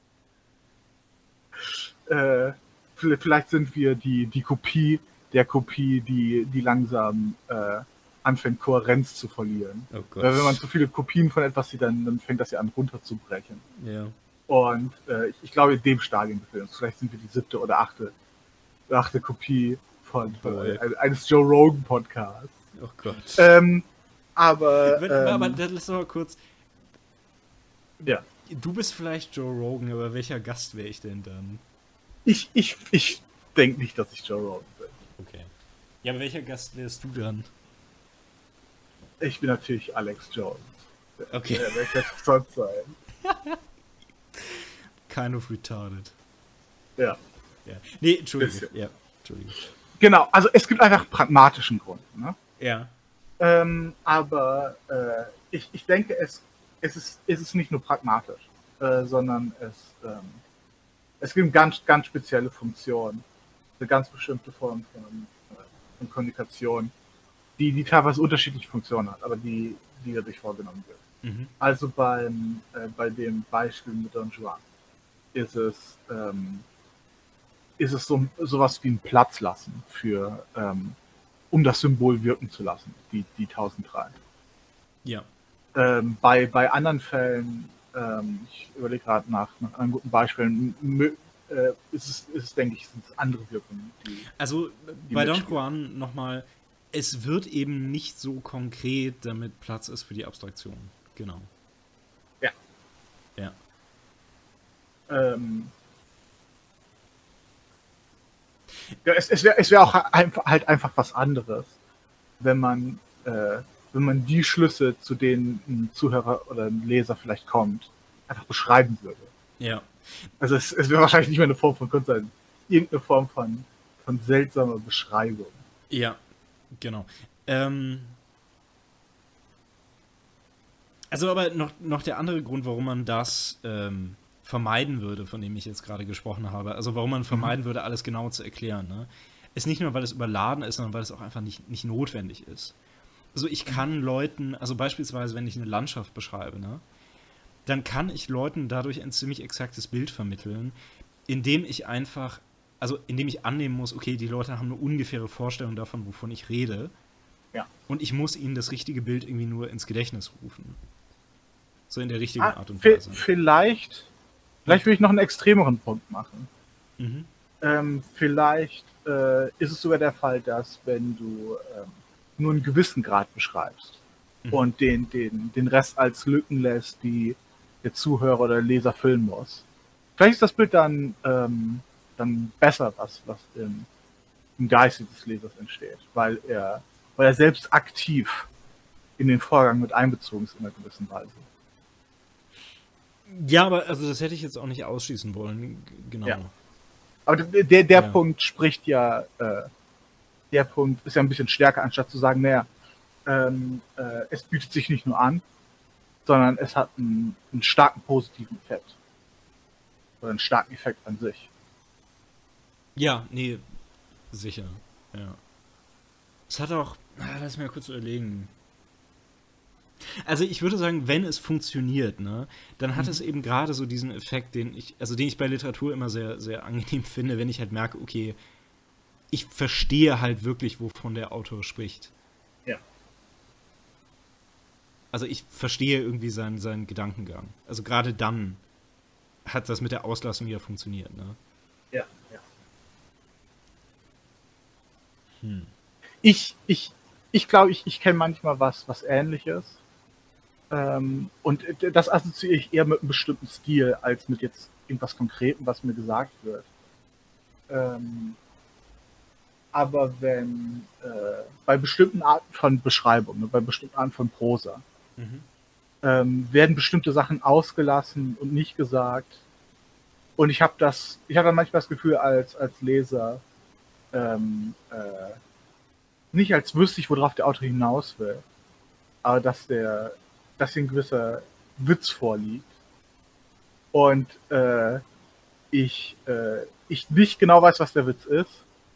äh, v- vielleicht sind wir die, die Kopie der Kopie, die, die langsam äh, anfängt, Kohärenz zu verlieren. Oh Gott. Weil wenn man zu viele Kopien von etwas sieht, dann, dann fängt das ja an runterzubrechen. ja. Und äh, ich, ich glaube, in dem Stadium befinden wir uns. Vielleicht sind wir die siebte oder achte, achte Kopie von, von Boy. äh, eines Joe Rogan Podcasts. Oh Gott. Ähm, aber, Wenn, ähm, aber dann lass doch mal kurz. ja. Du bist vielleicht Joe Rogan, aber welcher Gast wäre ich denn dann? ich, ich, ich denke nicht, dass ich Joe Rogan bin. Okay. Ja, aber welcher Gast wärst du dann? Ich bin natürlich Alex Jones. Okay. Wer, wer könnte es sonst sein? Kind of retarded. Ja. Ja. Nee, Entschuldigung. Bisschen. Ja, Entschuldigung. Genau, also es gibt einfach pragmatischen Grund. Ne? Ja. Ähm, aber äh, ich, ich denke, es, es, ist, es ist nicht nur pragmatisch, äh, sondern es, ähm, es gibt ganz, ganz spezielle Funktionen, eine ganz bestimmte Form von, äh, von Kommunikation, die, die teilweise unterschiedliche Funktionen hat, aber die, die dadurch vorgenommen wird. Mhm. Also beim, äh, bei dem Beispiel mit Don Juan ist es, ähm, ist es so sowas wie ein Platz lassen für, ähm, um das Symbol wirken zu lassen, die, die tausenddrei. Ja. Ähm, bei, bei anderen Fällen, ähm, ich überlege gerade nach, nach einem guten Beispiel, äh, ist, es, ist es, denke ich, sind es andere Wirkungen, die, Also die bei Don mitspielen. Juan nochmal, es wird eben nicht so konkret, damit Platz ist für die Abstraktion. Genau. Ja. Ja. Ähm, ja, es es wäre es wär auch einfach, halt einfach was anderes, wenn man, äh, wenn man die Schlüsse, zu denen ein Zuhörer oder ein Leser vielleicht kommt, einfach beschreiben würde. Ja. Also es, es wäre wahrscheinlich nicht mehr eine Form von Kunst, sondern irgendeine Form von, von seltsamer Beschreibung. Ja, genau. Ähm, also aber noch, noch der andere Grund, warum man das ähm, vermeiden würde, von dem ich jetzt gerade gesprochen habe, also warum man vermeiden würde, alles genau zu erklären, ne? Ist nicht nur, weil es überladen ist, sondern weil es auch einfach nicht, nicht notwendig ist. Also ich kann Leuten, also beispielsweise, wenn ich eine Landschaft beschreibe, ne, dann kann ich Leuten dadurch ein ziemlich exaktes Bild vermitteln, indem ich einfach, also indem ich annehmen muss, okay, die Leute haben eine ungefähre Vorstellung davon, wovon ich rede, Ja. und ich muss ihnen das richtige Bild irgendwie nur ins Gedächtnis rufen. So in der richtigen Ah, Art und vi- Weise. vielleicht, vielleicht will ich noch einen extremeren Punkt machen. Mhm. Ähm, vielleicht äh, ist es sogar der Fall, dass wenn du ähm, nur einen gewissen Grad beschreibst Mhm. und den, den, den Rest als Lücken lässt, die der Zuhörer oder der Leser füllen muss. Vielleicht ist das Bild dann, ähm, dann besser, was, was im, im Geiste des Lesers entsteht, weil er, weil er selbst aktiv in den Vorgang mit einbezogen ist in einer gewissen Weise. Ja, aber also das hätte ich jetzt auch nicht ausschließen wollen. G- Genau. Ja. Aber der, der, der Ja. Punkt spricht ja, äh, der Punkt ist ja ein bisschen stärker, anstatt zu sagen, naja, ähm, äh, es bietet sich nicht nur an, sondern es hat einen, einen starken positiven Effekt. Oder einen starken Effekt an sich. Ja, nee, sicher. Ja. Es hat auch, ah, lass mir kurz überlegen. Also ich würde sagen, wenn es funktioniert, ne, dann hat es eben gerade so diesen Effekt, den ich, also den ich bei Literatur immer sehr, sehr angenehm finde, wenn ich halt merke, okay, ich verstehe halt wirklich, wovon der Autor spricht. Ja. Also ich verstehe irgendwie seinen, seinen Gedankengang. Also gerade dann hat das mit der Auslassung ja funktioniert, ne? Ja, ja. Hm. Ich, ich, ich glaube, ich, ich kenne manchmal was, was Ähnliches. Ähm, und das assoziiere ich eher mit einem bestimmten Stil, als mit jetzt irgendwas Konkretem, was mir gesagt wird. Ähm, aber wenn äh, bei bestimmten Arten von Beschreibung, ne, bei bestimmten Arten von Prosa, Mhm. ähm, werden bestimmte Sachen ausgelassen und nicht gesagt. Und ich habe das, ich habe dann manchmal das Gefühl als, als Leser, ähm, äh, nicht als wüsste ich, worauf der Autor hinaus will, aber dass der, dass hier ein gewisser Witz vorliegt und äh, ich, äh, ich nicht genau weiß, was der Witz ist,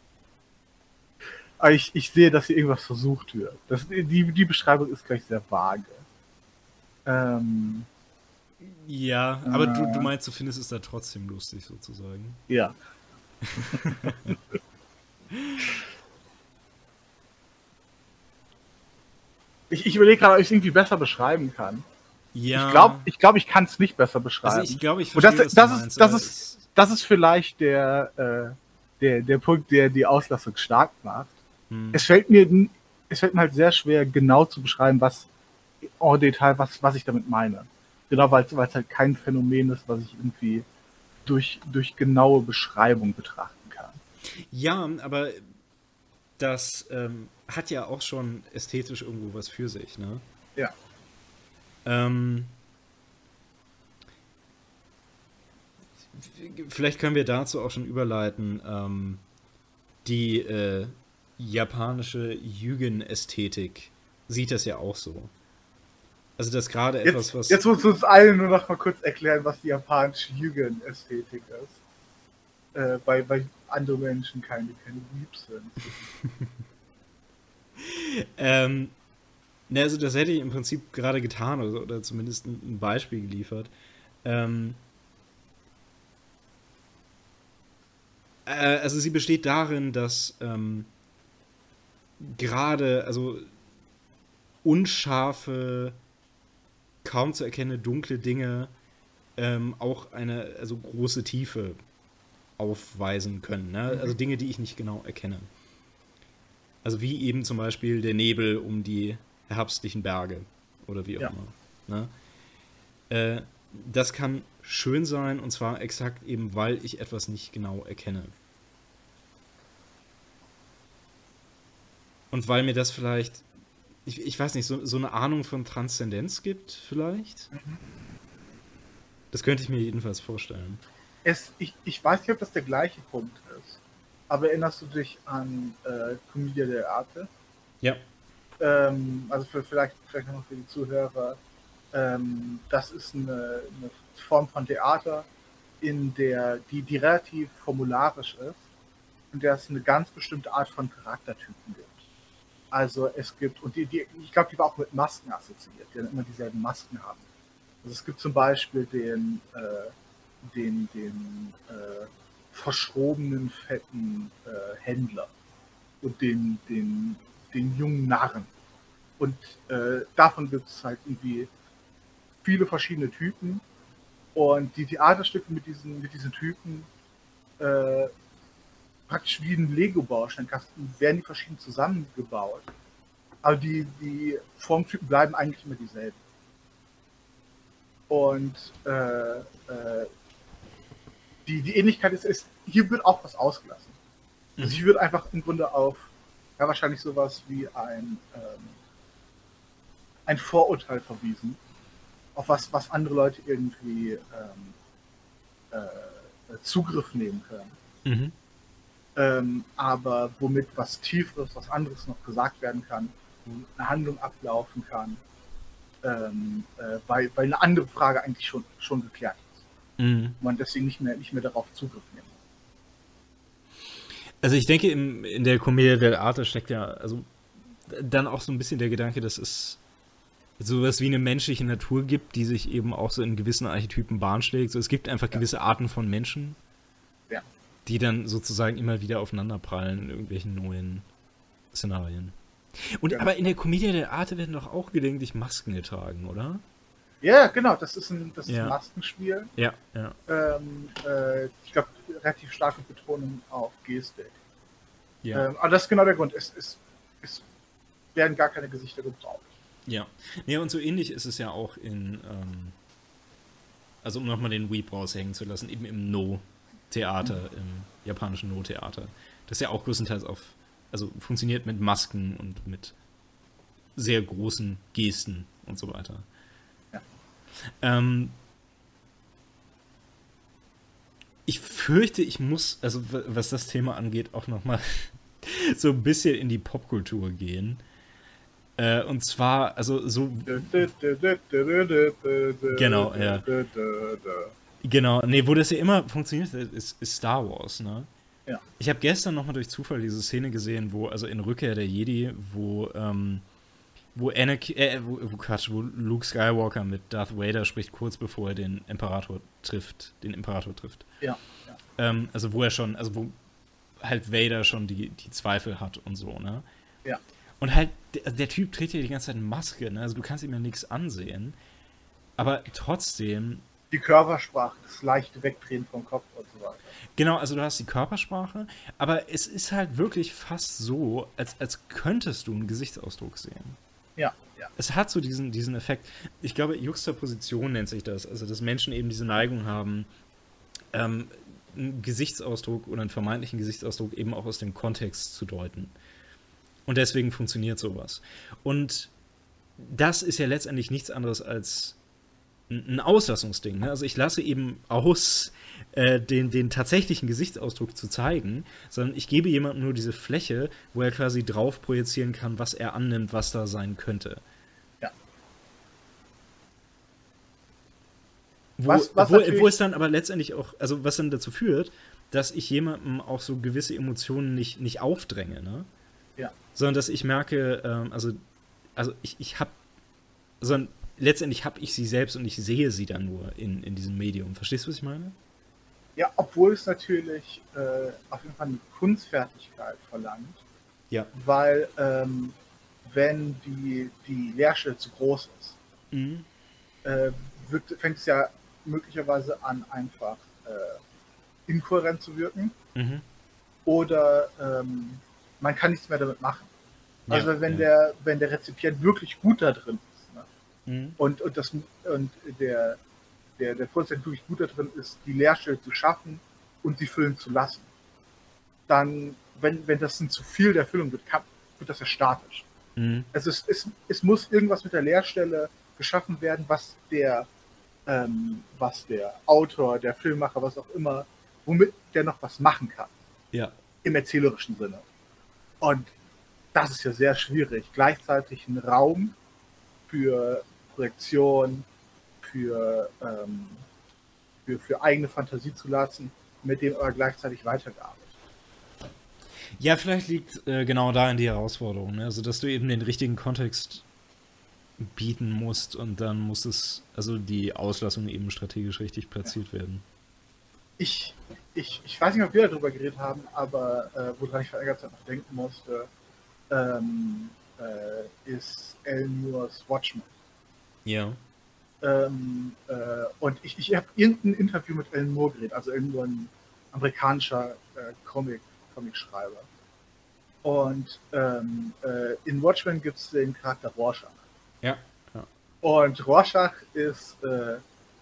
aber ich, ich sehe, dass hier irgendwas versucht wird. Das, die, die Beschreibung ist gleich sehr vage. Ähm, Ja, aber du, du äh, meinst, du findest es da trotzdem lustig, sozusagen. ja. Ich, ich überlege gerade, ob ich es irgendwie besser beschreiben kann. Ich glaube, Ja, ich, glaub, ich kann es nicht besser also ich beschreiben. glaube, ich Und das, verstehe, was du das, ist, meinst, das, aber ist, es, das ist vielleicht der, äh, der, der Punkt, der die Auslassung stark macht. hm. Es fällt mir, n- es fällt mir halt sehr schwer, genau zu beschreiben, was en Detail, was, was ich damit meine. Genau, weil es halt kein Phänomen ist, was ich irgendwie durch, durch genaue Beschreibung betrachten kann. Ja, aber das ähm, hat ja auch schon ästhetisch irgendwo was für sich, ne? Ja. Ähm, vielleicht können wir dazu auch schon überleiten. Ähm, die äh, japanische Jugendästhetik sieht das ja auch so. Also das gerade etwas, Jetzt, was... jetzt musst du uns allen nur noch mal kurz erklären, was die japanische Jugendästhetik ist. Äh, weil, weil andere Menschen keine, keine Weeps sind. ähm, ne, also das hätte ich im Prinzip gerade getan oder, oder zumindest ein, ein Beispiel geliefert. Ähm, äh, also sie besteht darin, dass ähm, gerade, also unscharfe, kaum zu erkennende dunkle Dinge ähm, auch eine also große Tiefe aufweisen können. Ne? Mhm. Also Dinge, die ich nicht genau erkenne. Also wie eben zum Beispiel der Nebel um die herbstlichen Berge oder wie auch Ja. immer. Ne? Äh, das kann schön sein und zwar exakt eben, weil ich etwas nicht genau erkenne. Und weil mir das vielleicht, ich, ich weiß nicht, so, so eine Ahnung von Transzendenz gibt vielleicht. Mhm. Das könnte ich mir jedenfalls vorstellen. Es, ich, ich weiß nicht, ob das der gleiche Punkt ist. Aber erinnerst du dich an äh, Commedia dell'arte? Ja. Ähm, also für, vielleicht, vielleicht noch für die Zuhörer. Ähm, das ist eine, eine Form von Theater, in der die, die relativ formularisch ist, in der es eine ganz bestimmte Art von Charaktertypen gibt. Also es gibt, und die, die, ich glaube, die war auch mit Masken assoziiert, die dann immer dieselben Masken haben. Also es gibt zum Beispiel den, äh, den, den äh, verschrobenen, fetten äh, Händler und den, den, den jungen Narren. Und äh, davon gibt es halt irgendwie viele verschiedene Typen. Und die Theaterstücke mit diesen, mit diesen Typen, äh, praktisch wie ein Lego-Bausteinkasten, werden die verschieden zusammengebaut. Aber die, die Formtypen bleiben eigentlich immer dieselben. Und äh, äh, die, die Ähnlichkeit ist, ist, hier wird auch was ausgelassen. Also hier wird einfach im Grunde auf, ja, wahrscheinlich sowas wie ein, ähm, ein Vorurteil verwiesen, auf was, was andere Leute irgendwie ähm, äh, Zugriff nehmen können. Mhm. Ähm, aber womit was Tieferes, was anderes noch gesagt werden kann, wo eine Handlung ablaufen kann, ähm, äh, weil, weil eine andere Frage eigentlich schon, schon geklärt ist. Mhm. Und man deswegen nicht mehr, nicht mehr darauf Zugriff nehmen muss. Also ich denke, im, in der Commedia dell'arte steckt ja also dann auch so ein bisschen der Gedanke, dass es sowas wie eine menschliche Natur gibt, die sich eben auch so in gewissen Archetypen Bahn schlägt. So, es gibt einfach Ja. gewisse Arten von Menschen, Ja. die dann sozusagen immer wieder aufeinanderprallen in irgendwelchen neuen Szenarien. Und Genau. aber in der Commedia dell'arte werden doch auch gelegentlich Masken getragen, oder? Ja, genau, das ist ein, das ist Ja. ein Maskenspiel. Ja, ja. Ähm, äh, ich glaube, relativ starke Betonung auf Gestik. Ja. Ähm, aber das ist genau der Grund. Es, es, es werden gar keine Gesichter gebraucht. Ja. Ja, und so ähnlich ist es ja auch in, ähm, also um nochmal den Weep raushängen zu lassen, eben im No-Theater, mhm. im japanischen No-Theater. Das ja auch größtenteils auf, also funktioniert mit Masken und mit sehr großen Gesten und so weiter. Ja. Ähm, ich fürchte, ich muss, also was das Thema angeht, auch nochmal so ein bisschen in die Popkultur gehen. Äh, und zwar, also so. Genau, ja. Genau, nee, wo das ja immer funktioniert, ist, ist Star Wars, ne? Ja. Ich habe gestern nochmal durch Zufall diese Szene gesehen, wo, also in Rückkehr der Jedi, wo, ähm, wo Anakin, äh, wo, wo Quatsch, wo Luke Skywalker mit Darth Vader spricht, kurz bevor er den Imperator trifft, den Imperator trifft. Ja. ja. Ähm, also wo er schon, also wo halt Vader schon die, die Zweifel hat und so, ne? Ja. Und halt, der, der Typ trägt ja die ganze Zeit eine Maske, ne? Also du kannst ihm ja nichts ansehen. Aber trotzdem. Die Körpersprache, das leichte Wegdrehen vom Kopf und so weiter. Genau, also du hast die Körpersprache, aber es ist halt wirklich fast so, als, als könntest du einen Gesichtsausdruck sehen. Ja, ja. Es hat so diesen, diesen Effekt. Ich glaube, Juxtaposition nennt sich das. Also, dass Menschen eben diese Neigung haben, ähm, einen Gesichtsausdruck oder einen vermeintlichen Gesichtsausdruck eben auch aus dem Kontext zu deuten. Und deswegen funktioniert sowas. Und das ist ja letztendlich nichts anderes als ein Auslassungsding. Ne? Also ich lasse eben aus, äh, den, den tatsächlichen Gesichtsausdruck zu zeigen, sondern ich gebe jemandem nur diese Fläche, wo er quasi drauf projizieren kann, was er annimmt, was da sein könnte. Ja. Wo, Was- was wo, natürlich- wo es dann aber letztendlich auch, also was dann dazu führt, dass ich jemandem auch so gewisse Emotionen nicht, nicht aufdränge, ne? Ja. Sondern dass ich merke, ähm, also, also ich, ich habe, sondern letztendlich habe ich sie selbst und ich sehe sie dann nur in, in diesem Medium. Verstehst du, was ich meine? Ja, obwohl es natürlich äh, auf jeden Fall eine Kunstfertigkeit verlangt, Ja. weil ähm, wenn die, die Leerstelle zu groß ist, Mhm. äh, wird, fängt es ja möglicherweise an, einfach äh, inkohärent zu wirken Mhm. oder ähm, man kann nichts mehr damit machen. Also Ja, wenn, ja. der, wenn der Rezipient wirklich gut da drin ist, ne? Mhm. und, und, das, und der, der, der Produzent wirklich gut da drin ist, die Leerstelle zu schaffen und sie füllen zu lassen, dann, wenn, wenn das ein zu viel der Füllung wird, kann, wird das ja statisch. Mhm. Es, ist, es, es muss irgendwas mit der Leerstelle geschaffen werden, was der, ähm, was der Autor, der Filmmacher, was auch immer, womit der noch was machen kann, Ja. im erzählerischen Sinne. Und das ist ja sehr schwierig, gleichzeitig einen Raum für Projektion, für, ähm, für, für eigene Fantasie zu lassen, mit dem aber gleichzeitig weitergearbeitet. Ja, vielleicht liegt äh, genau da in die Herausforderung, ne? Also dass du eben den richtigen Kontext bieten musst und dann muss es, also die Auslassung eben strategisch richtig platziert werden. Ich, ich, ich weiß nicht, ob wir darüber geredet haben, aber äh, woran ich vor einiger Zeit noch denken musste, ähm, äh, ist Alan Moores Watchmen. Ja. Ähm, äh, und ich, ich habe irgendein Interview mit Alan Moore geredet, also irgendwo ein amerikanischer äh, Comic, Comic-Schreiber. Und ähm, äh, in Watchmen gibt es den Charakter Rorschach. Ja. Ja. Und Rorschach ist äh,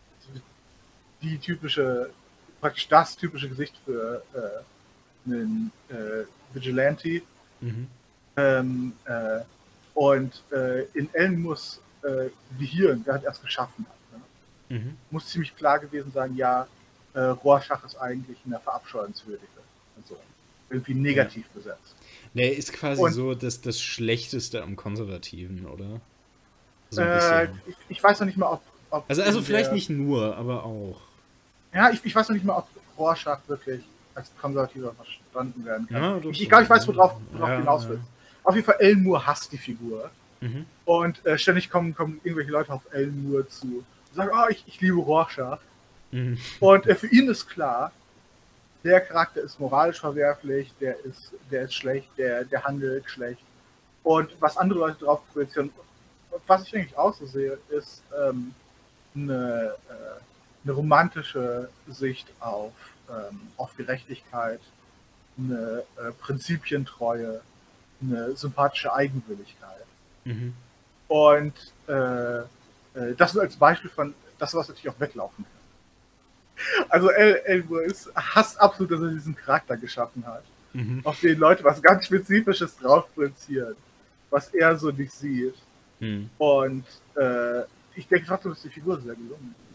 die typische, praktisch das typische Gesicht für äh, einen äh, Vigilante. Mhm. Ähm, äh, und äh, in Alan Moores äh, Gehirn, der hat erst geschaffen hat, ne? Mhm. Muss ziemlich klar gewesen sein, ja, äh, Rorschach ist eigentlich eine verabscheuenswürdige Person. Irgendwie negativ ja. besetzt. Der ist quasi Und, so das, das Schlechteste am Konservativen, oder? So äh, ich, ich weiß noch nicht mal, ob. ob also, also vielleicht der, nicht nur, aber auch. Ja, ich, ich weiß noch nicht mal, ob Rorschach wirklich als Konservativer verstanden werden kann. Ja, ich ich glaube, ich weiß, worauf du ja, hinaus willst. Ja. Auf jeden Fall, Alan Moore hasst die Figur. Mhm. Und äh, ständig kommen, kommen irgendwelche Leute auf Alan Moore zu und sagen, oh, ich, ich liebe Rorschach. Mhm. Und äh, für ihn ist klar, der Charakter ist moralisch verwerflich, der ist, der ist schlecht, der, der handelt schlecht. Und was andere Leute drauf projizieren, was ich eigentlich auch so sehe, ist ähm, eine, äh, eine romantische Sicht auf, ähm, auf Gerechtigkeit, eine äh, Prinzipientreue, eine sympathische Eigenwilligkeit. Mhm. Und äh, äh, das ist als Beispiel von das, was natürlich auch weglaufen kann. Also El Elwood hasst absolut, dass er diesen Charakter geschaffen hat, mhm. auf den Leute was ganz Spezifisches drauf projizieren, was er so nicht sieht. Mhm. Und äh, ich denke trotzdem, dass die Figur sehr gelungen ist.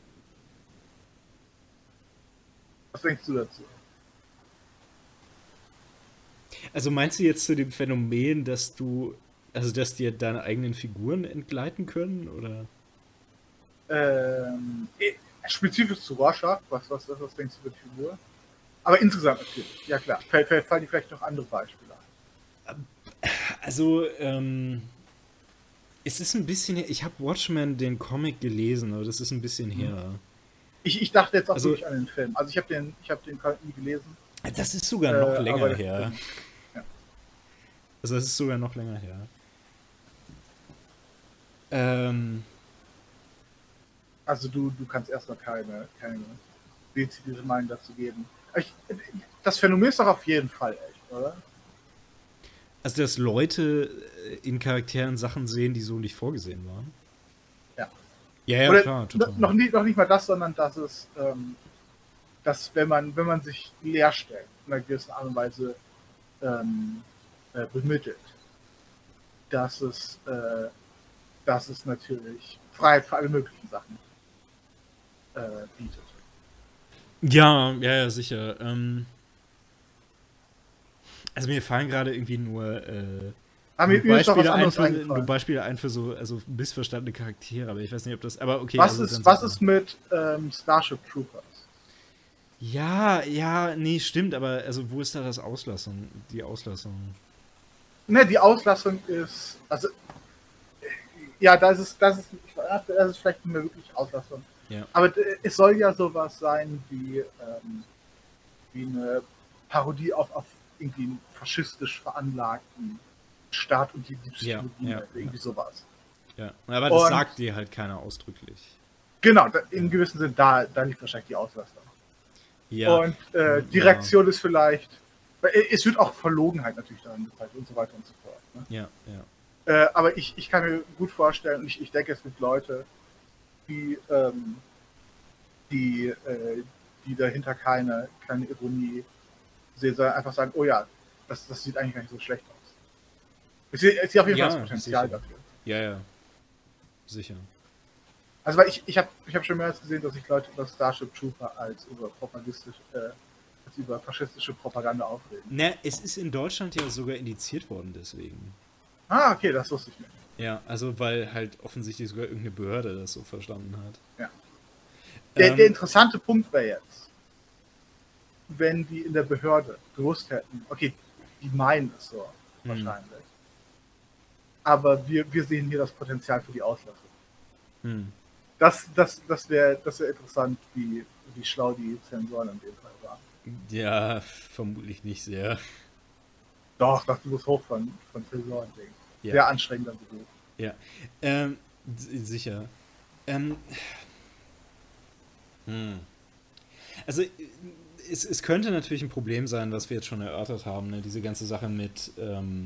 Was denkst du dazu? Also meinst du jetzt zu dem Phänomen, dass du, also dass dir deine eigenen Figuren entgleiten können, oder? Ähm, spezifisch zu Rorschach, was, was, was, was denkst du über die Figur? Aber insgesamt natürlich, ja klar. Fallen, fallen dir vielleicht noch andere Beispiele ein? Also, ähm, es ist ein bisschen, ich habe Watchmen, den Comic gelesen, aber das ist ein bisschen her. Ich, ich dachte jetzt auch also, wirklich an den Film. Also ich habe den, ich hab den Comic nie gelesen. Das ist sogar noch äh, länger her. Film, ja. Also das ist sogar noch länger her. Ähm, also du, du kannst erstmal keine, keine dezidierte Meinung dazu geben. Ich, das Phänomen ist doch auf jeden Fall echt, oder? Also dass Leute in Charakteren Sachen sehen, die so nicht vorgesehen waren? Ja. Ja, ja, oder klar. Total. Noch, nicht, noch nicht mal das, sondern dass es, ähm, dass wenn man, wenn man sich leer stellt, in einer gewissen Art und Weise ähm, äh, bemittelt, dass es, äh, dass es natürlich Freiheit für alle möglichen Sachen äh, bietet. Ja, ja, ja, sicher. Ähm, also mir fallen gerade irgendwie nur, äh, Aber mir, nur mir ist noch was Beispiele ein anderes für, nur eingefallen. Beispiele ein für so, also missverstandene Charaktere, aber ich weiß nicht, ob das. Aber okay, Was also dann ist, sag was mal. ist mit ähm, Starship Troopers? Ja, ja, nee, stimmt, aber also wo ist da das Auslassung, die Auslassung? Ne, die Auslassung ist, also ja, das ist, das ist, das ist vielleicht nicht mehr wirklich Auslassung. Ja. Aber äh, es soll ja sowas sein wie, ähm, wie eine Parodie auf, auf irgendwie einen faschistisch veranlagten Staat und die, die Ja, Psychologie, ja, irgendwie sowas. ja. Aber das Und sagt dir halt keiner ausdrücklich. genau, da, im Ja. gewissen Sinn, da, da liegt wahrscheinlich die Auslassung. Ja. Und äh, die Ja. Reaktion ist vielleicht, weil es wird auch Verlogenheit natürlich daran gezeigt und so weiter und so fort. Ne? Ja, ja. Äh, aber ich, ich kann mir gut vorstellen, und ich, ich denke, es gibt Leute, die, ähm, die, äh, die dahinter keine, keine Ironie sehen, sondern einfach sagen, oh ja, das, das sieht eigentlich gar nicht so schlecht aus. Ich sehe, ich sehe auf jeden Fall Ja, das Potenzial sicher. dafür. Ja, ja. Sicher. Also weil ich, ich habe ich hab schon mehrmals gesehen, dass sich Leute über Starship Trooper als über propagandistisch, äh, als über faschistische Propaganda aufregen. Ne, es ist in Deutschland ja sogar indiziert worden deswegen. Ah, okay, das wusste ich nicht. Ja, also weil halt offensichtlich sogar irgendeine Behörde das so verstanden hat. Ja. Der, Ähm, der interessante Punkt wäre jetzt, wenn die in der Behörde gewusst hätten, okay, die meinen es so Hm. wahrscheinlich. Aber wir, wir sehen hier das Potenzial für die Auslassung. hm. Das, das, das wäre das wär interessant, wie, wie schlau die Zensoren in dem Fall waren. Ja, vermutlich nicht sehr. Doch, doch, du musst hoch von, von Zensoren denken. Ja. Sehr anstrengender Beruf. Ja. Ähm, s- sicher. Ähm. Hm. Also, äh, es, es könnte natürlich ein Problem sein, was wir jetzt schon erörtert haben, ne? Diese ganze Sache mit, ähm,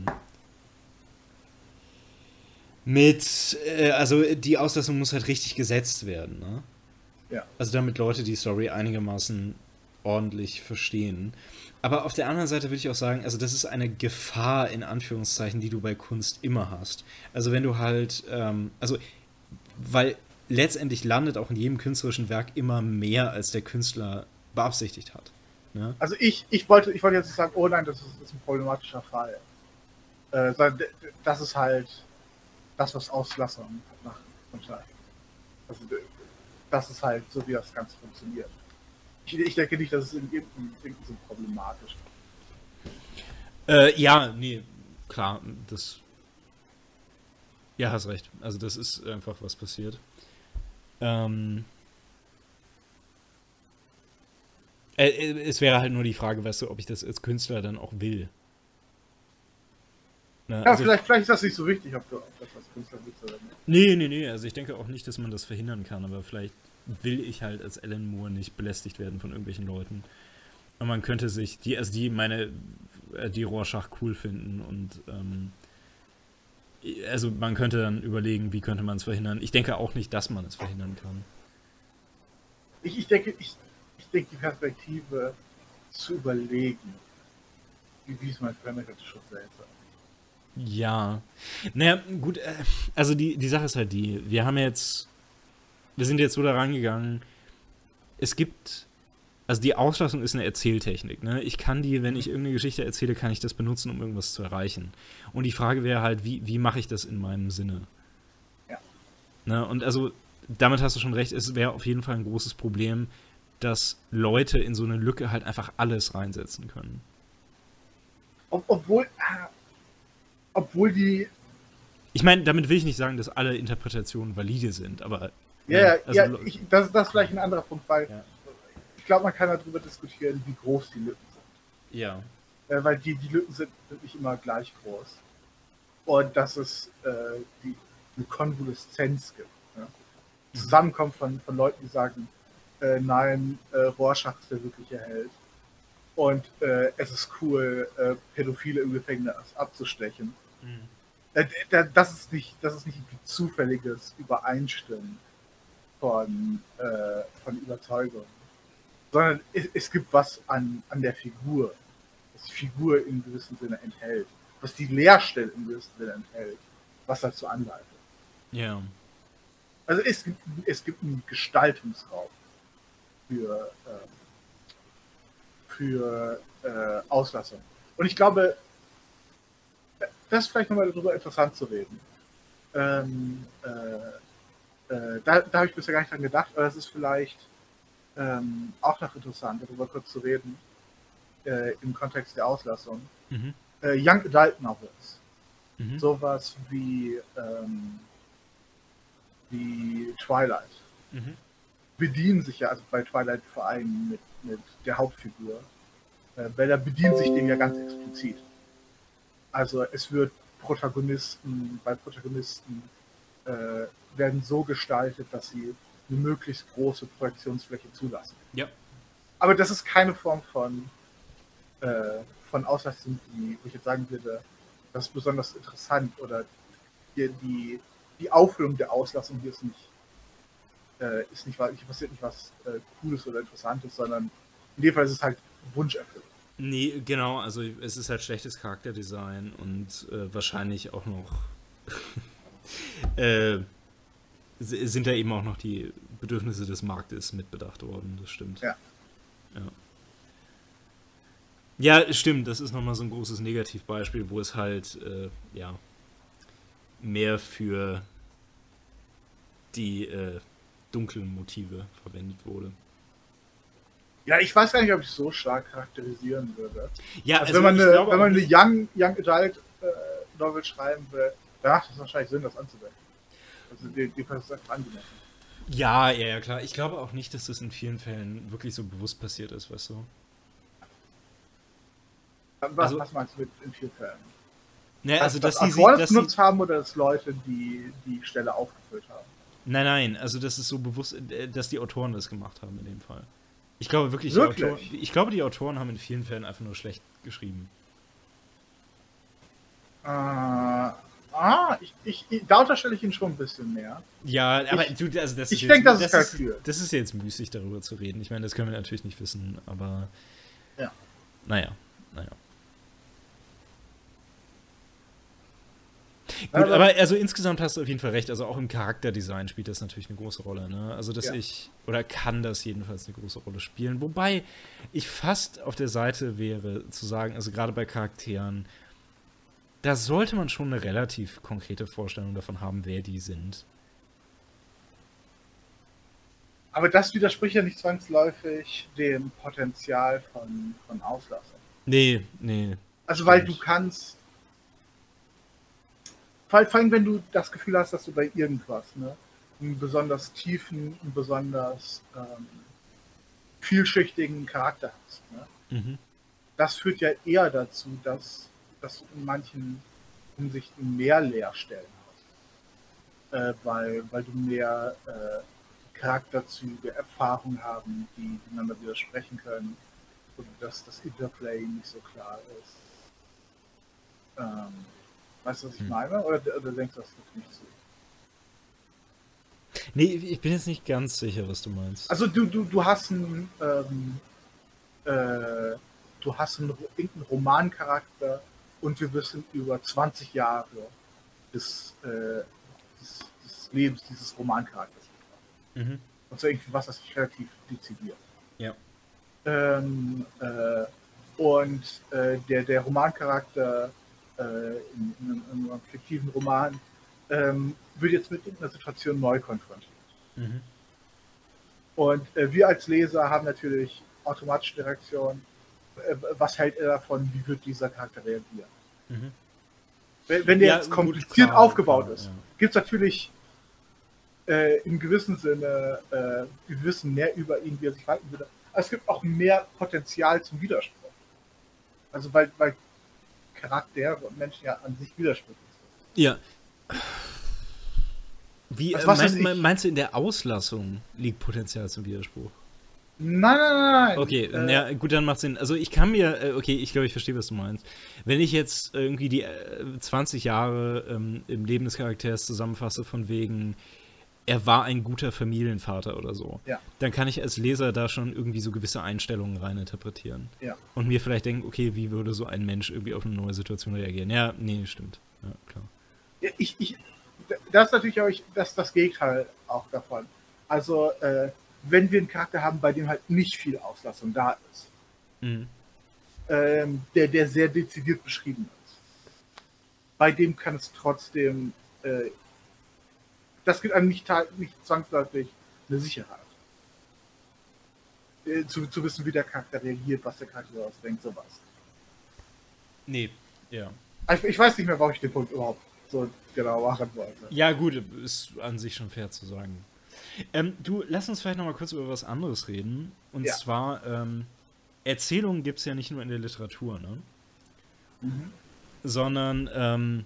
mit, äh, also die Auslassung muss halt richtig gesetzt werden, ne? Ja. Also damit Leute die Story einigermaßen ordentlich verstehen. Aber auf der anderen Seite würde ich auch sagen, also das ist eine Gefahr in Anführungszeichen, die du bei Kunst immer hast. Also wenn du halt, ähm, also weil letztendlich landet auch in jedem künstlerischen Werk immer mehr, als der Künstler beabsichtigt hat. Ne? Also ich, ich, wollte, ich wollte jetzt nicht sagen, oh nein, das ist, das ist ein problematischer Fall. Äh, sondern d- d- das ist halt das, was Auslassung macht. Also d- das ist halt so, wie das Ganze funktioniert. Ich, ich denke nicht, dass es in irgendeinem Ding so problematisch ist. Äh, ja, nee, klar, das. Ja, hast recht. Also das ist einfach was passiert. Ähm. Äh, äh, es wäre halt nur die Frage, weißt du, ob ich das als Künstler dann auch will. Ne, Ja, also, vielleicht, vielleicht ist das nicht so wichtig, ob du ob das als Künstler willst oder nicht. nee, nee, nee. Also ich denke auch nicht, dass man das verhindern kann, aber vielleicht will ich halt als Alan Moore nicht belästigt werden von irgendwelchen Leuten. Und man könnte sich, die, also die meine, äh, die Rorschach cool finden und ähm, also man könnte dann überlegen, wie könnte man es verhindern. Ich denke auch nicht, dass man es verhindern kann. Ich, ich denke, ich, ich denke, die Perspektive zu überlegen, wie, wie es mein Fremd schon seltsam. Ja. Naja, gut, äh, also die, die Sache ist halt die, wir haben jetzt, wir sind jetzt so da rangegangen, es gibt, also die Auslassung ist eine Erzähltechnik, ne? Ich kann die, wenn ich irgendeine Geschichte erzähle, kann ich das benutzen, um irgendwas zu erreichen. Und die Frage wäre halt, wie, wie mache ich das in meinem Sinne? Ja. Ne? Und also, damit hast du schon recht, es wäre auf jeden Fall ein großes Problem, dass Leute in so eine Lücke halt einfach alles reinsetzen können. Ob, obwohl, äh, obwohl die, Ich meine, damit will ich nicht sagen, dass alle Interpretationen valide sind, aber ja, ja, also, ja ich, das, das ist vielleicht ein anderer Punkt, weil Ja. ich glaube, man kann darüber diskutieren, wie groß die Lücken sind. ja. Äh, weil die, die Lücken sind wirklich immer gleich groß. Und dass es äh, die, eine Konvaleszenz gibt. Ne? Zusammenkommen von, von Leuten, die sagen, äh, nein, äh, Rorschach ist der wirkliche Held. Und äh, es ist cool, äh, Pädophile im Gefängnis abzustechen. Mhm. Äh, d- das, ist nicht, das ist nicht ein zufälliges Übereinstimmen von, äh, von Überzeugung. Sondern es, es gibt was an, an der Figur, was die Figur in gewissem Sinne enthält, was die Leerstelle in gewissem Sinne enthält, was dazu anleitet. Ja. Also es gibt, es gibt einen Gestaltungsraum für, ähm, für äh, Auslassung. Und ich glaube, das ist vielleicht nochmal darüber interessant zu reden. Ähm, äh, äh, da da habe ich bisher gar nicht dran gedacht, aber das ist vielleicht ähm, auch noch interessant, darüber kurz zu reden, äh, im Kontext der Auslassung. Mhm. Äh, Young Adult Novels. Mhm. Sowas wie, ähm, wie Twilight. Mhm. Bedienen sich ja, also bei Twilight vor allem mit, mit der Hauptfigur, äh, Bella bedient sich dem ja ganz explizit. Also es wird Protagonisten, bei Protagonisten äh, werden so gestaltet, dass sie eine möglichst große Projektionsfläche zulassen. Ja. Aber das ist keine Form von, äh, von Auslassung, die, wo ich jetzt sagen würde, das ist besonders interessant oder die, die, die Auffüllung der Auslassung hier ist nicht, äh, ist nicht, hier passiert nicht was äh, Cooles oder Interessantes, sondern in dem Fall ist es halt Wunscherfüllung. Nee, genau, also es ist halt schlechtes Charakterdesign und äh, wahrscheinlich auch noch äh, sind da eben auch noch die Bedürfnisse des Marktes mitbedacht worden, das stimmt. Ja. Ja. Ja, stimmt, das ist nochmal so ein großes Negativbeispiel, wo es halt, äh, ja, mehr für die äh, dunklen Motive verwendet wurde. Ja, ich weiß gar nicht, ob ich es so stark charakterisieren würde. Ja, also, also wenn man eine, glaube wenn man eine nicht- Young, Young Adult äh, Novel schreiben will, dann macht es wahrscheinlich Sinn, das anzuwenden. Also die, die kann es einfach angemessen. Ja, ja, ja, klar. Ich glaube auch nicht, dass das in vielen Fällen wirklich so bewusst passiert ist, weißt du? Was, Also- was meinst du mit in vielen Fällen? Ne, also, dass, dass sie, sie, Autoren dass es benutzt sie, haben oder dass Leute die die Stelle aufgefüllt haben? Nein, nein, also das ist so bewusst, äh, dass die Autoren das gemacht haben in dem Fall. Ich glaube wirklich, die Wirklich? Autoren, ich glaube, die Autoren haben in vielen Fällen einfach nur schlecht geschrieben. Äh, ah, ich, ich, da unterstelle ich ihn schon ein bisschen mehr. Ja, aber Ich- du, also das ich ist denk, jetzt, das ist das Kalkül. das ist jetzt müßig, darüber zu reden. Ich meine, das können wir natürlich nicht wissen, aber Ja. naja, naja. Gut, Aber- aber also insgesamt hast du auf jeden Fall recht. Also auch im Charakterdesign spielt das natürlich eine große Rolle. Ne? Also dass Ja. ich, oder kann das jedenfalls eine große Rolle spielen. Wobei ich fast auf der Seite wäre, zu sagen, also gerade bei Charakteren, da sollte man schon eine relativ konkrete Vorstellung davon haben, wer die sind. Aber das widerspricht ja nicht zwangsläufig dem Potenzial von, von Auslassung. Nee, nee. Also weil Stimmt. du kannst, vor vor allem wenn du das Gefühl hast, dass du bei irgendwas ne, einen besonders tiefen, einen besonders ähm, vielschichtigen Charakter hast. Ne? Mhm. Das führt ja eher dazu, dass, dass du in manchen Hinsichten mehr Leerstellen hast. Äh, weil, weil du mehr äh, Charakterzüge, Erfahrungen haben, die miteinander widersprechen können. Und dass das Interplay nicht so klar ist. Ähm, weißt du, was ich Hm. meine? Oder, oder denkst du, das trifft nicht zu? Nee, ich bin jetzt nicht ganz sicher, was du meinst. Also du, du, du hast einen, ähm, äh, du hast einen, Ro- irgendeinen Romancharakter und wir wissen über zwanzig Jahre des, äh, des, des Lebens dieses Romancharakters. Mhm. Und so irgendwie was, das sich relativ dezidiert. Ja. Ähm, äh, und äh, der, der Romancharakter äh, in, in, einem, in einem fiktiven Roman ähm, wird jetzt mit irgendeiner Situation neu konfrontiert. Mhm. Und äh, wir als Leser haben natürlich automatisch die Reaktion, äh, was hält er davon, wie wird dieser Charakter reagieren. Mhm. Wenn, wenn der Ja, jetzt gut, kompliziert klar, aufgebaut klar, ist, ja. gibt es natürlich äh, im gewissen Sinne, äh, wir wissen mehr über ihn, wie er sich verhalten würde. Aber es gibt auch mehr Potenzial zum Widerspruch. Also weil, weil Charaktere und Menschen ja an sich widersprüchlich sind. Ja. Wie, Also äh, was weiß mein, ich? meinst du, in der Auslassung liegt Potenzial zum Widerspruch? Nein, nein, nein, nein. Okay, äh, ja, gut, dann macht Sinn. Also ich kann mir, äh, okay, ich glaube, ich verstehe, was du meinst. Wenn ich jetzt irgendwie die äh, zwanzig Jahre ähm, im Leben des Charakters zusammenfasse, von wegen, er war ein guter Familienvater oder so, Ja. dann kann ich als Leser da schon irgendwie so gewisse Einstellungen reininterpretieren. Ja. Und mir vielleicht denken, okay, wie würde so ein Mensch irgendwie auf eine neue Situation reagieren? Ja, nee, stimmt. Ja, klar. Ja, ich, ich, Das ist natürlich auch das, das Gegenteil auch davon. Also, äh, wenn wir einen Charakter haben, bei dem halt nicht viel Auslassung da ist, Mhm. ähm, der, der sehr dezidiert beschrieben ist, bei dem kann es trotzdem, äh, das gibt einem nicht, nicht zwangsläufig eine Sicherheit. Äh, zu, zu wissen, wie der Charakter reagiert, was der Charakter daraus denkt, sowas. Nee, ja. Ich, ich weiß nicht mehr, warum ich den Punkt überhaupt so genau machen wollte. Ja, gut, ist an sich schon fair zu sagen. Ähm, du, lass uns vielleicht noch mal kurz über was anderes reden. Und Ja. zwar, ähm, Erzählungen gibt es ja nicht nur in der Literatur, ne? Mhm. Sondern ähm,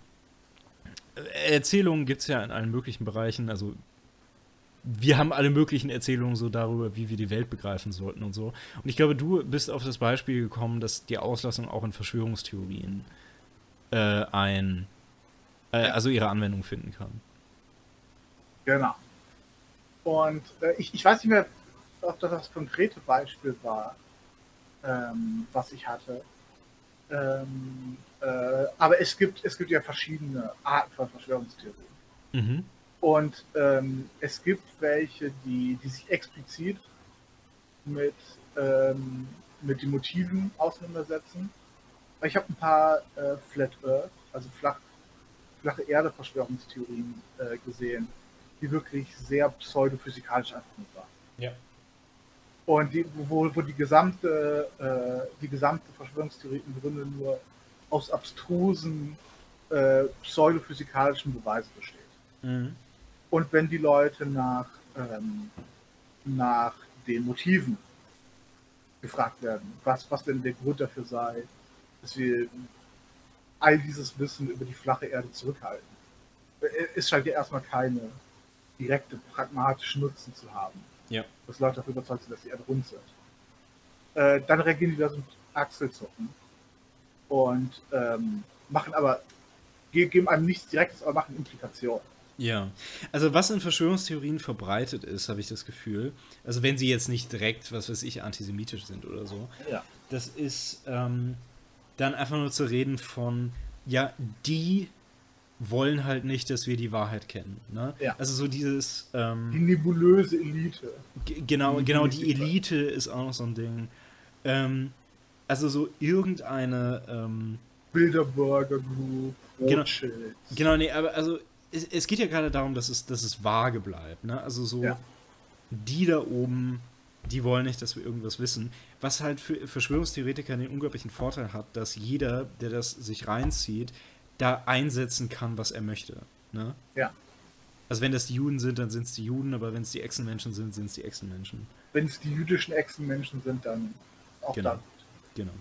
Erzählungen gibt es ja in allen möglichen Bereichen. Also wir haben alle möglichen Erzählungen so darüber, wie wir die Welt begreifen sollten und so. Und ich glaube, du bist auf das Beispiel gekommen, dass die Auslassung auch in Verschwörungstheorien äh, ein, äh, also ihre Anwendung finden kann. Genau. Und äh, ich, ich weiß nicht mehr, ob das das konkrete Beispiel war, ähm, was ich hatte. Ähm, äh, aber es gibt, es gibt ja verschiedene Arten von Verschwörungstheorien. Mhm. Und ähm, es gibt welche, die, die sich explizit mit, ähm, mit den Motiven auseinandersetzen. Ich habe ein paar äh, Flat Earth, also flach, flache Erde-Verschwörungstheorien äh, gesehen, die wirklich sehr pseudophysikalisch einfach nur waren. Ja. Und die, wo, wo die gesamte, äh, die gesamte Verschwörungstheorie im Grunde nur aus abstrusen äh, pseudophysikalischen Beweisen besteht. Mhm. Und wenn die Leute nach, ähm, nach den Motiven gefragt werden, was, was denn der Grund dafür sei, dass wir all dieses Wissen über die flache Erde zurückhalten, es scheint ja erstmal keine direkte pragmatische Nutzen zu haben. Ja. Dass Leute davon überzeugt sind, dass die Erde rund sind. Äh, dann reagieren die da so mit Achselzucken und ähm, machen aber, geben einem nichts Direktes, aber machen Implikationen. Ja, also was in Verschwörungstheorien verbreitet ist, habe ich das Gefühl, also wenn sie jetzt nicht direkt, was weiß ich, antisemitisch sind oder so, Ja. das ist ähm, dann einfach nur zu reden von, ja, die wollen halt nicht, dass wir die Wahrheit kennen. Ne? Ja. Also so dieses ähm, Die nebulöse Elite. G- Genau, Die- genau, die die nicht Elite ist auch noch so ein Ding. Ähm, also so irgendeine, ähm, Bilderberger Group, Genau. Rothschild. genau, nee, aber also es, es geht ja gerade darum, dass es, dass es vage bleibt, ne? Also so, Ja. die da oben, die wollen nicht, dass wir irgendwas wissen. Was halt für Verschwörungstheoretiker den unglaublichen Vorteil hat, dass jeder, der das sich reinzieht, da einsetzen kann, was er möchte. Ne? Ja. Also wenn das die Juden sind, dann sind es die Juden, aber wenn es die Echsenmenschen sind, sind es die Echsenmenschen. Wenn es die jüdischen Echsenmenschen sind, dann auch Genau. dann. Genau.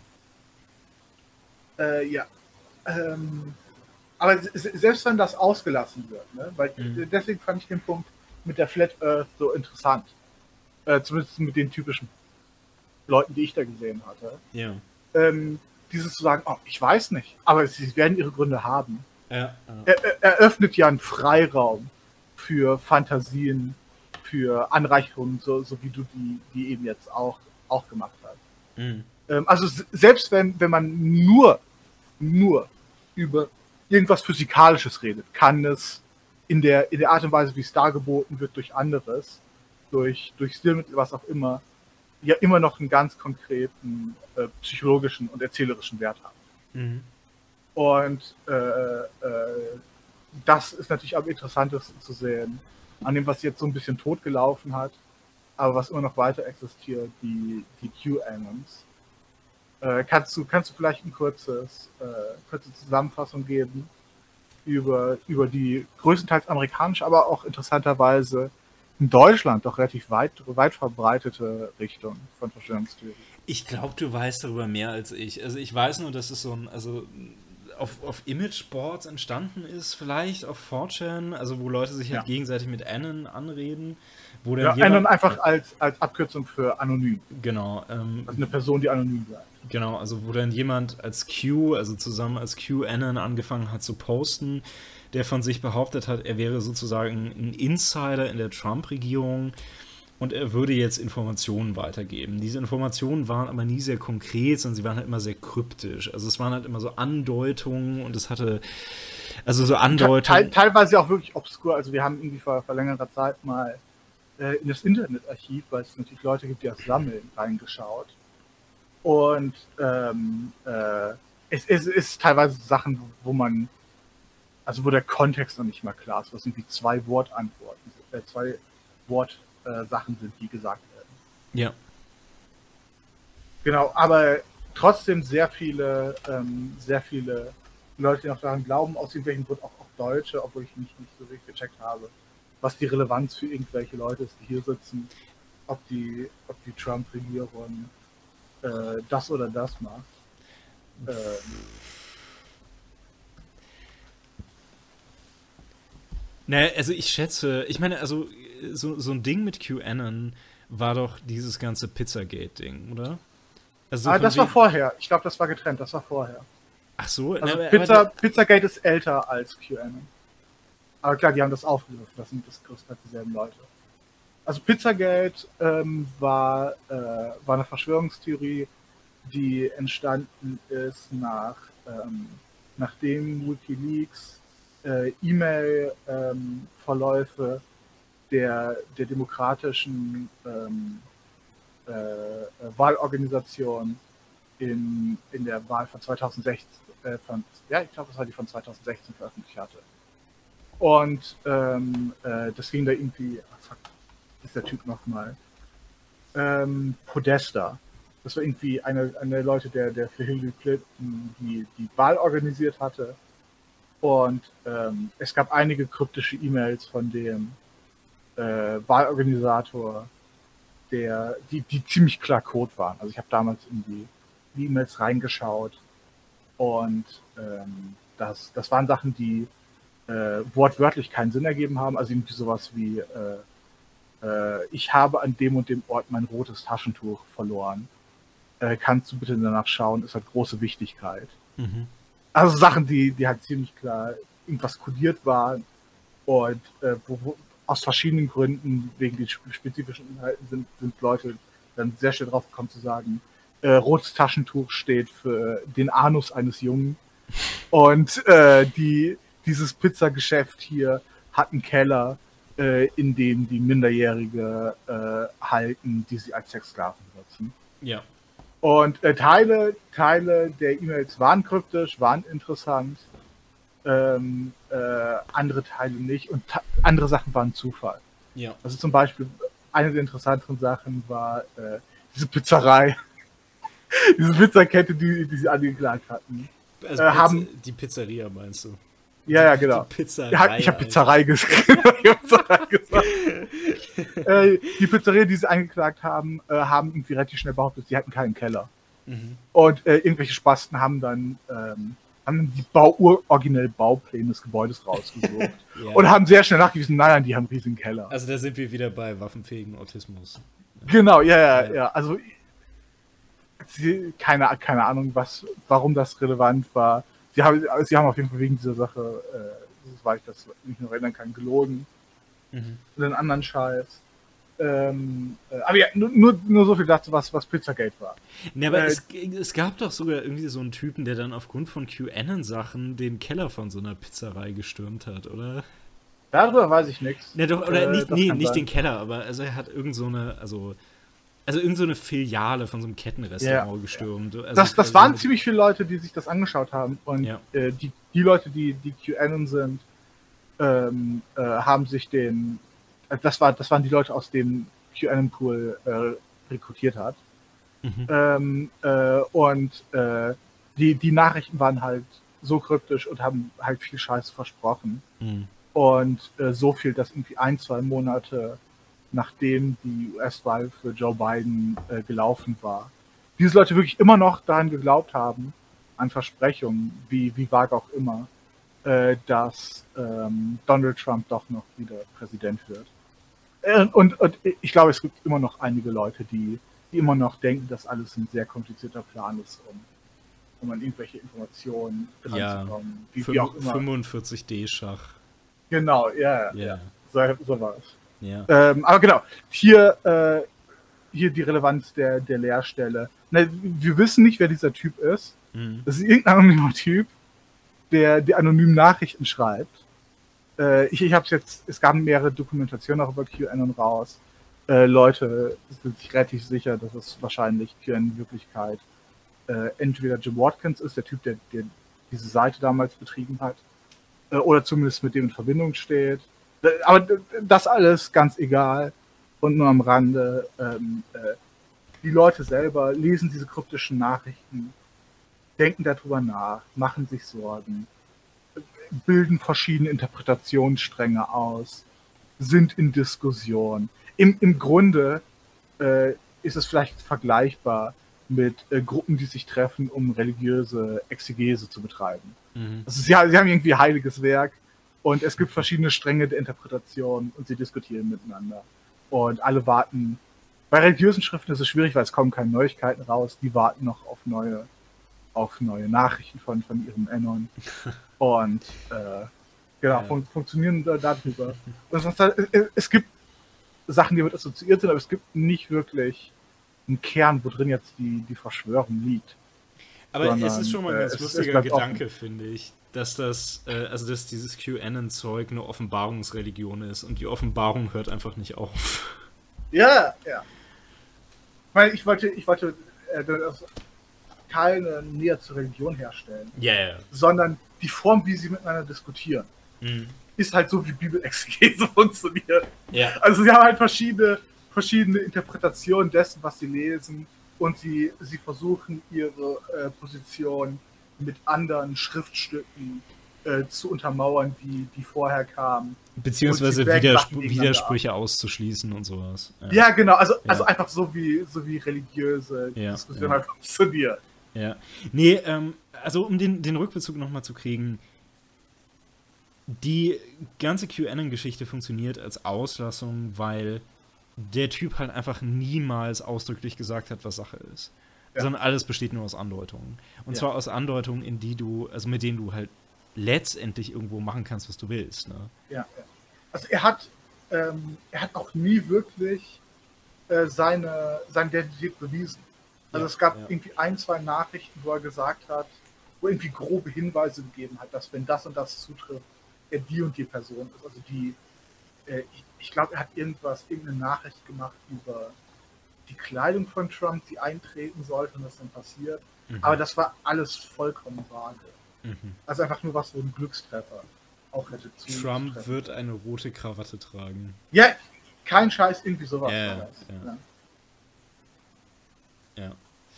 Äh, ja. Ähm, aber se- se- selbst wenn das ausgelassen wird, ne? Weil Mhm. deswegen fand ich den Punkt mit der Flat Earth so interessant. Äh, zumindest mit den typischen Leuten, die ich da gesehen hatte. Ja. Ähm, dieses zu sagen, oh, ich weiß nicht, aber sie werden ihre Gründe haben. Ja. ja. Er, er, eröffnet ja einen Freiraum für Fantasien, für Anreicherungen, so, so wie du die, die eben jetzt auch, auch gemacht hast. Mhm. Ähm, also s- selbst wenn, wenn man nur, nur über irgendwas Physikalisches redet, kann es in der, in der Art und Weise, wie es dargeboten wird, durch anderes, durch, durch Stilmittel, was auch immer, ja immer noch einen ganz konkreten äh, psychologischen und erzählerischen Wert haben. Mhm. Und äh, äh, das ist natürlich am interessantesten zu sehen, an dem, was jetzt so ein bisschen totgelaufen hat, aber was immer noch weiter existiert, die, die QAnons. Äh, kannst, du, kannst du vielleicht ein kurzes, äh, kurze Zusammenfassung geben über, über die größtenteils amerikanische, aber auch interessanterweise in Deutschland doch relativ weit, weit verbreitete Richtung von Verschwörungstheorie? Ich glaube, du weißt darüber mehr als ich. Also ich weiß nur, dass es so ein, also auf, auf Imageboards entstanden ist, vielleicht auf four chan, also wo Leute sich halt Ja. gegenseitig mit Anon anreden. Wo dann Ja, jemand, Anon einfach als, als Abkürzung für anonym. Genau, ähm, Also eine Person, die anonym bleibt. genau, also wo dann jemand als Q, also zusammen als QAnon angefangen hat zu posten, der von sich behauptet hat, er wäre sozusagen ein Insider in der Trump-Regierung und er würde jetzt Informationen weitergeben. Diese Informationen waren aber nie sehr konkret, sondern sie waren halt immer sehr kryptisch. Also es waren halt immer so Andeutungen und es hatte Also so Te Andeutungen. teilweise auch wirklich obskur. Also wir haben irgendwie vor, vor längerer Zeit mal äh, in das Internetarchiv, weil es natürlich Leute gibt, die das sammeln, reingeschaut. Und ähm, äh, es, es ist teilweise Sachen, wo man, also wo der Kontext noch nicht mal klar ist, was irgendwie zwei Wortantworten, äh, zwei Wortsachen äh, Sachen sind, die gesagt werden. Ja. Genau, aber trotzdem sehr viele, ähm, sehr viele Leute, die noch daran glauben, aus irgendwelchen Gründen auch, auch Deutsche, obwohl ich mich nicht so richtig gecheckt habe, was die Relevanz für irgendwelche Leute ist, die hier sitzen, ob die, ob die Trump-Regierung äh, das oder das macht. Ähm, Ne, also ich schätze, ich meine, also so, so ein Ding mit QAnon war doch dieses ganze Pizzagate-Ding, oder? Also so aber von das war wegen- vorher. Ich glaube, das war getrennt. Das war vorher. Ach so, Also ne, aber- Pizza, aber- Pizzagate ist älter als QAnon. Aber klar, die haben das aufgegriffen. Das sind das größtenteils dieselben Leute. Also Pizzagate ähm, war, äh, war eine Verschwörungstheorie, die entstanden ist nach, ähm, nachdem WikiLeaks äh, E-Mail-Verläufe der, der demokratischen ähm, äh, Wahlorganisation in, in der Wahl von zweitausendsechzehn, äh, von, ja, ich glaube, das war die von zweitausendsechzehn veröffentlicht hatte. Und ähm, äh, das ging da irgendwie, ach, fuck, wie ist der Typ nochmal? Ähm, Podesta. Das war irgendwie eine, eine Leute, der, der für Hillary Clinton die, die Wahl organisiert hatte. Und ähm, es gab einige kryptische E-Mails von dem äh, Wahlorganisator, der, die, die ziemlich klar Code waren. Also ich habe damals in die die E-Mails reingeschaut und ähm, das, das waren Sachen, die äh, wortwörtlich keinen Sinn ergeben haben. Also irgendwie sowas wie äh, äh, ich habe an dem und dem Ort mein rotes Taschentuch verloren. Äh, kannst du bitte danach schauen? Es hat große Wichtigkeit. Mhm. Also Sachen, die, die halt ziemlich klar irgendwas kodiert waren und äh, wo, wo aus verschiedenen Gründen, wegen den spezifischen Inhalten, sind, sind Leute dann sehr schnell drauf gekommen zu sagen, äh, rotes Taschentuch steht für den Anus eines Jungen. Und äh, die, dieses Pizzageschäft hier hat einen Keller, äh, in dem die Minderjährige äh, halten, die sie als Sexsklaven nutzen. Ja. Und äh, Teile, Teile der E-Mails waren kryptisch, waren interessant, ähm, äh, andere Teile nicht und andere Sachen waren Zufall. Ja. Also zum Beispiel, eine der interessanteren Sachen war äh, diese Pizzerei, diese Pizzakette, die, die sie angeklagt hatten. Also Äh, Pizza, haben- die Pizzeria meinst du? Ja, ja, genau. Die Pizzeria. Ja, ich habe Pizzerei gesagt. Ich hab Pizzerei gesagt. äh, die Pizzeria, die sie angeklagt haben, äh, haben irgendwie relativ schnell behauptet, sie hätten keinen Keller. Mhm. Und äh, irgendwelche Spasten haben dann, ähm, haben dann die Bau originell Baupläne des Gebäudes rausgesucht Ja. und haben sehr schnell nachgewiesen, nein, nein, die haben einen riesigen Keller. Also da sind wir wieder bei waffenfähigen Autismus. Genau, ja, ja, Ja. ja. Also sie, keine, keine Ahnung, was, warum das relevant war. Sie haben, sie haben auf jeden Fall wegen dieser Sache, äh, soweit ich das nicht noch erinnern kann, gelogen. Mhm. Und den anderen Scheiß. Ähm, äh, aber ja, nur, nur, nur so viel dazu, was, was Pizzagate war. Ne, aber Äh, es, es gab doch sogar irgendwie so einen Typen, der dann aufgrund von QAnon-Sachen den Keller von so einer Pizzerei gestürmt hat, oder? Darüber weiß ich nichts. Ne, doch, oder Äh, nicht, das nee, kann nicht sein. den Keller, aber also er hat irgend so eine, also, also irgend so eine Filiale von so einem Kettenrestaurant Ja. gestürmt. Also Das, das quasi waren mit- ziemlich viele Leute, die sich das angeschaut haben. Und Ja. äh, die, die Leute, die, die QAnon sind, ähm, äh, haben sich den, äh, das, war, das waren die Leute, aus denen QAnon-Pool äh, rekrutiert hat. Mhm. Ähm, äh, und äh, die, die Nachrichten waren halt so kryptisch und haben halt viel Scheiße versprochen. Mhm. Und äh, so viel, dass irgendwie ein, zwei Monate nachdem die U S-Wahl für Joe Biden äh, gelaufen war, diese Leute wirklich immer noch daran geglaubt haben, an Versprechungen, wie, wie vage auch immer, äh, dass ähm, Donald Trump doch noch wieder Präsident wird. Äh, und, und ich glaube, es gibt immer noch einige Leute, die, die immer noch denken, dass alles ein sehr komplizierter Plan ist, um, um an irgendwelche Informationen Ja, dranzukommen. Wie, wie auch immer. fünfundvierzig D-Schach. Genau, ja, Ja. ja. So, so war es. Ja. Ähm, aber genau, hier, äh, hier die Relevanz der, der Lehrstelle. Ne, wir wissen nicht, wer dieser Typ ist. Mhm. Das ist irgendein anonymer Typ. der die anonymen Nachrichten schreibt. Äh, ich ich habe es jetzt, es gab mehrere Dokumentationen auch über QAnon raus. Äh, Leute sind sich relativ sicher, dass es wahrscheinlich QAnon in Wirklichkeit äh, entweder Jim Watkins ist, der Typ, der, der diese Seite damals betrieben hat, äh, oder zumindest mit dem in Verbindung steht. Äh, aber das alles ganz egal und nur am Rande. Ähm, äh, die Leute selber lesen diese kryptischen Nachrichten, denken darüber nach, machen sich Sorgen, bilden verschiedene Interpretationsstränge aus, sind in Diskussion. Im, im Grunde äh, ist es vielleicht vergleichbar mit äh, Gruppen, die sich treffen, um religiöse Exegese zu betreiben. Mhm. Also sie, sie haben irgendwie heiliges Werk und es gibt verschiedene Stränge der Interpretation und sie diskutieren miteinander. Und alle warten. Bei religiösen Schriften ist es schwierig, weil es kommen keine Neuigkeiten raus. Die warten noch auf neue, auf neue Nachrichten von, von ihrem Anon. Und äh, genau, Ja. fun funktionieren da darüber. Und sonst, äh, es gibt Sachen, die mit assoziiert sind, aber es gibt nicht wirklich einen Kern, wo drin jetzt die, die Verschwörung liegt. Aber Sondern, es ist schon mal ein äh, ganz es- es lustiger bleibt Gedanke, finde ich, dass das, äh, also dass dieses QAnon-Zeug eine Offenbarungsreligion ist und die Offenbarung hört einfach nicht auf. Ja, ja. Weil ich wollte, ich wollte äh, das keine Nähe zur Religion herstellen, Ja, ja. sondern die Form, wie sie miteinander diskutieren, Mhm. ist halt so, wie Bibelexegese funktioniert. Ja. Also sie haben halt verschiedene, verschiedene Interpretationen dessen, was sie lesen, und sie, sie versuchen ihre äh, Position mit anderen Schriftstücken äh, zu untermauern, die, die vorher kamen. Beziehungsweise Und sie wägen Widerspr Sachen gegeneinander Widersprüche auszuschließen und sowas. Ja, genau, also, Ja. also einfach so wie, so wie religiöse Ja, Diskussion ja. halt funktioniert. Ja. Nee, ähm, also um den, den Rückbezug nochmal zu kriegen, die ganze QAnon-Geschichte funktioniert als Auslassung, weil der Typ halt einfach niemals ausdrücklich gesagt hat, was Sache ist. Ja. Sondern alles besteht nur aus Andeutungen. Und Ja. zwar aus Andeutungen, in die du, also mit denen du halt letztendlich irgendwo machen kannst, was du willst. Ne? Ja, ja. Also er hat, ähm, er hat auch nie wirklich äh, seine, seine Identität bewiesen. Also Ja, es gab ja. irgendwie ein, zwei Nachrichten, wo er gesagt hat, wo irgendwie grobe Hinweise gegeben hat, dass wenn das und das zutrifft, er die und die Person ist. Also die, äh, ich, ich glaube, er hat irgendwas, irgendeine Nachricht gemacht über die Kleidung von Trump, die eintreten sollte und was dann passiert. Mhm. Aber das war alles vollkommen vage. Mhm. Also einfach nur was, wo ein Glückstreffer auch hätte zu Trump treffen. wird eine rote Krawatte tragen. Ja, kein Scheiß, irgendwie sowas. Ja, war das. ja. Ja. Ja.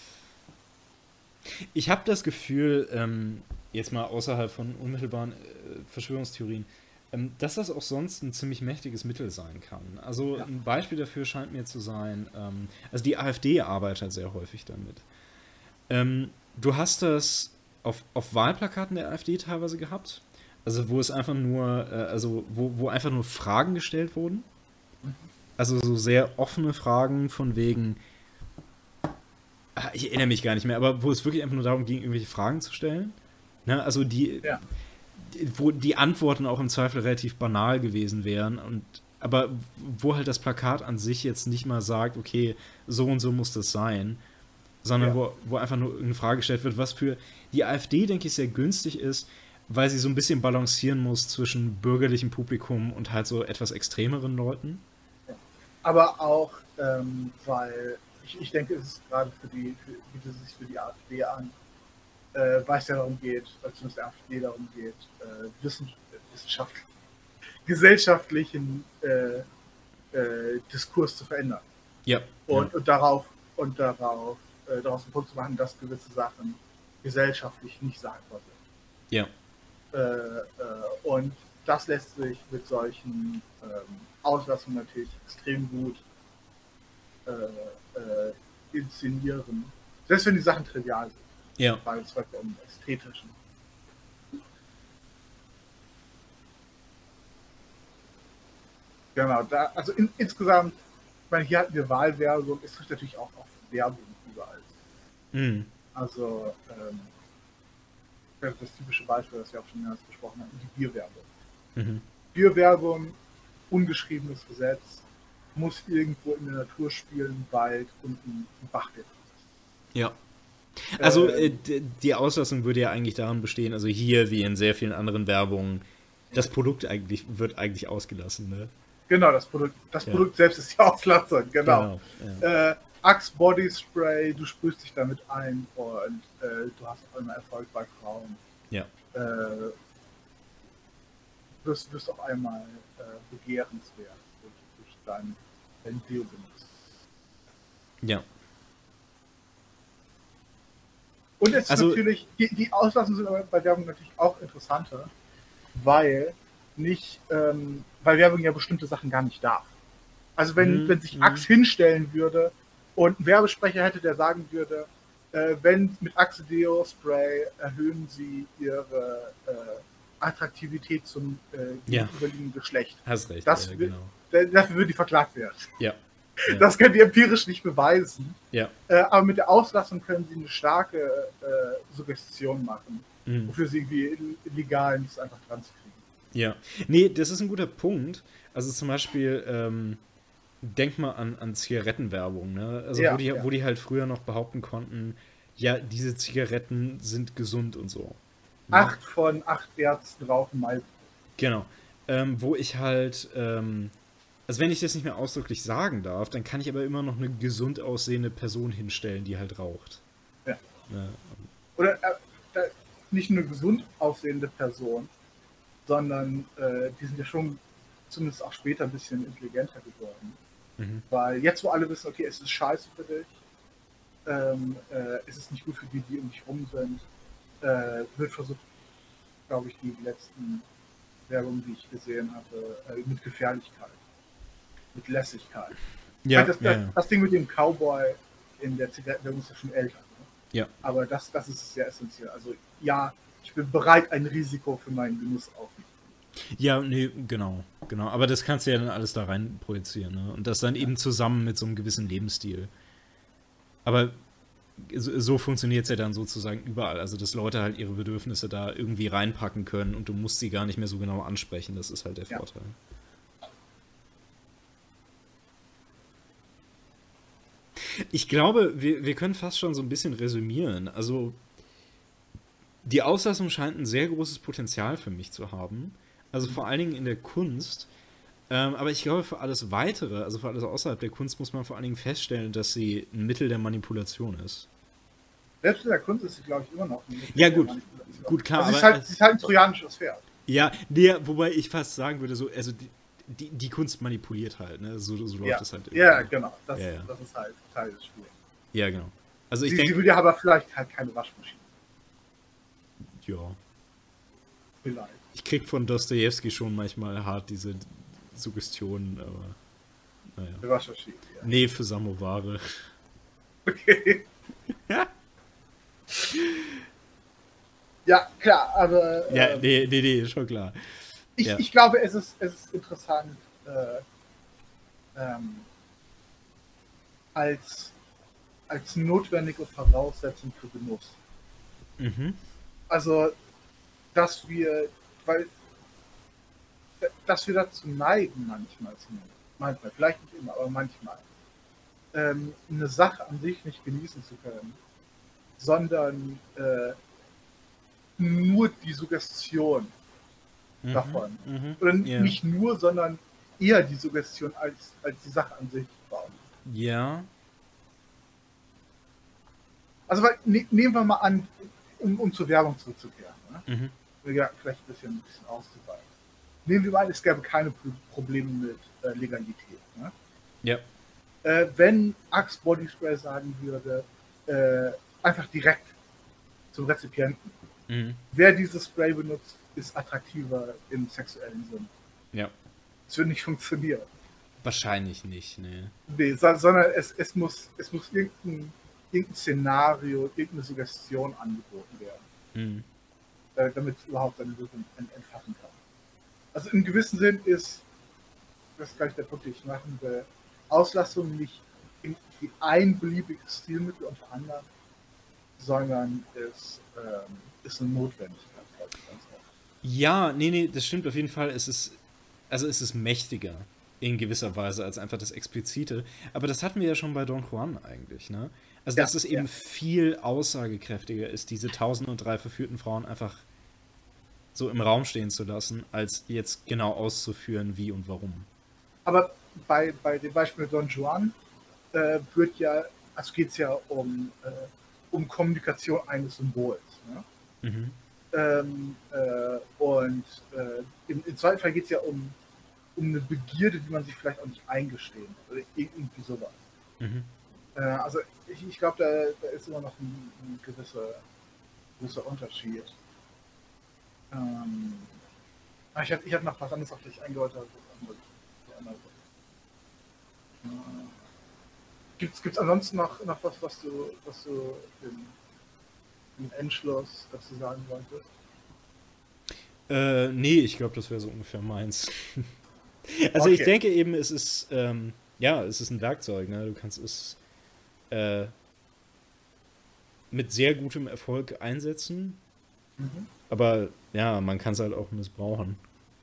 Ich habe das Gefühl, ähm, jetzt mal außerhalb von unmittelbaren äh, Verschwörungstheorien, ähm, dass das auch sonst ein ziemlich mächtiges Mittel sein kann. Also Ja. ein Beispiel dafür scheint mir zu sein, ähm, also die AfD arbeitet sehr häufig damit. Ähm, du hast das auf, auf Wahlplakaten der AfD teilweise gehabt, also wo es einfach nur, äh, also wo, wo einfach nur Fragen gestellt wurden. Also so sehr offene Fragen von wegen, ah, ich erinnere mich gar nicht mehr, aber wo es wirklich einfach nur darum ging, irgendwelche Fragen zu stellen. Ne? Also die, Ja. die, wo die Antworten auch im Zweifel relativ banal gewesen wären. Und, aber wo halt das Plakat an sich jetzt nicht mal sagt, okay, so und so muss das sein, sondern Ja. wo, wo einfach nur irgendeine Frage gestellt wird, was für die AfD, denke ich, sehr günstig ist, weil sie so ein bisschen balancieren muss zwischen bürgerlichem Publikum und halt so etwas extremeren Leuten. Aber auch, ähm, weil ich, ich denke, es ist gerade für die, für, bietet es sich für die AfD an, äh, weil es ja darum geht, weil zumindest der AfD darum geht, äh, Wissen, Wissenschaft, gesellschaftlichen äh, äh, Diskurs zu verändern. Ja. Und, ja. und darauf, und darauf, äh, daraus einen Punkt zu machen, dass gewisse Sachen gesellschaftlich nicht sagbar sind. Ja. Äh, äh, und das lässt sich mit solchen ähm, Auslassungen natürlich extrem gut äh, äh, inszenieren. Selbst wenn die Sachen trivial sind, Ja. weil es halt um ästhetischen. Genau, da, also in, insgesamt, ich meine, hier hatten wir Wahlwerbung, es trifft natürlich auch auf Werbung überall. Mhm. Also ähm, das typische Beispiel, das wir auch schon mehrmals besprochen haben, die Bierwerbung. Mhm. Bierwerbung, ungeschriebenes Gesetz, muss irgendwo in der Natur spielen, Wald und ein Bach. Ja. Also Äh, äh, d- die Auslassung würde ja eigentlich daran bestehen, also hier wie in sehr vielen anderen Werbungen, das Produkt eigentlich wird eigentlich ausgelassen, ne? genau, das Produkt, das Ja, Produkt selbst ist die Auslassung, genau. genau. Ja. Äh, Axe Body Spray, du sprühst dich damit ein und äh, du hast auf einmal Erfolg bei Frauen. Ja. Äh, wirst, wirst auf einmal äh, begehrenswert durch, durch dein, dein Deo benutzt. Ja. Und es ist Also- natürlich, die, die Auslassungen sind aber bei Werbung natürlich auch interessanter, weil nicht, ähm, weil Werbung ja bestimmte Sachen gar nicht darf. Also wenn, Mhm, wenn sich mhm. Axe hinstellen würde und ein Werbesprecher hätte, der sagen würde, äh, wenn mit Axe Deo Spray erhöhen sie ihre äh, Attraktivität zum äh, Ja. gegenüberliegenden Geschlecht. Hast recht, Das ja, wi- genau. da- Dafür würden die verklagt werden. Ja. Ja. Das können die empirisch nicht beweisen. Ja. Äh, aber mit der Auslassung können sie eine starke äh, Suggestion machen, Mhm. wofür sie irgendwie legal nichts einfach dran zu kriegen. Ja. Nee, das ist ein guter Punkt. Also zum Beispiel, ähm, denk mal an, an Zigarettenwerbung, ne? Also Ja, wo, die, ja. wo die halt früher noch behaupten konnten, ja, diese Zigaretten sind gesund und so. Ne? Acht von acht Ärzten rauchen mal. Genau. Ähm, wo ich halt, ähm, also wenn ich das nicht mehr ausdrücklich sagen darf, dann kann ich aber immer noch eine gesund aussehende Person hinstellen, die halt raucht. Ja. Ne? Oder äh, da, nicht nur gesund aussehende Person, sondern äh, die sind ja schon zumindest auch später ein bisschen intelligenter geworden. Mhm. Weil jetzt, wo alle wissen, okay, es ist scheiße für dich, ähm, äh, es ist nicht gut für die, die um dich rum sind, äh, wird versucht, glaube ich, die letzten Werbungen, die ich gesehen hatte, äh, mit Gefährlichkeit, mit Lässigkeit. Ja, das, ja, das, ja. das Ding mit dem Cowboy in der Zigarettenwerbung ist ja schon älter. Ne? Ja. Aber das, das ist sehr essentiell. Also ja, ich bin bereit, ein Risiko für meinen Genuss aufzunehmen. Ja, nee, genau, genau. Aber das kannst du ja dann alles da rein projizieren, ne? Und das dann eben zusammen mit so einem gewissen Lebensstil. Aber so, so funktioniert es ja dann sozusagen überall. Also, dass Leute halt ihre Bedürfnisse da irgendwie reinpacken können und du musst sie gar nicht mehr so genau ansprechen. Das ist halt der Ja. Vorteil. Ich glaube, wir, wir können fast schon so ein bisschen resümieren. Also, die Auslassung scheint ein sehr großes Potenzial für mich zu haben. Also vor allen Dingen in der Kunst. Ähm, aber ich glaube, für alles Weitere, also für alles außerhalb der Kunst, muss man vor allen Dingen feststellen, dass sie ein Mittel der Manipulation ist. Selbst in der Kunst ist sie, glaube ich, immer noch ein Mittel Ja, der gut. Manipulation. Gut, klar, Also sie, ist aber- halt, sie ist halt ein trojanisches Pferd. Ja, nee, wobei ich fast sagen würde, so, also die, die, die Kunst manipuliert halt, ne? So, so läuft Ja, es halt. ja irgendwie. genau. Das, Ja, ja. das ist halt Teil des Spiels. Ja, genau. Also ich Sie, sie denke, will ja aber vielleicht halt keine Waschmaschine. ja, Vielleicht. ich krieg von Dostojewski schon manchmal hart diese Suggestionen, aber naja. Eine Waschmaschine, ja. Nee, für Samovare. Okay. Ja, klar, aber Ja, ähm, nee, nee, nee, schon klar. ich, ja. ich glaube, es ist, es ist interessant, äh, ähm, als, als notwendige Voraussetzung für Genuss. Mhm. Also, dass wir, weil, dass wir dazu neigen, manchmal zumindest, manchmal, vielleicht nicht immer, aber manchmal, ähm, eine Sache an sich nicht genießen zu können, sondern äh, nur die Suggestion Mhm. davon. Mhm. Oder Ja. nicht nur, sondern eher die Suggestion als, als die Sache an sich brauchen. Ja. Also weil, ne, nehmen wir mal an, um, um zur Werbung zurückzukehren, ne? Mhm. Ja, vielleicht ein bisschen, ein bisschen auszuweiten. Nehmen wir mal an, es gäbe keine Pro- Probleme mit äh, Legalität. Ne? Ja. Äh, wenn Axe Body Spray sagen würde, äh, einfach direkt zum Rezipienten, Mhm. wer dieses Spray benutzt, ist attraktiver im sexuellen Sinn. Ja. Das würde nicht funktionieren. Wahrscheinlich nicht, ne. Nee, so, sondern es, es muss, es muss irgendein, irgendein Szenario, irgendeine Suggestion angeboten werden, Mhm. äh, damit es überhaupt seine Wirkung ent- entfachen kann. Also im gewissen Sinn ist, das ist gleich der Punkt, den ich machen will, Auslassung nicht irgendwie ein beliebiges Stilmittel unter anderem, sondern ist, ähm, ist eine Notwendigkeit. glaube ich, ganz oft. Ja, nee, nee, das stimmt auf jeden Fall. Es ist, also es ist mächtiger in gewisser Weise als einfach das Explizite. Aber das hatten wir ja schon bei Don Juan eigentlich, ne? Also, Ja, dass es ja. eben viel aussagekräftiger ist, diese tausend und drei verführten Frauen einfach so im Raum stehen zu lassen, als jetzt genau auszuführen, wie und warum. Aber bei, bei dem Beispiel Don Juan äh, wird ja, also geht es ja um, äh, um Kommunikation eines Symbols. Ne? Mhm. Ähm, äh, und äh, im, im zweiten Fall geht es ja um, um eine Begierde, die man sich vielleicht auch nicht eingestehen oder irgendwie sowas. Mhm. Äh, also ich, ich glaube, da, da ist immer noch ein, ein gewisser, gewisser Unterschied. Ähm, ah, ich habe ich hab noch was anderes auf dich eingehört. Also, äh, Gibt es ansonsten noch, noch was, was du, was du im, im Endschluss dazu sagen wolltest? Äh, nee, ich glaube, das wäre so ungefähr meins. Also ich Okay. denke eben, es ist, ähm, ja, es ist ein Werkzeug, ne? Du kannst es äh, mit sehr gutem Erfolg einsetzen, Mhm. aber ja, man kann es halt auch missbrauchen.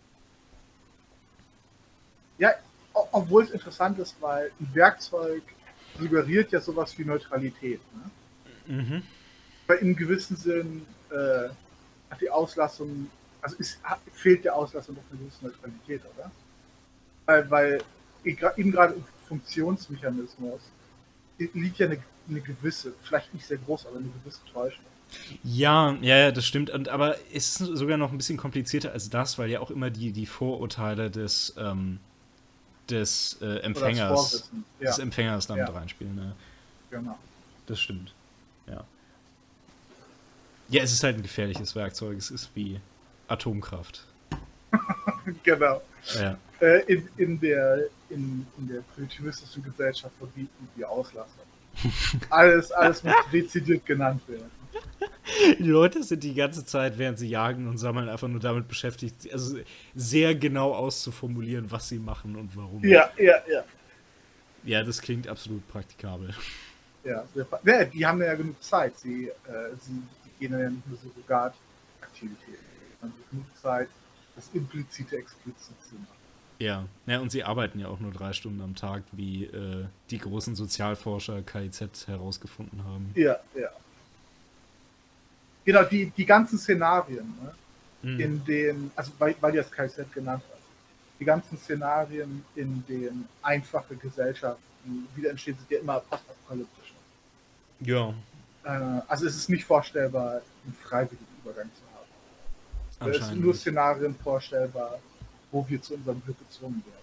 Ja, obwohl es interessant ist, weil ein Werkzeug suggeriert ja sowas wie Neutralität. Ne? Mhm. Weil im gewissen Sinn äh, hat die Auslassung, also ist, hat, fehlt der Auslassung doch eine gewisse Neutralität, oder? Weil, weil eben gerade im Funktionsmechanismus liegt ja eine, eine gewisse, vielleicht nicht sehr groß, aber eine gewisse Täuschung. Ja, ja, ja, das stimmt. Und, aber es ist sogar noch ein bisschen komplizierter als das, weil ja auch immer die, die Vorurteile des, ähm, des äh, Oder das Empfängers, Vorwissen. des Ja, Empfängers damit ja, reinspielen. Ne? genau. Das stimmt. Ja. Ja, es ist halt ein gefährliches Werkzeug. Es ist wie Atomkraft. Genau. Ja. Äh, in, in, der, in, in der primitivistischen Gesellschaft verbieten die Auslassung. Alles, alles muss dezidiert genannt werden. Die Leute sind die ganze Zeit, während sie jagen und sammeln, einfach nur damit beschäftigt, also sehr genau auszuformulieren, was sie machen und warum. Ja, ja, ja. Ja, das klingt absolut praktikabel. Ja, ja, die haben ja genug Zeit. Sie, äh, sie gehen ja nicht nur Surrogataktivitäten. Sie haben genug Zeit, das implizite explizit zu machen. Ja. Ja, und sie arbeiten ja auch nur drei Stunden am Tag, wie äh, die großen Sozialforscher K I Z herausgefunden haben. Ja, ja. Genau, die, die ganzen Szenarien, ne, Mhm. in denen, also weil, weil ihr das K Z genannt hast, die ganzen Szenarien, in denen einfache Gesellschaften wieder entstehen, sind ja immer postapokalyptisch. Ja, Äh, also es ist nicht vorstellbar, einen freiwilligen Übergang zu haben. Es sind anscheinend nur nicht. Szenarien vorstellbar, wo wir zu unserem Glück gezwungen werden.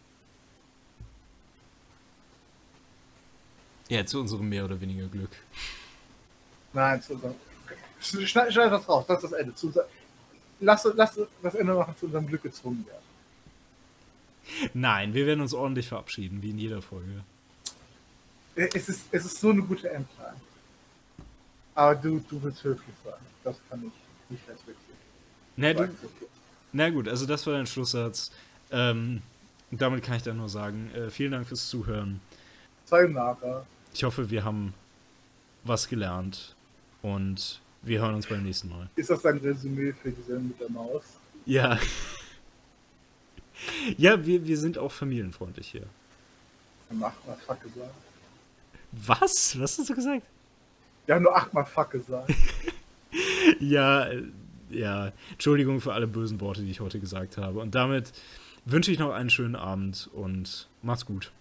Ja, zu unserem mehr oder weniger Glück. Nein, zu unserem. Schneid, schneid das raus, das ist das Ende. Zu unser, lass, lass das Ende machen, zu unserem Glück gezwungen werden. Nein, wir werden uns ordentlich verabschieden, wie in jeder Folge. Es ist, es ist so eine gute Endline. Aber du, du willst höflich sein. Das kann ich nicht respektieren. Na, du, na gut, also das war dein Schlusssatz. Ähm, damit kann ich dann nur sagen, äh, vielen Dank fürs Zuhören. Sayonara. Ich hoffe, wir haben was gelernt und wir hören uns beim nächsten Mal. Ist das dein Resümee für die Sendung mit der Maus? Ja. Ja, wir, wir sind auch familienfreundlich hier. Wir haben achtmal Fuck gesagt. Was? Was hast du gesagt? Wir haben nur achtmal Fuck gesagt. Ja, äh, ja. Entschuldigung für alle bösen Worte, die ich heute gesagt habe. Und damit wünsche ich noch einen schönen Abend und macht's gut.